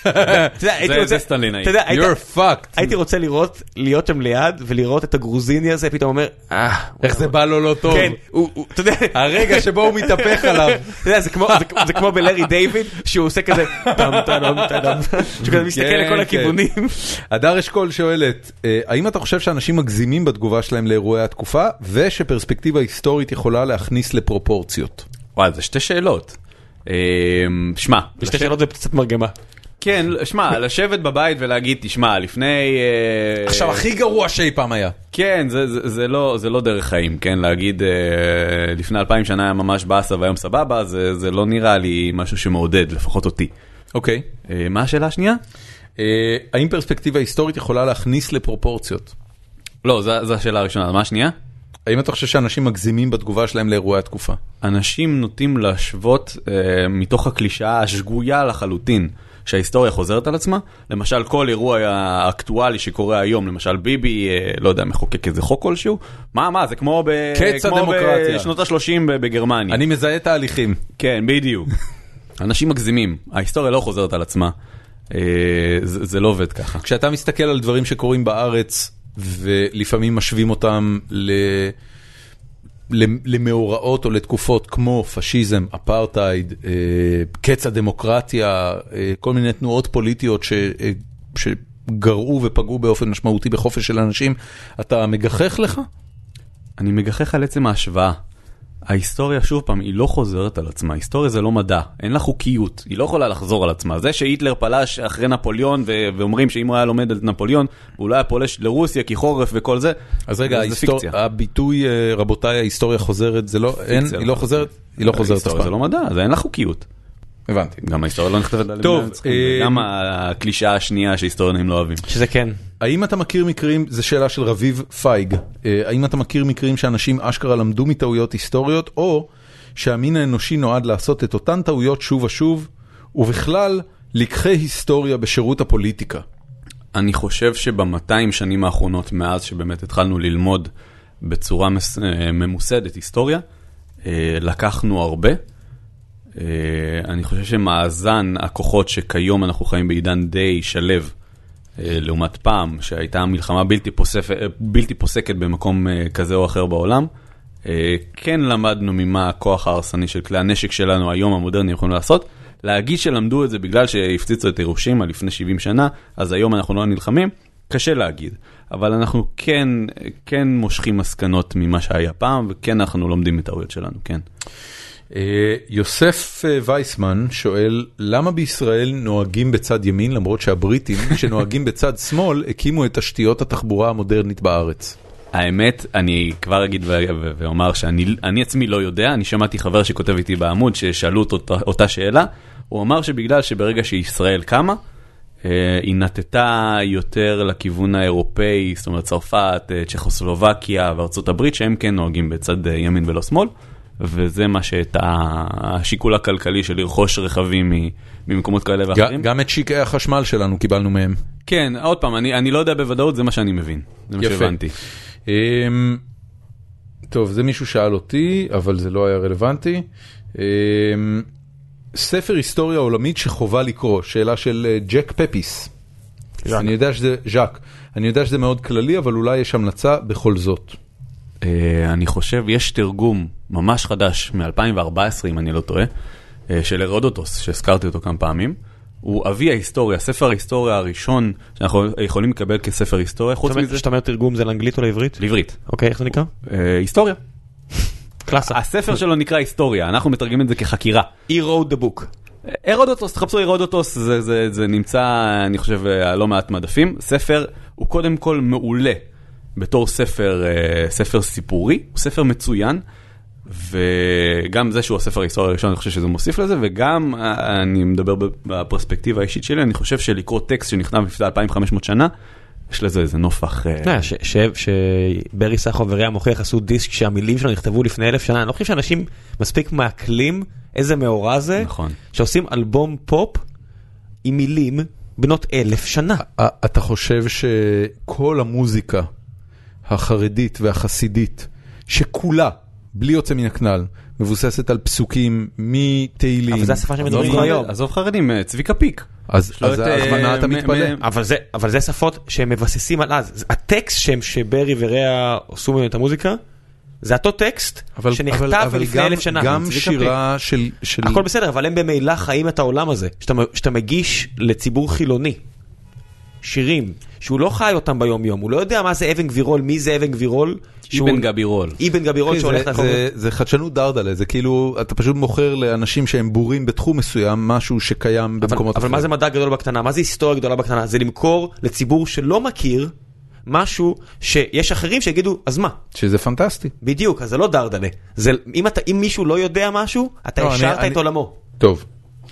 זה סטלינאי. You're fucked. הייתי רוצה להיות שם ליד, ולראות את הגרוזיני הזה, פתאום אומר, איך זה בא לו לא טוב. כן, אתה יודע, הרגע שבו הוא מתהפך עליו. אתה יודע, זה כמו בלארי דיוויד, שהוא עושה כזה, טם טם טם, שהוא כזה מסתכל לכל הכיוונים. הדר אשכול שואלת, האם אתה חושב שאנשים מגזימים בתגובה שלהם לאירועי התקופה, ושפרספקטיבה היסטורית יכולה להכניס לפרופורציות? וואי, זה שתי שאלות. שמע, שתי שאלות זה קצת מרגמה. כן, שמע, לשבת בבית ולהגיד, תשמע, לפני... עכשיו, הכי גרוע שאי פעם היה. כן, זה לא דרך חיים, כן, להגיד, לפני 2000 שנה היה ממש באסה והיום סבבה, זה לא נראה לי משהו שמעודד, לפחות אותי. אוקיי. מה השאלה השנייה? האם פרספקטיבה היסטורית יכולה להכניס לפרופורציות? לא, זו השאלה הראשונה. מה השנייה? האם אתה חושב שאנשים מגזימים בתגובה שלהם לאירועי התקופה? אנשים נוטים להשוות מתוך הקלישאה השגויה לחלוטין שההיסטוריה חוזרת על עצמה. למשל, כל אירוע האקטואלי שקורה היום, למשל ביבי, לא יודע, מחוקק איזה חוק כלשהו. מה? זה כמו בשנות ה-30 בגרמניה. אני מזהה תהליכים. כן, בדיוק. אנשים מגזימים. ההיסטוריה לא חוזרת על עצמה. זה לא עובד ככה. כשאתה מסתכל על דברים שקורים בארץ, ולפעמים משווים אותם למאורעות או לתקופות כמו פשיזם, אפרטייד, קץ הדמוקרטיה, כל מיני תנועות פוליטיות שגרעו ופגעו באופן משמעותי בחופש של אנשים, אתה מגחך לך? אני מגחך על עצם ההשוואה. ההיסטוריה, שוב פעם, היא לא חוזרת על עצמה. היסטוריה זה לא מדע, אין לה חוקיות, היא לא יכולה לחזור על עצמה. זה שהיטלר פלש אחרי נפוליאון, ואומרים שאם הוא היה לומד על נפוליאון, הוא לא היה פולש לרוסיה כי חורף וכל זה, אז רגע, הביטוי, רבותיי, ההיסטוריה חוזרת, זה לא, היא לא חוזרת? היא לא חוזרת אף פעם. זה לא מדע, זה אין לה חוקיות. הבנתי. גם ההיסטוריה לא נכתבת על טוב, גם הקלישאה השנייה שהיסטוריונים לא אוהבים. שזה כן. האם אתה מכיר מקרים, זו שאלה של רביב פייג, האם אתה מכיר מקרים שאנשים אשכרה למדו מטעויות היסטוריות, או שהמין האנושי נועד לעשות את אותן טעויות שוב ושוב, ובכלל לקחי היסטוריה בשירות הפוליטיקה? אני חושב שב-200 שנים האחרונות, מאז שבאמת התחלנו ללמוד בצורה ממוסדת היסטוריה, לקחנו הרבה. אני חושב שמאזן הכוחות שכיום אנחנו חיים בעידן די שלב, לעומת פעם שהייתה מלחמה בלתי פוסקת במקום כזה או אחר בעולם, כן למדנו ממה הכוח ההרסני של כלי הנשק שלנו היום המודרני יכולים לעשות. להגיד שלמדו את זה בגלל שהפציצו את הירושימה לפני 70 שנה, אז היום אנחנו לא נלחמים, קשה להגיד. אבל אנחנו כן מושכים מסקנות ממה שהיה פעם, וכן אנחנו לומדים מטעויות שלנו, כן. יוסף וייסמן שואל, למה בישראל נוהגים בצד ימין, למרות שהבריטים שנוהגים בצד שמאל, הקימו את תשתיות התחבורה המודרנית בארץ? האמת, אני כבר אגיד ואומר שאני עצמי לא יודע, אני שמעתי חבר שכותב איתי בעמוד ששאלו אותה שאלה, הוא אמר שבגלל שברגע שישראל קמה, היא נטטה יותר לכיוון האירופאי, זאת אומרת צרפת, צ'כוסלובקיה וארצות הברית, שהם כן נוהגים בצד ימין ולא שמאל, וזה מה שאת השיקול הכלכלי של לרכוש רכבים ממקומות כאלה ואחרים. גם את שיקי החשמל שלנו קיבלנו מהם. כן, עוד פעם, אני לא יודע בוודאות, זה מה שאני מבין. זה מה שהבנתי. טוב, זה מישהו שאל אותי, אבל זה לא היה רלוונטי. ספר היסטוריה עולמית שחובה לקרוא, שאלה של ג'ק פפיס. אני יודע שזה, ז'ק, אני יודע שזה מאוד כללי, אבל אולי יש המלצה בכל זאת. אני חושב, יש תרגום ממש חדש מ-2014, אם אני לא טועה, של הרודוטוס, שהזכרתי אותו כמה פעמים. הוא אבי ההיסטוריה, ספר ההיסטוריה הראשון שאנחנו יכולים לקבל כספר היסטוריה. חוץ מזה, שאתה אומר תרגום זה לאנגלית או לעברית? לעברית. אוקיי, איך זה נקרא? היסטוריה. קלאסה. הספר שלו נקרא היסטוריה, אנחנו מתרגמים את זה כחקירה. He wrote the book. הרודוטוס, תחפשו הרודוטוס, זה נמצא, אני חושב, לא מעט מדפים. ספר הוא קודם כל מעולה בתור ספר סיפורי, הוא ספר מצוין, וגם זה שהוא הספר ההיסטוריה הראשון, אני חושב שזה מוסיף לזה, וגם אני מדבר בפרספקטיבה האישית שלי, אני חושב שלקרוא טקסט שנכתב לפני 2500 שנה, יש לזה איזה נופח. שברי סחו וריאה מוכיח עשו דיסק שהמילים שלו נכתבו לפני 1000 שנה, אני לא חושב שאנשים מספיק מעכלים איזה מאורע זה, שעושים אלבום פופ עם מילים בנות 1000 שנה. אתה חושב שכל המוזיקה החרדית והחסידית, שכולה, בלי יוצא מן הכנל, מבוססת על פסוקים מתהילים. אבל זה השפה שמדברים היום. עזוב חרדים, צביקה פיק. אז מה אתה מתפלא? אבל זה שפות שהם מבססים על אז. הטקסט שברי וריאה עשו ממנו את המוזיקה, זה אותו טקסט שנכתב לפני 1000 שנה. גם שירה של... הכל בסדר, אבל הם במילא חיים את העולם הזה. שאתה מגיש לציבור חילוני שירים, שהוא לא חי אותם ביום יום, הוא לא יודע מה זה אבן גבירול, מי זה אבן גבירול. אבן גבירול. אבן גבירול שהולך לחוב. זה חדשנות דרדלה, זה כאילו, אתה פשוט מוכר לאנשים שהם בורים בתחום מסוים, משהו שקיים במקומות אחרים. אבל מה זה מדע גדול בקטנה? מה זה היסטוריה גדולה בקטנה? זה למכור לציבור שלא מכיר משהו שיש אחרים שיגידו, אז מה? שזה פנטסטי. בדיוק, אז זה לא דרדלה. אם מישהו לא יודע משהו, אתה השארת את עולמו. טוב.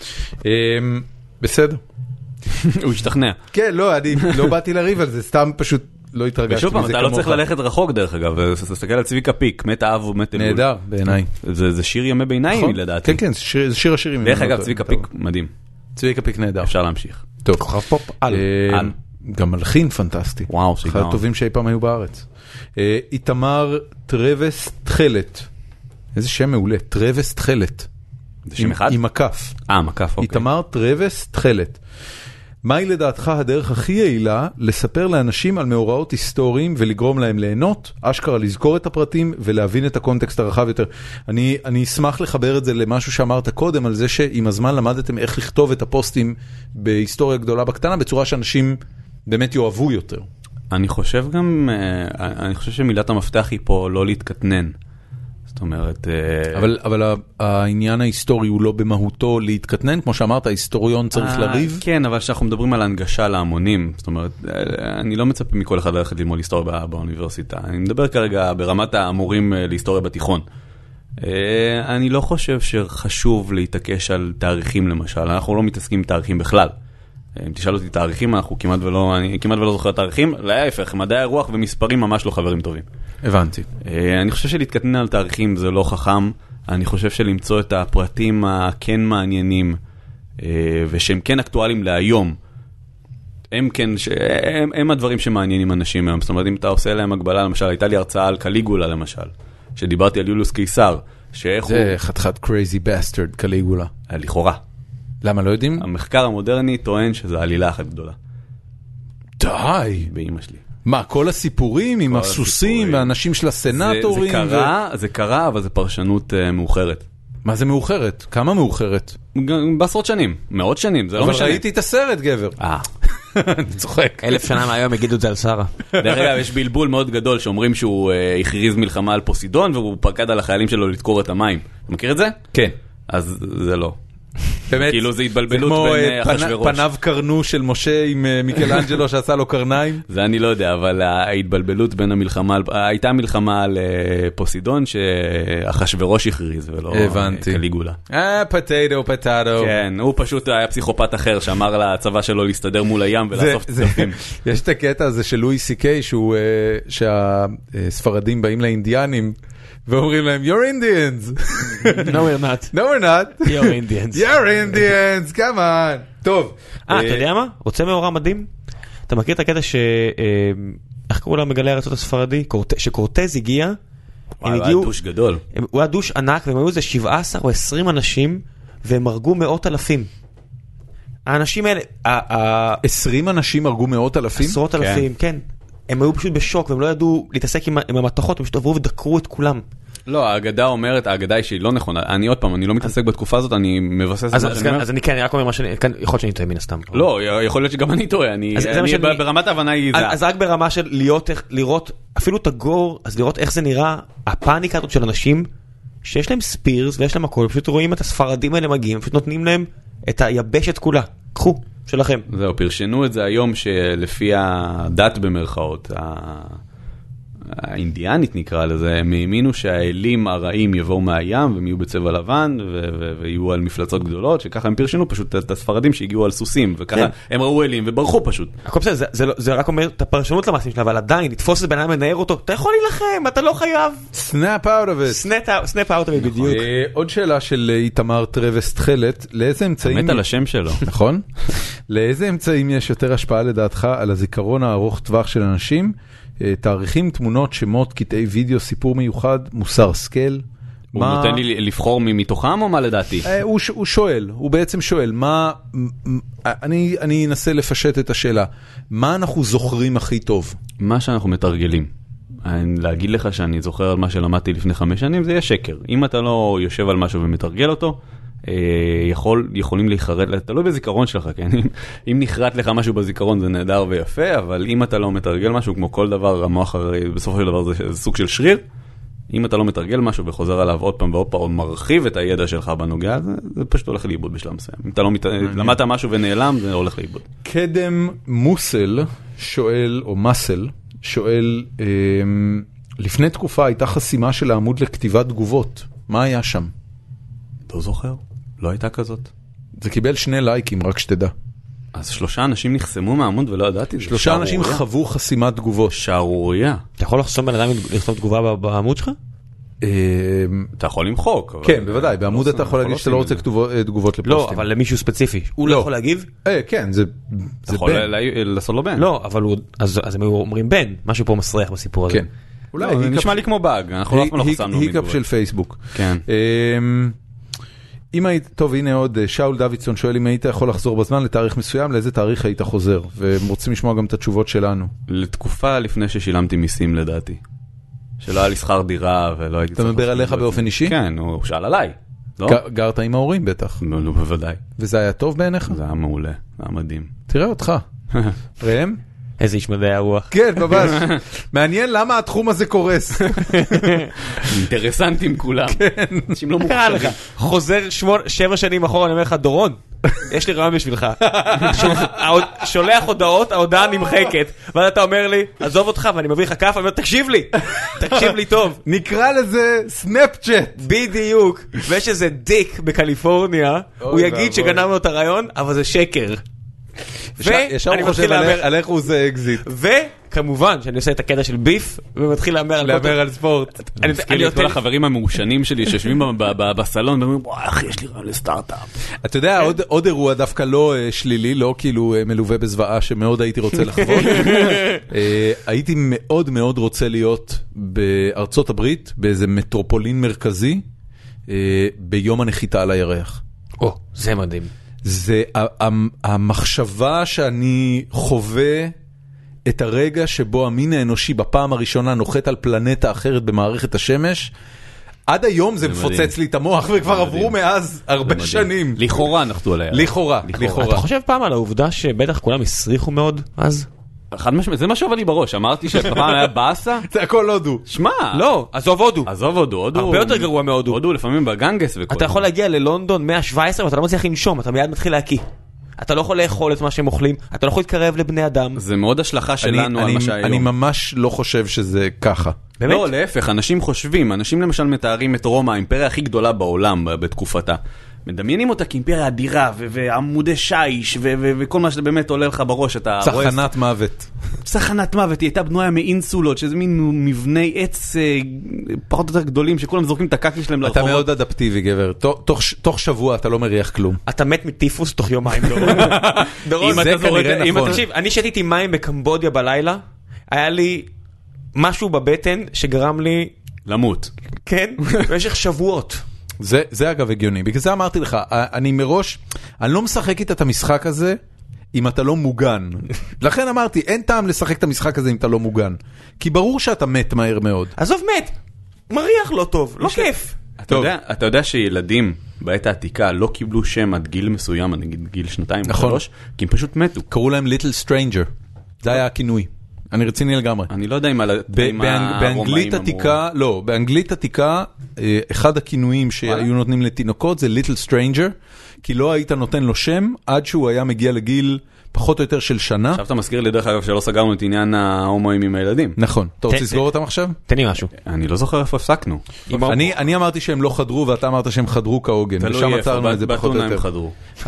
בסדר. הוא השתכנע. כן, לא, אני לא באתי לריב על זה, סתם פשוט לא התרגשתי. ושוב פעם, אתה לא צריך ללכת רחוק דרך אגב, תסתכל על צביקה פיק, מת האב ומת אלול. נהדר, בעיניי. זה שיר ימי ביניים לדעתי. כן, כן, זה שיר השירים. דרך אגב, צביקה פיק מדהים. צביקה פיק נהדר. אפשר להמשיך. טוב. כוכב פופ על. גם מלחין פנטסטי. וואו, אחד הטובים שאי פעם היו בארץ. איתמר טרבס תחלת. איזה שם מעולה, טרבס תחלת. זה שם אחד? עם מקף. מקף, אוקיי. איתמר טרבס תחלת. מהי לדעתך הדרך הכי יעילה לספר לאנשים על מאורעות היסטוריים ולגרום להם ליהנות, אשכרה לזכור את הפרטים ולהבין את הקונטקסט הרחב יותר? אני אשמח לחבר את זה למשהו שאמרת קודם, על זה שעם הזמן למדתם איך לכתוב את הפוסטים בהיסטוריה גדולה בקטנה, בצורה שאנשים באמת יאהבו יותר. אני חושב גם, אני חושב שמילת המפתח היא פה לא להתקטנן. זאת אומרת... אבל העניין ההיסטורי הוא לא במהותו להתקטנן, כמו שאמרת, ההיסטוריון צריך לריב. כן, אבל כשאנחנו מדברים על הנגשה להמונים, זאת אומרת, אני לא מצפה מכל אחד ללכת ללמוד היסטוריה באוניברסיטה. אני מדבר כרגע ברמת המורים להיסטוריה בתיכון. אני לא חושב שחשוב להתעקש על תאריכים למשל, אנחנו לא מתעסקים עם תאריכים בכלל. אם תשאל אותי תאריכים, אני כמעט ולא זוכר תאריכים, להפך, מדעי הרוח ומספרים ממש לא חברים טובים. הבנתי. אני חושב שלהתקטנן על תאריכים זה לא חכם, אני חושב שלמצוא את הפרטים הכן מעניינים, ושהם כן אקטואליים להיום, הם הדברים שמעניינים אנשים היום. זאת אומרת, אם אתה עושה להם הגבלה, למשל, הייתה לי הרצאה על קליגולה למשל, שדיברתי על יוליוס קיסר, זה חתיכת crazy bastard, קליגולה. לכאורה. למה לא יודעים? המחקר המודרני טוען שזו עלילה אחת גדולה. די! באמא שלי. מה, כל הסיפורים עם הסוסים והאנשים של הסנטורים? זה קרה, אבל זה פרשנות מאוחרת. מה זה מאוחרת? כמה מאוחרת? בעשרות שנים, מאות שנים, זה לא משנה. אבל ראיתי את הסרט, גבר. אני צוחק. 1000 שנה מהיום יגידו את זה על שרה. דרך אגב, יש בלבול מאוד גדול שאומרים שהוא הכריז מלחמה על פוסידון, והוא פקד על החיילים שלו לתקור את המים. אתה מכיר את זה? כן. אז זה לא. באמת, כאילו זה התבלבלות בין אחשוורוש. פניו קרנו של משה עם מיקלאנג'לו שעשה לו קרניים? זה אני לא יודע, אבל ההתבלבלות בין המלחמה, הייתה מלחמה על פוסידון שאחשוורוש הכריז ולא קליגולה. פטטו. כן, הוא פשוט היה פסיכופת אחר שאמר לצבא שלו להסתדר מול הים ולאסוף צפים. יש את הקטע הזה של לואי סי-קיי שהספרדים באים לאינדיאנים ואומרים להם, you're Indians. No, we're not. No, we're not. You're Indians. You're Indians, come on. טוב. אתה יודע מה? רוצה מאורע מדהים? אתה מכיר את הקטע איך קראו לה מגלי ארצות הספרדי? שקורטז הגיע, הוא היה דוש גדול. הוא היה דוש ענק, והם היו איזה 17 או 20 אנשים, והם הרגו מאות אלפים. האנשים האלה... 20 אנשים הרגו מאות אלפים? עשרות אלפים, כן. הם היו פשוט בשוק, והם לא ידעו להתעסק עם המתכות, הם פשוט עברו ודקרו את כולם. לא, האגדה אומרת, האגדה היא שהיא לא נכונה. אני עוד פעם, אני לא מתעסק בתקופה הזאת, אני מבסס את מה שאני אומר. אז אני כן, אני רק אומר מה שאני, יכול להיות שאני טועה מן הסתם. לא, יכול להיות שגם אני טועה, ברמת ההבנה היא זה. אז רק ברמה של לראות, אפילו את הגור, אז לראות איך זה נראה, הפאניקה הזאת של אנשים, שיש להם ספירס ויש להם הכל, פשוט רואים את הספרדים האלה מגיעים, פשוט נותנים להם את היבשת כולה. קחו, שלכם. זהו, פרשנו את זה היום שלפי הדת במרכאות, האינדיאנית נקרא לזה, הם האמינו שהאלים הרעים יבואו מהים והם יהיו בצבע לבן ויהיו על מפלצות גדולות, שככה הם פרשנו פשוט את הספרדים שהגיעו על סוסים, וככה הם ראו אלים וברחו פשוט. הכל בסדר, זה רק אומר את הפרשנות למעשים שלה, אבל עדיין, לתפוס את ביניים מנער אותו, אתה יכול להילחם, אתה לא חייב. Snap out of it. Snap out of it, בדיוק. עוד שאלה של איתמר טרבס תחלת, לאיזה אמצעים... מת על השם שלו. נכון? לאיזה אמצעים יש יותר השפעה לדעתך על הזיכרון הארוך טווח של אנשים? תאריכים, תמונות, שמות, קטעי וידאו, סיפור מיוחד, מוסר סקל. הוא נותן לי לבחור מתוכם או מה לדעתי? הוא שואל, הוא בעצם שואל, אני אנסה לפשט את השאלה, מה אנחנו זוכרים הכי טוב? מה שאנחנו מתרגלים. להגיד לך שאני זוכר על מה שלמדתי לפני 5 שנים, זה יהיה שקר. אם אתה לא יושב על משהו ומתרגל אותו, יכולים להיחרט, תלוי בזיכרון שלך, כן? אם נחרט לך משהו בזיכרון זה נהדר ויפה, אבל אם אתה לא מתרגל משהו, כמו כל דבר, המוח הרי בסופו של דבר זה סוג של שריר, אם אתה לא מתרגל משהו וחוזר עליו עוד פעם ועוד פעם, או מרחיב את הידע שלך בנוגע, זה פשוט הולך לאיבוד בשלב מסוים. אם אתה לא למדת משהו ונעלם, זה הולך לאיבוד. קדם מוסל שואל, או מסל, שואל, לפני תקופה הייתה חסימה של העמוד לכתיבת תגובות. מה היה שם? לא זוכר. לא הייתה כזאת. זה קיבל 2 לייקים, רק שתדע. אז 3 אנשים נחסמו מהעמוד ולא ידעתי. 3 אנשים חוו חסימת תגובות. שערוריה. אתה יכול לחסום בן אדם לכתוב תגובה בעמוד שלך? אתה יכול למחוק. כן, בוודאי. בעמוד אתה יכול להגיד שאתה לא רוצה תגובות לפוסטים. לא, אבל למישהו ספציפי. הוא לא יכול להגיב? כן, זה בן. אתה יכול לעשות לו בן. לא, אבל אז הם אומרים בן. משהו פה מסריח בסיפור הזה. כן. אולי, נשמע לי כמו באג. אנחנו לא חסמנו. היקאפ של פייסבוק. כן. אם היית, טוב, הנה עוד, שאול דוידסון שואל אם היית יכול לחזור בזמן לתאריך מסוים, לאיזה תאריך היית חוזר? והם רוצים לשמוע גם את התשובות שלנו. לתקופה לפני ששילמתי מיסים לדעתי. שלא היה לי שכר דירה ולא הייתי... אתה מדבר עליך באופן אישי? כן, הוא שאל עליי. לא? גרת עם ההורים בטח. לא, בוודאי. וזה היה טוב בעיניך? זה היה מעולה, זה היה מדהים. תראה אותך. ראם? איזה איש מדעי הרוח. כן, ממש. מעניין למה התחום הזה קורס. אינטרסנטים כולם. אנשים לא קרה לך, מוכשרים. חוזר 7 שנים אחורה, אני אומר לך, דורון, יש לי רעיון בשבילך. שולח הודעות, ההודעה נמחקת, ואז אתה אומר לי, עזוב אותך, ואני מביא לך כף, אני אומר, תקשיב לי טוב. נקרא לזה סנאפצ'אט. בדיוק. ויש איזה דיק בקליפורניה, הוא יגיד שגנבנו את הרעיון, אבל זה שקר. ישר הוא חושב על איך הוא עושה אקזיט. וכמובן שאני עושה את הקטע של ביף ומתחיל להמר על ספורט. אני מזכיר לי את כל החברים המעושנים שלי שיושבים בסלון ואומרים, וואי אחי, יש לי רעיון לסטארט-אפ. אתה יודע, עוד אירוע דווקא לא שלילי, לא כאילו מלווה בזוועה שמאוד הייתי רוצה לחוות. הייתי מאוד מאוד רוצה להיות בארצות הברית, באיזה מטרופולין מרכזי, ביום הנחיתה על הירח. זה מדהים. זה המחשבה שאני חווה את הרגע שבו המין האנושי בפעם הראשונה נוחת על פלנטה אחרת במערכת השמש. עד היום זה מפוצץ לי את המוח וכבר עברו מאז הרבה שנים. לכאורה נחתו עליה. לכאורה. אתה חושב פעם על העובדה שבטח כולם הסריחו מאוד אז? חד משמעית, זה מה שעובד לי בראש, אמרתי שפעם היה באסה. זה הכל הודו. שמע. לא, עזוב הודו. הרבה יותר גרוע מהודו. הודו לפעמים בגנגס וכל. אתה יכול להגיע ללונדון 117 ואתה לא מצליח לנשום, אתה מיד מתחיל להקיא. אתה לא יכול לאכול את מה שהם אוכלים, אתה לא יכול להתקרב לבני אדם. זה מאוד השלכה שלנו על מה שהיום. אני ממש לא חושב שזה ככה. באמת? לא, להפך, אנשים חושבים, אנשים למשל מתארים את רומא, האימפריה הכי גדולה בעולם בתקופתה. מדמיינים אותה כאימפריה אדירה, ועמודי שיש, וכל מה שבאמת עולה לך בראש, אתה רואה... צחנת מוות. צחנת מוות, היא הייתה בנויה מאינסולות, שזה מין מבני עץ פחות או יותר גדולים, שכולם זורקים את הקקי שלהם לרחובות. אתה מאוד אדפטיבי, גבר. תוך שבוע אתה לא מריח כלום. אתה מת מטיפוס תוך יומיים, דורון. זה כנראה נכון. תקשיב, אני שתיתי מים בקמבודיה בלילה, היה לי משהו בבטן שגרם לי... למות. כן, במשך שבועות. זה אגב הגיוני, בגלל זה אמרתי לך, אני מראש, אני לא משחק איתה את המשחק הזה אם אתה לא מוגן. לכן אמרתי, אין טעם לשחק את המשחק הזה אם אתה לא מוגן. כי ברור שאתה מת מהר מאוד. עזוב מת, מריח לא טוב, לא כיף. אתה יודע שילדים בעת העתיקה לא קיבלו שם עד גיל מסוים, נגיד גיל 2 או 3, כי הם פשוט מתו. קראו להם Little Stranger. זה היה הכינוי. אני רציני לגמרי. אני לא יודע אם באנגלית עתיקה, לא, באנגלית עתיקה, אחד הכינויים שהיו נותנים לתינוקות זה Little Stranger, כי לא היית נותן לו שם עד שהוא היה מגיע לגיל פחות או יותר של שנה. עכשיו אתה מזכיר לי דרך אגב שלא סגרנו את עניין ההומואים עם הילדים. נכון. אתה רוצה לסגור אותם עכשיו? תן לי משהו. אני לא זוכר איפה הפסקנו. אני אמרתי שהם לא חדרו ואתה אמרת שהם חדרו כעוגן. ושם עצרנו את זה פחות או יותר.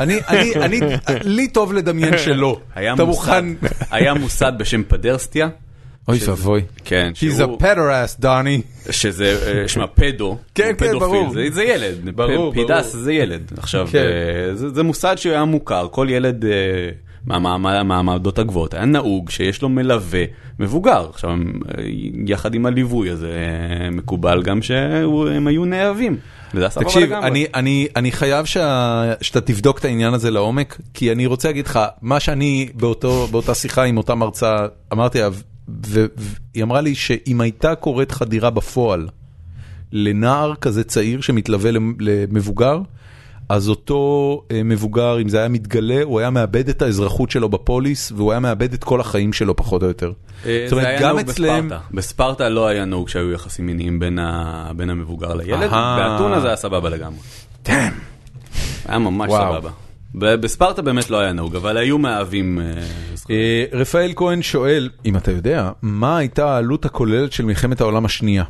לי טוב לדמיין שלא. היה מוסד בשם פדרסטיה. אוי ואבוי. כן. He's a pederast, דני. שזה, שמה, פדו. כן, כן, ברור. זה ילד. פידס זה ילד. עכשיו, זה מוסד שהיה מוכר. כל ילד מהמעמדות הגבוהות היה נהוג שיש לו מלווה מבוגר. עכשיו, יחד עם הליווי הזה, מקובל גם שהם היו נאהבים. תקשיב, אני חייב שאתה תבדוק את העניין הזה לעומק, כי אני רוצה להגיד לך, מה שאני באותה שיחה עם אותה מרצה, אמרתי, והיא אמרה לי שאם הייתה קורית חדירה בפועל לנער כזה צעיר שמתלווה למבוגר, אז אותו מבוגר, אם זה היה מתגלה, הוא היה מאבד את האזרחות שלו בפוליס, והוא היה מאבד את כל החיים שלו פחות או יותר. זה היה נהוג בספרטה. בספרטה לא היה נהוג שהיו יחסים מיניים בין המבוגר לילד, באתונה זה היה סבבה לגמרי. היה ממש סבבה. בספרטה באמת לא היה נהוג, אבל היו מאהבים. רפאל כהן שואל, אם אתה יודע, מה הייתה העלות הכוללת של מלחמת העולם השנייה?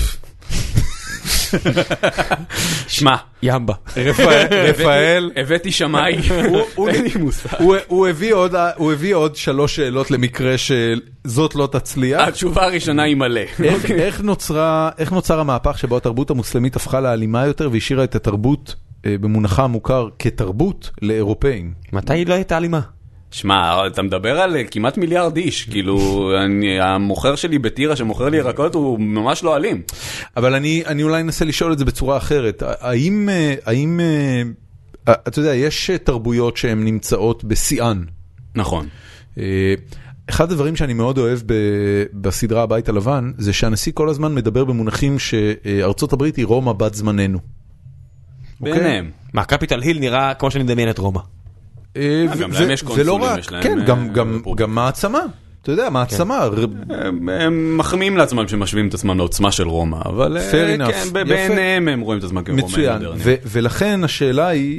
שמע, ימבה. רפאל, הבאתי שמאי, אין לי מושג. הוא הביא עוד 3 שאלות למקרה שזאת לא תצליח. התשובה הראשונה היא מלא. איך נוצר המהפך שבו התרבות המוסלמית הפכה לאלימה יותר והשאירה את התרבות במונחה המוכר כתרבות לאירופאים? מתי היא לא הייתה אלימה? שמע, אתה מדבר על כמעט מיליארד איש, כאילו, המוכר שלי בטירה שמוכר לי ירקות הוא ממש לא אלים. אבל אני אולי אנסה לשאול את זה בצורה אחרת. האם, אתה יודע, יש תרבויות שהן נמצאות בשיאן. נכון. אחד הדברים שאני מאוד אוהב בסדרה הבית הלבן, זה שהנשיא כל הזמן מדבר במונחים שארצות הברית היא רומא בת זמננו. ביניהם. מה, קפיטל היל נראה כמו שאני מדמיין את רומא. גם להם יש קונסולים, יש להם... כן, גם מעצמה. אתה יודע, מעצמה. הם מחמיאים לעצמם שמשווים את עצמם לעוצמה של רומא, אבל ביניהם הם רואים את עצמם כרומאים מודרניים. ולכן השאלה היא,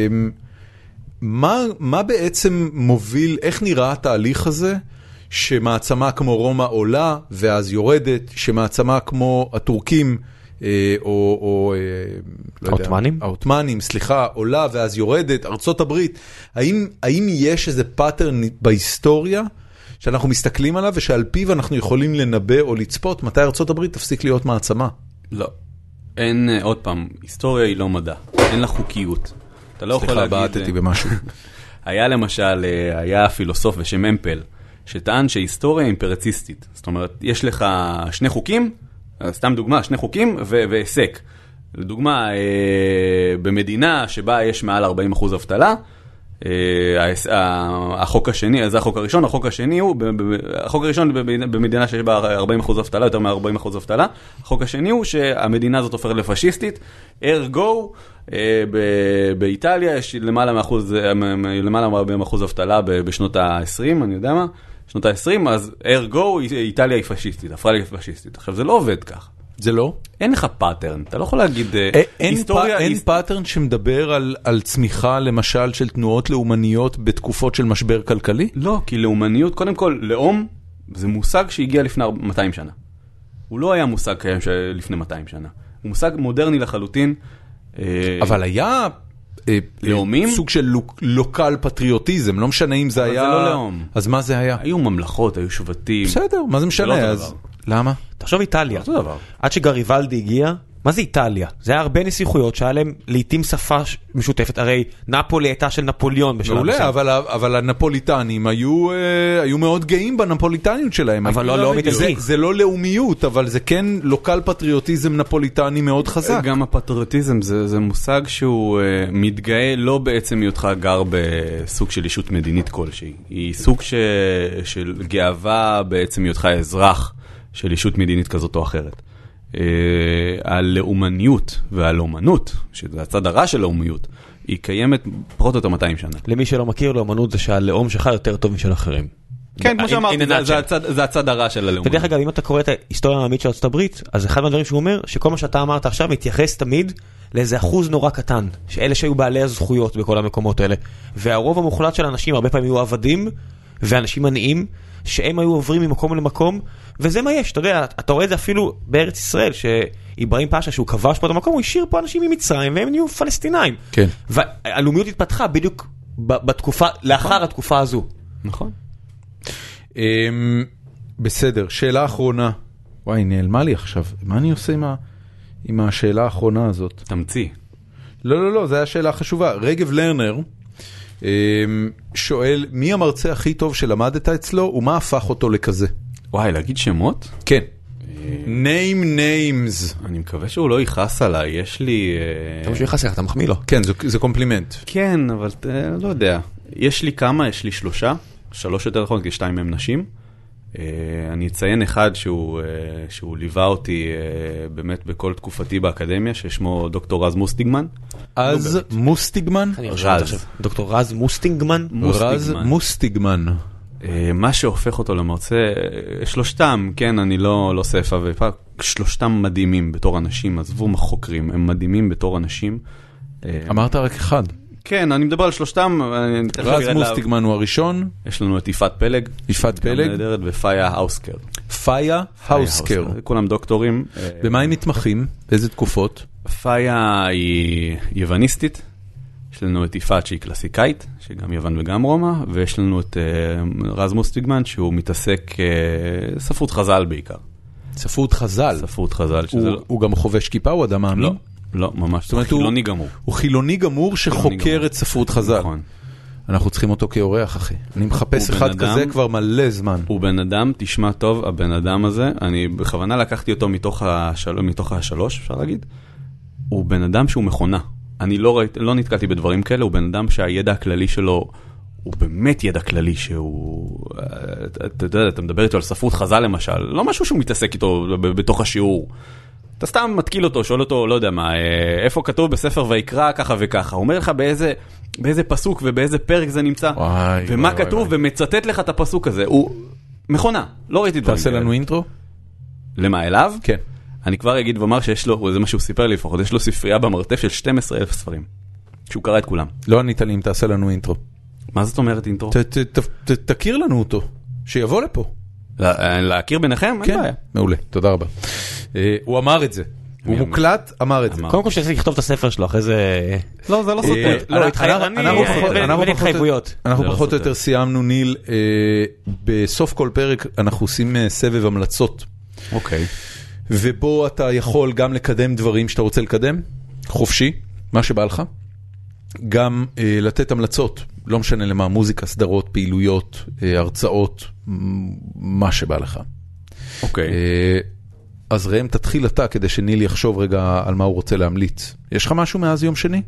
מה בעצם מוביל, איך נראה התהליך הזה, שמעצמה כמו רומא עולה ואז יורדת, שמעצמה כמו הטורקים, או העות'מאנים, סליחה, עולה ואז יורדת, ארצות הברית, האם יש איזה פאטרן בהיסטוריה שאנחנו מסתכלים עליו ושעל פיו אנחנו יכולים לנבא או לצפות מתי ארצות הברית תפסיק להיות מעצמה? לא. אין, עוד פעם, היסטוריה היא לא מדע, אין לה חוקיות. אתה לא יכול להגיד... סליחה, בעטתי במשהו. היה למשל, היה פילוסוף בשם אמפל, שטען שהיסטוריה היא אימפרציסטית. זאת אומרת, יש לך שני חוקים, סתם דוגמה, שני חוקים והיסק. לדוגמה, במדינה שבה יש מעל 40% אבטלה, החוק השני, זה החוק הראשון, החוק השני הוא, החוק הראשון במדינה שיש בה 40% אבטלה, יותר מ-40% אבטלה, החוק השני הוא שהמדינה הזאת הופכת לפשיסטית, ארגו, באיטליה יש למעלה מ-40% אבטלה בשנות ה-20, אני יודע מה, שנות ה-20, אז ארגו, איטליה היא פשיסטית, הפכה לי פשיסטית. עכשיו, זה לא עובד כך. זה לא? אין לך פאטרן, אתה לא יכול להגיד... אין פאטרן שמדבר על צמיחה, למשל, של תנועות לאומניות בתקופות של משבר כלכלי? לא, כי לאומניות, קודם כל, לאום, זה מושג שהגיע לפני 200 שנה. הוא לא היה מושג קיים לפני 200 שנה. הוא מושג מודרני לחלוטין. אבל היה... לאומים? סוג של לוקל פטריוטיזם, לא משנה אם זה היה... אבל זה לא לאום. אז מה זה היה? היו ממלכות, היו שבטים. בסדר, מה זה משנה? אז למה? תחשוב איטליה. זה דבר. עד שגריבלדי הגיע, מה זה איטליה? זה היה הרבה נסיכויות שהיה להם לעתים שפה משותפת. הרי נפולי הייתה של נפוליון בשלב מעולה, אבל הנפוליטנים היו מאוד גאים בנפוליטניות שלהם. אבל לא מתעסקים. זה לא לאומיות, אבל זה כן לוקל פטריוטיזם נפוליטני מאוד חזק. גם הפטריוטיזם זה מושג שהוא מתגאה לא בעצם היותך גר בסוג של אישות מדינית כלשהי. היא סוג של גאווה בעצם היותך אזרח של אישות מדינית כזאת או אחרת. הלאומניות והלאומנות, שזה הצד הרע של לאומיות, היא קיימת פחות או יותר 200 שנה. למי שלא מכיר, לאומנות זה שהלאום שלך יותר טוב משל אחרים. כן, כמו שאמרתי, זה הצד הרע של הלאומנות. ודרך אגב, אם אתה קורא את ההיסטוריה העממית של ארצות הברית, אז אחד מהדברים שהוא אומר, שכל מה שאתה אמרת עכשיו מתייחס תמיד לאיזה אחוז נורא קטן, שאלה שהיו בעלי הזכויות בכל המקומות האלה. והרוב המוחלט של האנשים, הרבה פעמים היו עבדים, ואנשים עניים, שהם היו עוברים ממקום למקום, וזה מה יש, אתה יודע, אתה רואה את זה אפילו בארץ ישראל, שאיברהים פאשה, שהוא כבש פה את המקום, הוא השאיר פה אנשים ממצרים, והם נהיו פלסטינאים. כן. והלאומיות התפתחה בדיוק בתקופה, לאחר התקופה הזו. נכון. בסדר, שאלה אחרונה. וואי, נעלמה לי עכשיו. מה אני עושה עם השאלה האחרונה הזאת? תמציא. לא, זו הייתה שאלה חשובה. רגב לרנר שואל, מי המרצה הכי טוב שלמדת אצלו, ומה הפך אותו לכזה? וואי, להגיד שמות? כן. name names. אני מקווה שהוא לא יכעס עליי, יש לי... אתה משהו יכעס עליך, אתה מחמיא לו. כן, זה קומפלימנט. כן, אבל לא יודע. יש לי כמה, יש לי 3 יותר נכון, כי 2 מהם נשים. אני אציין אחד שהוא ליווה אותי באמת בכל תקופתי באקדמיה, ששמו דוקטור רז מוסטיגמן. אז מוסטיגמן? רז. דוקטור רז מוסטיגמן? רז מוסטיגמן. מה שהופך אותו למרצה, 3, כן, אני לא עושה איפה ואיפה, 3 מדהימים בתור אנשים, עזבו מחוקרים, הם מדהימים בתור אנשים. אמרת רק אחד. כן, אני מדבר על 3. רז מוסטיגמן הוא הראשון. יש לנו את יפעת פלג. יפעת פלג. ופיה האוסקר. פיה האוסקר. כולם דוקטורים. במה הם מתמחים? באיזה תקופות? פיה היא יווניסטית. יש לנו את יפעת שהיא קלאסיקאית, שגם יוון וגם רומא, ויש לנו את רז מוסטיגמן שהוא מתעסק ספרות חז"ל בעיקר. ספרות חז"ל? ספרות חז"ל. הוא גם חובש כיפה, הוא אדם מאמין? לא, ממש. הוא חילוני גמור. הוא חילוני גמור שחוקר את ספרות חז"ל. נכון. אנחנו צריכים אותו כאורח, אחי. אני מחפש אחד כזה כבר מלא זמן. הוא בן אדם, תשמע טוב, הבן אדם הזה, אני בכוונה לקחתי אותו מתוך השלוש, אפשר להגיד. הוא בן אדם שהוא מכונה. אני לא נתקלתי בדברים כאלה, הוא בן אדם שהידע הכללי שלו, הוא באמת ידע כללי שהוא, אתה יודע, אתה מדבר איתו על ספרות חז"ל למשל, לא משהו שהוא מתעסק איתו בתוך השיעור. אתה סתם מתקיל אותו, שואל אותו, לא יודע מה, איפה כתוב בספר ויקרא ככה וככה. הוא אומר לך באיזה פסוק ובאיזה פרק זה נמצא, ומה כתוב, ומצטט לך את הפסוק הזה. הוא מכונה, לא ראיתי דברים. תעשה לנו אינטרו? למה, אליו? כן. אני כבר אגיד ואומר שיש לו, זה מה שהוא סיפר לי לפחות, יש לו ספרייה במרתף של 12,000 ספרים, שהוא קרא את כולם. לא ענית לי אם תעשה לנו אינטרו. מה זאת אומרת אינטרו? תכיר לנו אותו, שיבוא לפה. להכיר ביניכם? כן, מעולה, תודה רבה. הוא אמר את זה. הוא מוקלט, אמר את זה. קודם כל שצריך לכתוב את הספר שלו, אחרי זה... לא, זה לא סותר. לא, התחייבויות. אנחנו פחות או יותר סיימנו, ניל, בסוף כל פרק אנחנו עושים סבב המלצות. אוקיי. ובו אתה יכול גם לקדם דברים שאתה רוצה לקדם, חופשי, מה שבא לך. גם לתת המלצות, לא משנה למה, מוזיקה, סדרות, פעילויות, הרצאות, מה שבא לך. אוקיי. אז ראם, תתחיל אתה כדי שניל יחשוב רגע על מה הוא רוצה להמליץ. יש לך משהו מאז יום שני?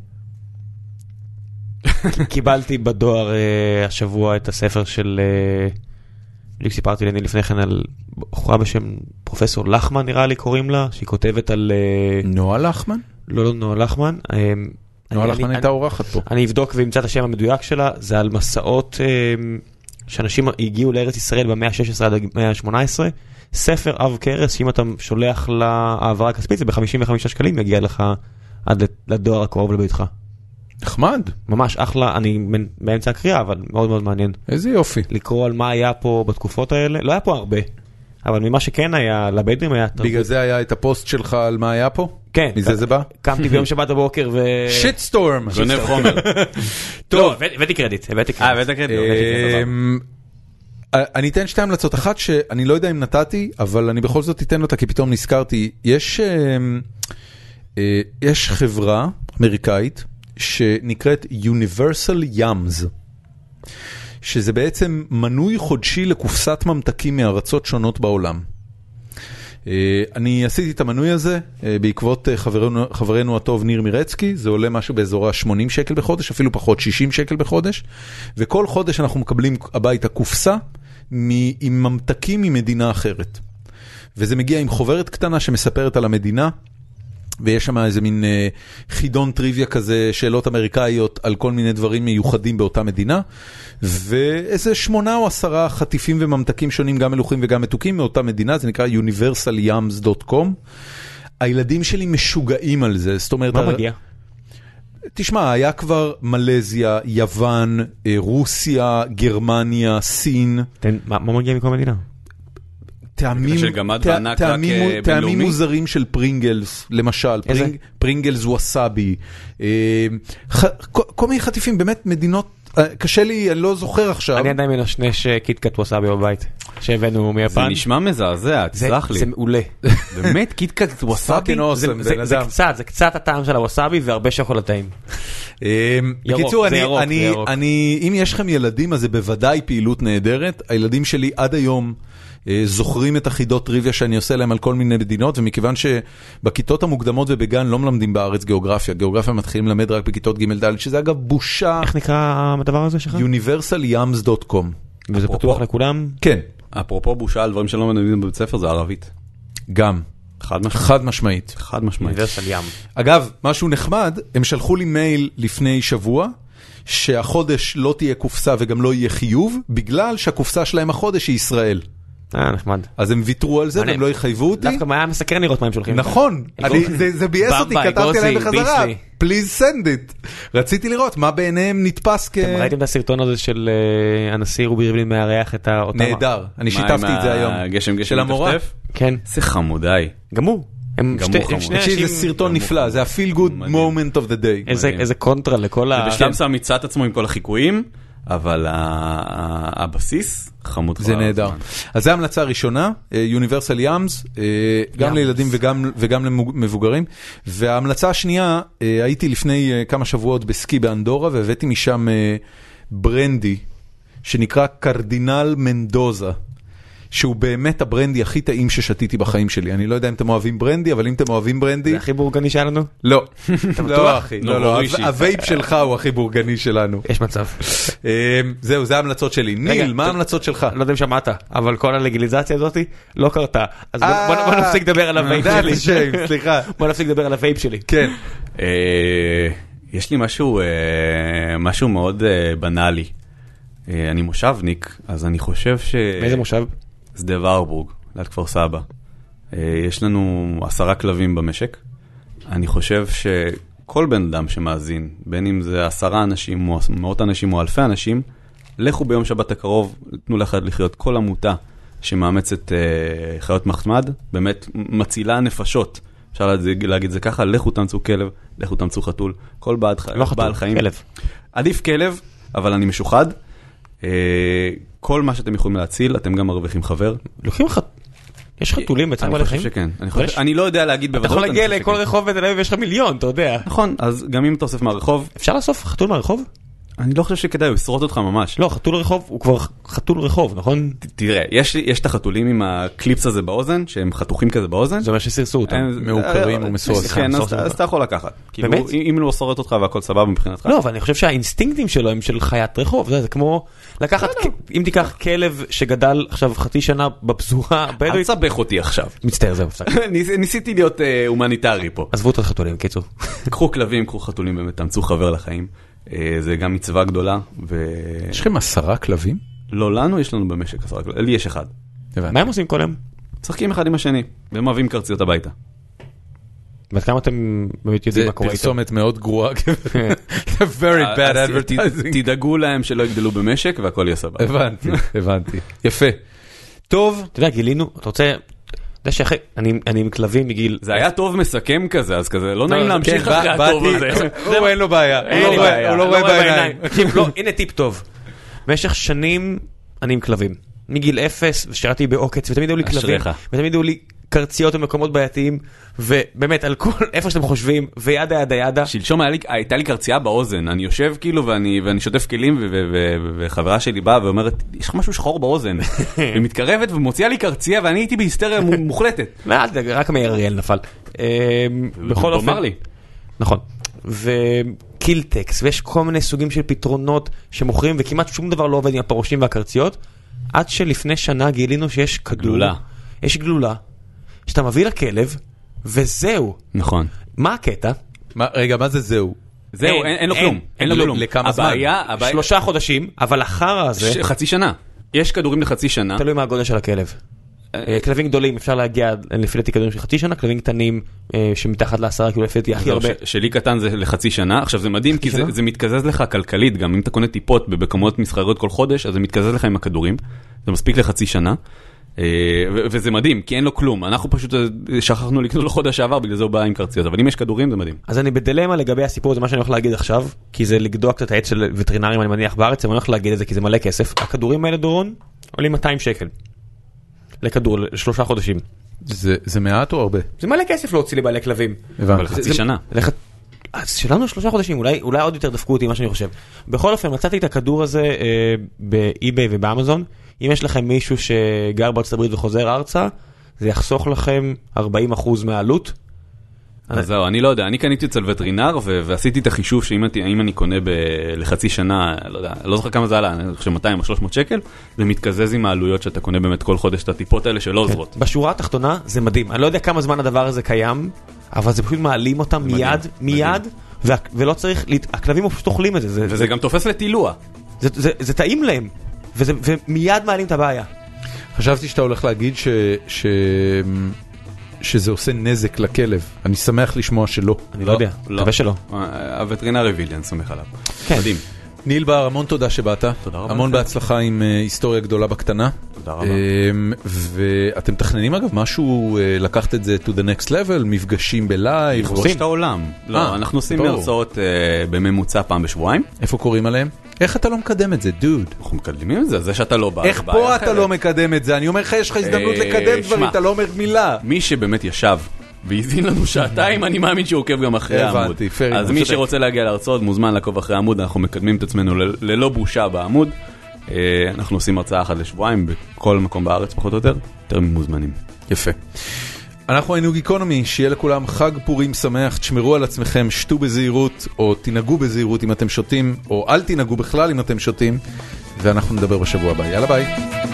קיבלתי בדואר השבוע את הספר של... סיפרתי לניל לפני כן על בחורה בשם פרופסור לחמן, נראה לי קוראים לה, שהיא כותבת על... נועה לחמן? לא נועה לחמן. נועה לחמן הייתה אורחת פה. אני אבדוק ואמצא את השם המדויק שלה. זה על מסעות שאנשים הגיעו לארץ ישראל במאה ה-16 עד המאה ה-18. ספר עב כרס, שאם אתה שולח להעברה הכספית, זה ב-55 שקלים, יגיע לך עד לדואר הקרוב לביתך. נחמד. ממש אחלה, אני באמצע הקריאה, אבל מאוד מאוד מעניין. איזה יופי. לקרוא על מה היה פה בתקופות האלה. לא היה פה הרבה, אבל ממה שכן היה, לבדואים היה... בגלל זה היה את הפוסט שלך על מה היה פה? כן. מזה זה בא? קמתי ביום שבת בבוקר ו... שיטסטורם. גונב חומר. טוב, הבאתי קרדיט. הבאת קרדיט. אני אתן שתי המלצות. אחת שאני לא יודע אם נתתי, אבל אני בכל זאת אתן אותה, כי פתאום נזכרתי. יש חברה אמריקאית שנקראת Universal Yums, שזה בעצם מנוי חודשי לקופסת ממתקים מארצות שונות בעולם. אני עשיתי את המנוי הזה בעקבות חברנו הטוב ניר מירצקי, זה עולה משהו באזור 80 שקל בחודש, אפילו פחות 60 שקל בחודש, וכל חודש אנחנו מקבלים הביתה קופסה עם ממתקים ממדינה אחרת. וזה מגיע עם חוברת קטנה שמספרת על המדינה, ויש שם איזה מין חידון טריוויה כזה, שאלות אמריקאיות על כל מיני דברים מיוחדים באותה מדינה, ואיזה 8 או 10 חטיפים וממתקים שונים, גם מלוכים וגם מתוקים מאותה מדינה, זה נקרא universalyums.com. הילדים שלי משוגעים על זה, זאת אומרת... מה מגיע? תשמע, היה כבר מלזיה, יוון, רוסיה, גרמניה, סין. מה מגיע מכל מדינה? טעמים מוזרים של פרינגלס, למשל, פרינגלס ווסאבי, כל מיני חטיפים, באמת מדינות, קשה לי, אני לא זוכר עכשיו. אני עדיין מנשנש קיטקט ווסאבי בבית, שהבאנו מיפן. זה נשמע מזעזע, תסלח לי. זה מעולה. באמת, קיטקט ווסאבי? זה קצת הטעם של הווסאבי והרבה שוקולדאים. בקיצור, אם יש לכם ילדים, אז זה בוודאי פעילות נהדרת. הילדים שלי עד היום זוכרים את החידות טריוויה שאני עושה להם על כל מיני מדינות, ומכיוון שבכיתות המוקדמות ובגן לא מלמדים בארץ גיאוגרפיה, גיאוגרפיה מתחילים ללמד רק בכיתות ג' ד', שזה אגב בושה. איך נקרא הדבר הזה שלך? universalyums.com. וזה פתוח לכולם? כן. אפרופו בושה על דברים שלא מלמדים בבית ספר, זה ערבית. גם. חד משמעית. חד משמעית. universal ים. אגב, משהו נחמד, הם שלחו לי מייל לפני שבוע, שהחודש לא תהיה קופסה וגם לא יהיה חיוב, בגלל שהקופסה שלהם החודש היא ישראל. נחמד. אז הם ויתרו על זה, והם לא יחייבו אותי. דווקא מה היה מסקרן לראות מה הם שולחים. נכון, זה בייס אותי, כתבתי עליהם בחזרה. Please send it. רציתי לראות מה בעיניהם נתפס כ... אתם ראיתם את הסרטון הזה של הנשיא רובי ריבלין מארח את אותם... נהדר, אני שיתפתי את זה היום. גשם המורה? כן. זה חמודי. גם הוא. זה סרטון נפלא, זה ה-feel good moment of the day. איזה קונטרה לכל ה... בשלב שם מצא את עצמו עם כל החיקויים, אבל הבסיס חמוד. זה נהדר. אז זו ההמלצה הראשונה, Universal Yums, גם לילדים וגם למבוגרים. וההמלצה השנייה, הייתי לפני כמה שבועות בסקי באנדורה, והבאתי משם ברנדי, שנקרא קרדינל מנדוזה, שהוא באמת הברנדי הכי טעים ששתיתי בחיים שלי. אני לא יודע אם אתם אוהבים ברנדי, אבל אם אתם אוהבים ברנדי... זה הכי בורגני שלנו? לא. לא, אחי. לא, הווייפ שלך הוא הכי בורגני שלנו. יש מצב. זהו, זה ההמלצות שלי. ניל, מה ההמלצות שלך? לא יודע אם שמעת, אבל כל הלגליזציה הזאת לא קרתה. אז בוא נפסיק לדבר על הווייפ שלי. סליחה. בוא נפסיק לדבר על הווייפ שלי. כן. יש לי משהו מאוד בנאלי. אני מושבניק, אז אני חושב מאיזה מושב? שדה ורבורג, ליד כפר סבא. יש לנו 10 כלבים במשק. אני חושב שכל בן אדם שמאזין, בין אם זה 10 אנשים או מאות אנשים או אלפי אנשים, לכו ביום שבת הקרוב, תנו לך לחיות. כל עמותה שמאמצת חיות מחמד, באמת מצילה נפשות. אפשר להגיד זה ככה, לכו תמצאו כלב, לכו תמצאו חתול, כל בעל חיים. כלב. עדיף כלב, אבל אני משוחד. כל מה שאתם יכולים להציל, אתם גם מרוויחים חבר. לוקחים לך... יש חתולים בצד בעלי חיים? אני חושב שכן. אני לא יודע להגיד בוודאות. אתה יכול להגיע לכל רחוב בתל אביב ויש לך מיליון, אתה יודע. נכון, אז גם אם אתה אוסף מהרחוב... אפשר לאסוף חתול מהרחוב? אני לא חושב שכדאי, הוא ישרוט אותך ממש. לא, חתול רחוב הוא כבר חתול רחוב, נכון? תראה, יש את החתולים עם הקליפס הזה באוזן, שהם חתוכים כזה באוזן. זה אומר שסירסו אותם. מעוקרים ומסורת. כן, אז אתה יכול לקחת. באמת? אם לא שורט אותך והכל סבבה מבחינתך. לא, אבל אני חושב שהאינסטינקטים שלו הם של חיית רחוב. זה כמו לקחת, אם תיקח כלב שגדל עכשיו חצי שנה בפזורה הבדואית. אל תסבך אותי עכשיו. מצטער, זהו, הפסק. ניסיתי להיות הומניטרי פה. עזבו את החתולים, קיצור. קחו כלבים, קחו חתולים, באמת, תמצאו חבר לחיים. זה גם מצווה גדולה. יש לכם 10 כלבים? לא, לנו יש לנו במשק 10 כלבים. לי יש 1. מה הם עושים כל יום? משחקים אחד עם השני, והם אוהבים קרציות הביתה. ועד כמה אתם באמת יודעים מה קורה איתו? זה פרסומת מאוד גרועה. Very bad advertising. תדאגו להם שלא יגדלו במשק והכל יהיה סבבה. הבנתי. יפה. טוב. אתה יודע, גילינו, אתה רוצה... אתה יודע שאחרי, אני עם כלבים מגיל... זה היה טוב מסכם כזה, אז כזה, לא נעים להמשיך אחרי הטוב הזה. הוא אין לו בעיה, הוא לא רואה בעיניים. לא, הנה טיפ טוב. במשך שנים אני עם כלבים. מגיל 0, ושירתי בעוקץ, ותמיד היו לי כלבים. ותמיד היו לי קרציות במקומות בעייתיים, ובאמת, על כל איפה שאתם חושבים, וידה. שלשום הייתה לי קרצייה באוזן, אני יושב כאילו, ואני שוטף כלים, וחברה שלי באה ואומרת, יש לך משהו שחור באוזן. היא מתקרבת ומוציאה לי קרצייה, ואני הייתי בהיסטריה מוחלטת. רק מאיר אריאל נפל. בכל אופן. אמר לי. נכון. וקילטקס, ויש כל מיני סוגים של פתרונות שמוכרים, וכמעט שום דבר לא עובד עם הפרושים והקרציות, עד שלפני שנה גילינו שיש כדור. יש גלולה. שאתה מביא לכלב, וזהו. נכון. מה הקטע? רגע, מה זה זהו? זהו, אין לו כלום. אין לו כלום. לכמה זמן? 3 חודשים, אבל החרא הזה... חצי שנה. יש כדורים לחצי שנה. תלוי מה הגודל של הכלב. כלבים גדולים אפשר להגיע, לפי דעתי כדורים של חצי שנה, כלבים קטנים שמתחת ל10, כאילו לפי דעתי הכי הרבה. שלי קטן זה לחצי שנה. עכשיו זה מדהים, כי זה מתקזז לך כלכלית, גם אם אתה קונה טיפות במקומות מסחריות כל חודש, אז זה מתקזז לך עם הכדורים. זה מספיק לחצי שנה. וזה מדהים, כי אין לו כלום. אנחנו פשוט שכחנו לקנות לו חודש שעבר, בגלל זה הוא בא עם קרציות. אבל אם יש כדורים, זה מדהים. אז אני בדילמה לגבי הסיפור הזה, מה שאני הולך להגיד עכשיו, כי זה לגדוע קצת העץ של וטרינרים, אני מניח בארץ, אני הולך להגיד את זה, כי זה מלא כסף. הכדורים האלה, דורון, עולים 200 שקל. לכדור, 3 חודשים. זה מעט או הרבה? זה מלא כסף להוציא לבעלי כלבים. אבל חצי שנה. אז שלנו 3 חודשים, אולי עוד יותר דפקו אותי, מה שאני חושב. בכל אופן, מצאתי את הכדור הזה באי-ביי ובאמזון. אם יש לכם מישהו שגר בארצות הברית וחוזר ארצה, זה יחסוך לכם 40% מהעלות. אז זהו, אני לא יודע, אני קניתי אצל וטרינר, ועשיתי את החישוב שאם אני קונה לחצי שנה, לא יודע, לא זוכר כמה זה עלה, אני חושב 200 או 300 שקל, זה מתקזז עם העלויות שאתה קונה באמת כל חודש, את הטיפות האלה שלא עוזרות. בשורה התחתונה זה מדהים, אני לא יודע כמה זמן הדבר הזה קיים, אבל זה פשוט מעלים אותם מיד, ולא צריך, הכלבים פשוט אוכלים את זה. וזה גם תופס לטילוע. זה טעים להם. ומיד מעלים את הבעיה. חשבתי שאתה הולך להגיד שזה עושה נזק לכלב. אני שמח לשמוע שלא. אני לא יודע, מקווה שלא. הווטרינר הביל, אני סומך עליו. מדהים. ניל בר, המון תודה שבאת. תודה רבה. המון בהצלחה עם היסטוריה גדולה בקטנה. תודה רבה. ואתם מתכננים אגב משהו, לקחת את זה to the next level, מפגשים בלייב? לפגוש את העולם. לא, אנחנו עושים הרצאות בממוצע פעם בשבועיים. איפה קוראים עליהם? איך אתה לא מקדם את זה, דוד? אנחנו מקדמים את זה, זה שאתה לא בא. איך פה אתה לא מקדם את זה? אני אומר לך, יש לך הזדמנות לקדם דברים, אתה לא אומר מילה. מי שבאמת ישב והזין לנו שעתיים, אני מאמין שהוא עוקב גם אחרי העמוד. אז מי שרוצה להגיע להרצאות מוזמן לעקוב אחרי העמוד, אנחנו מקדמים את עצמנו ללא בושה בעמוד. אנחנו עושים הרצאה אחת לשבועיים בכל מקום בארץ פחות או יותר, יותר ממוזמנים. יפה. אנחנו היינו גיקונומי, שיהיה לכולם חג פורים שמח, תשמרו על עצמכם, שתו בזהירות, או תנהגו בזהירות אם אתם שותים, או אל תנהגו בכלל אם אתם שותים, ואנחנו נדבר בשבוע הבא. יאללה ביי.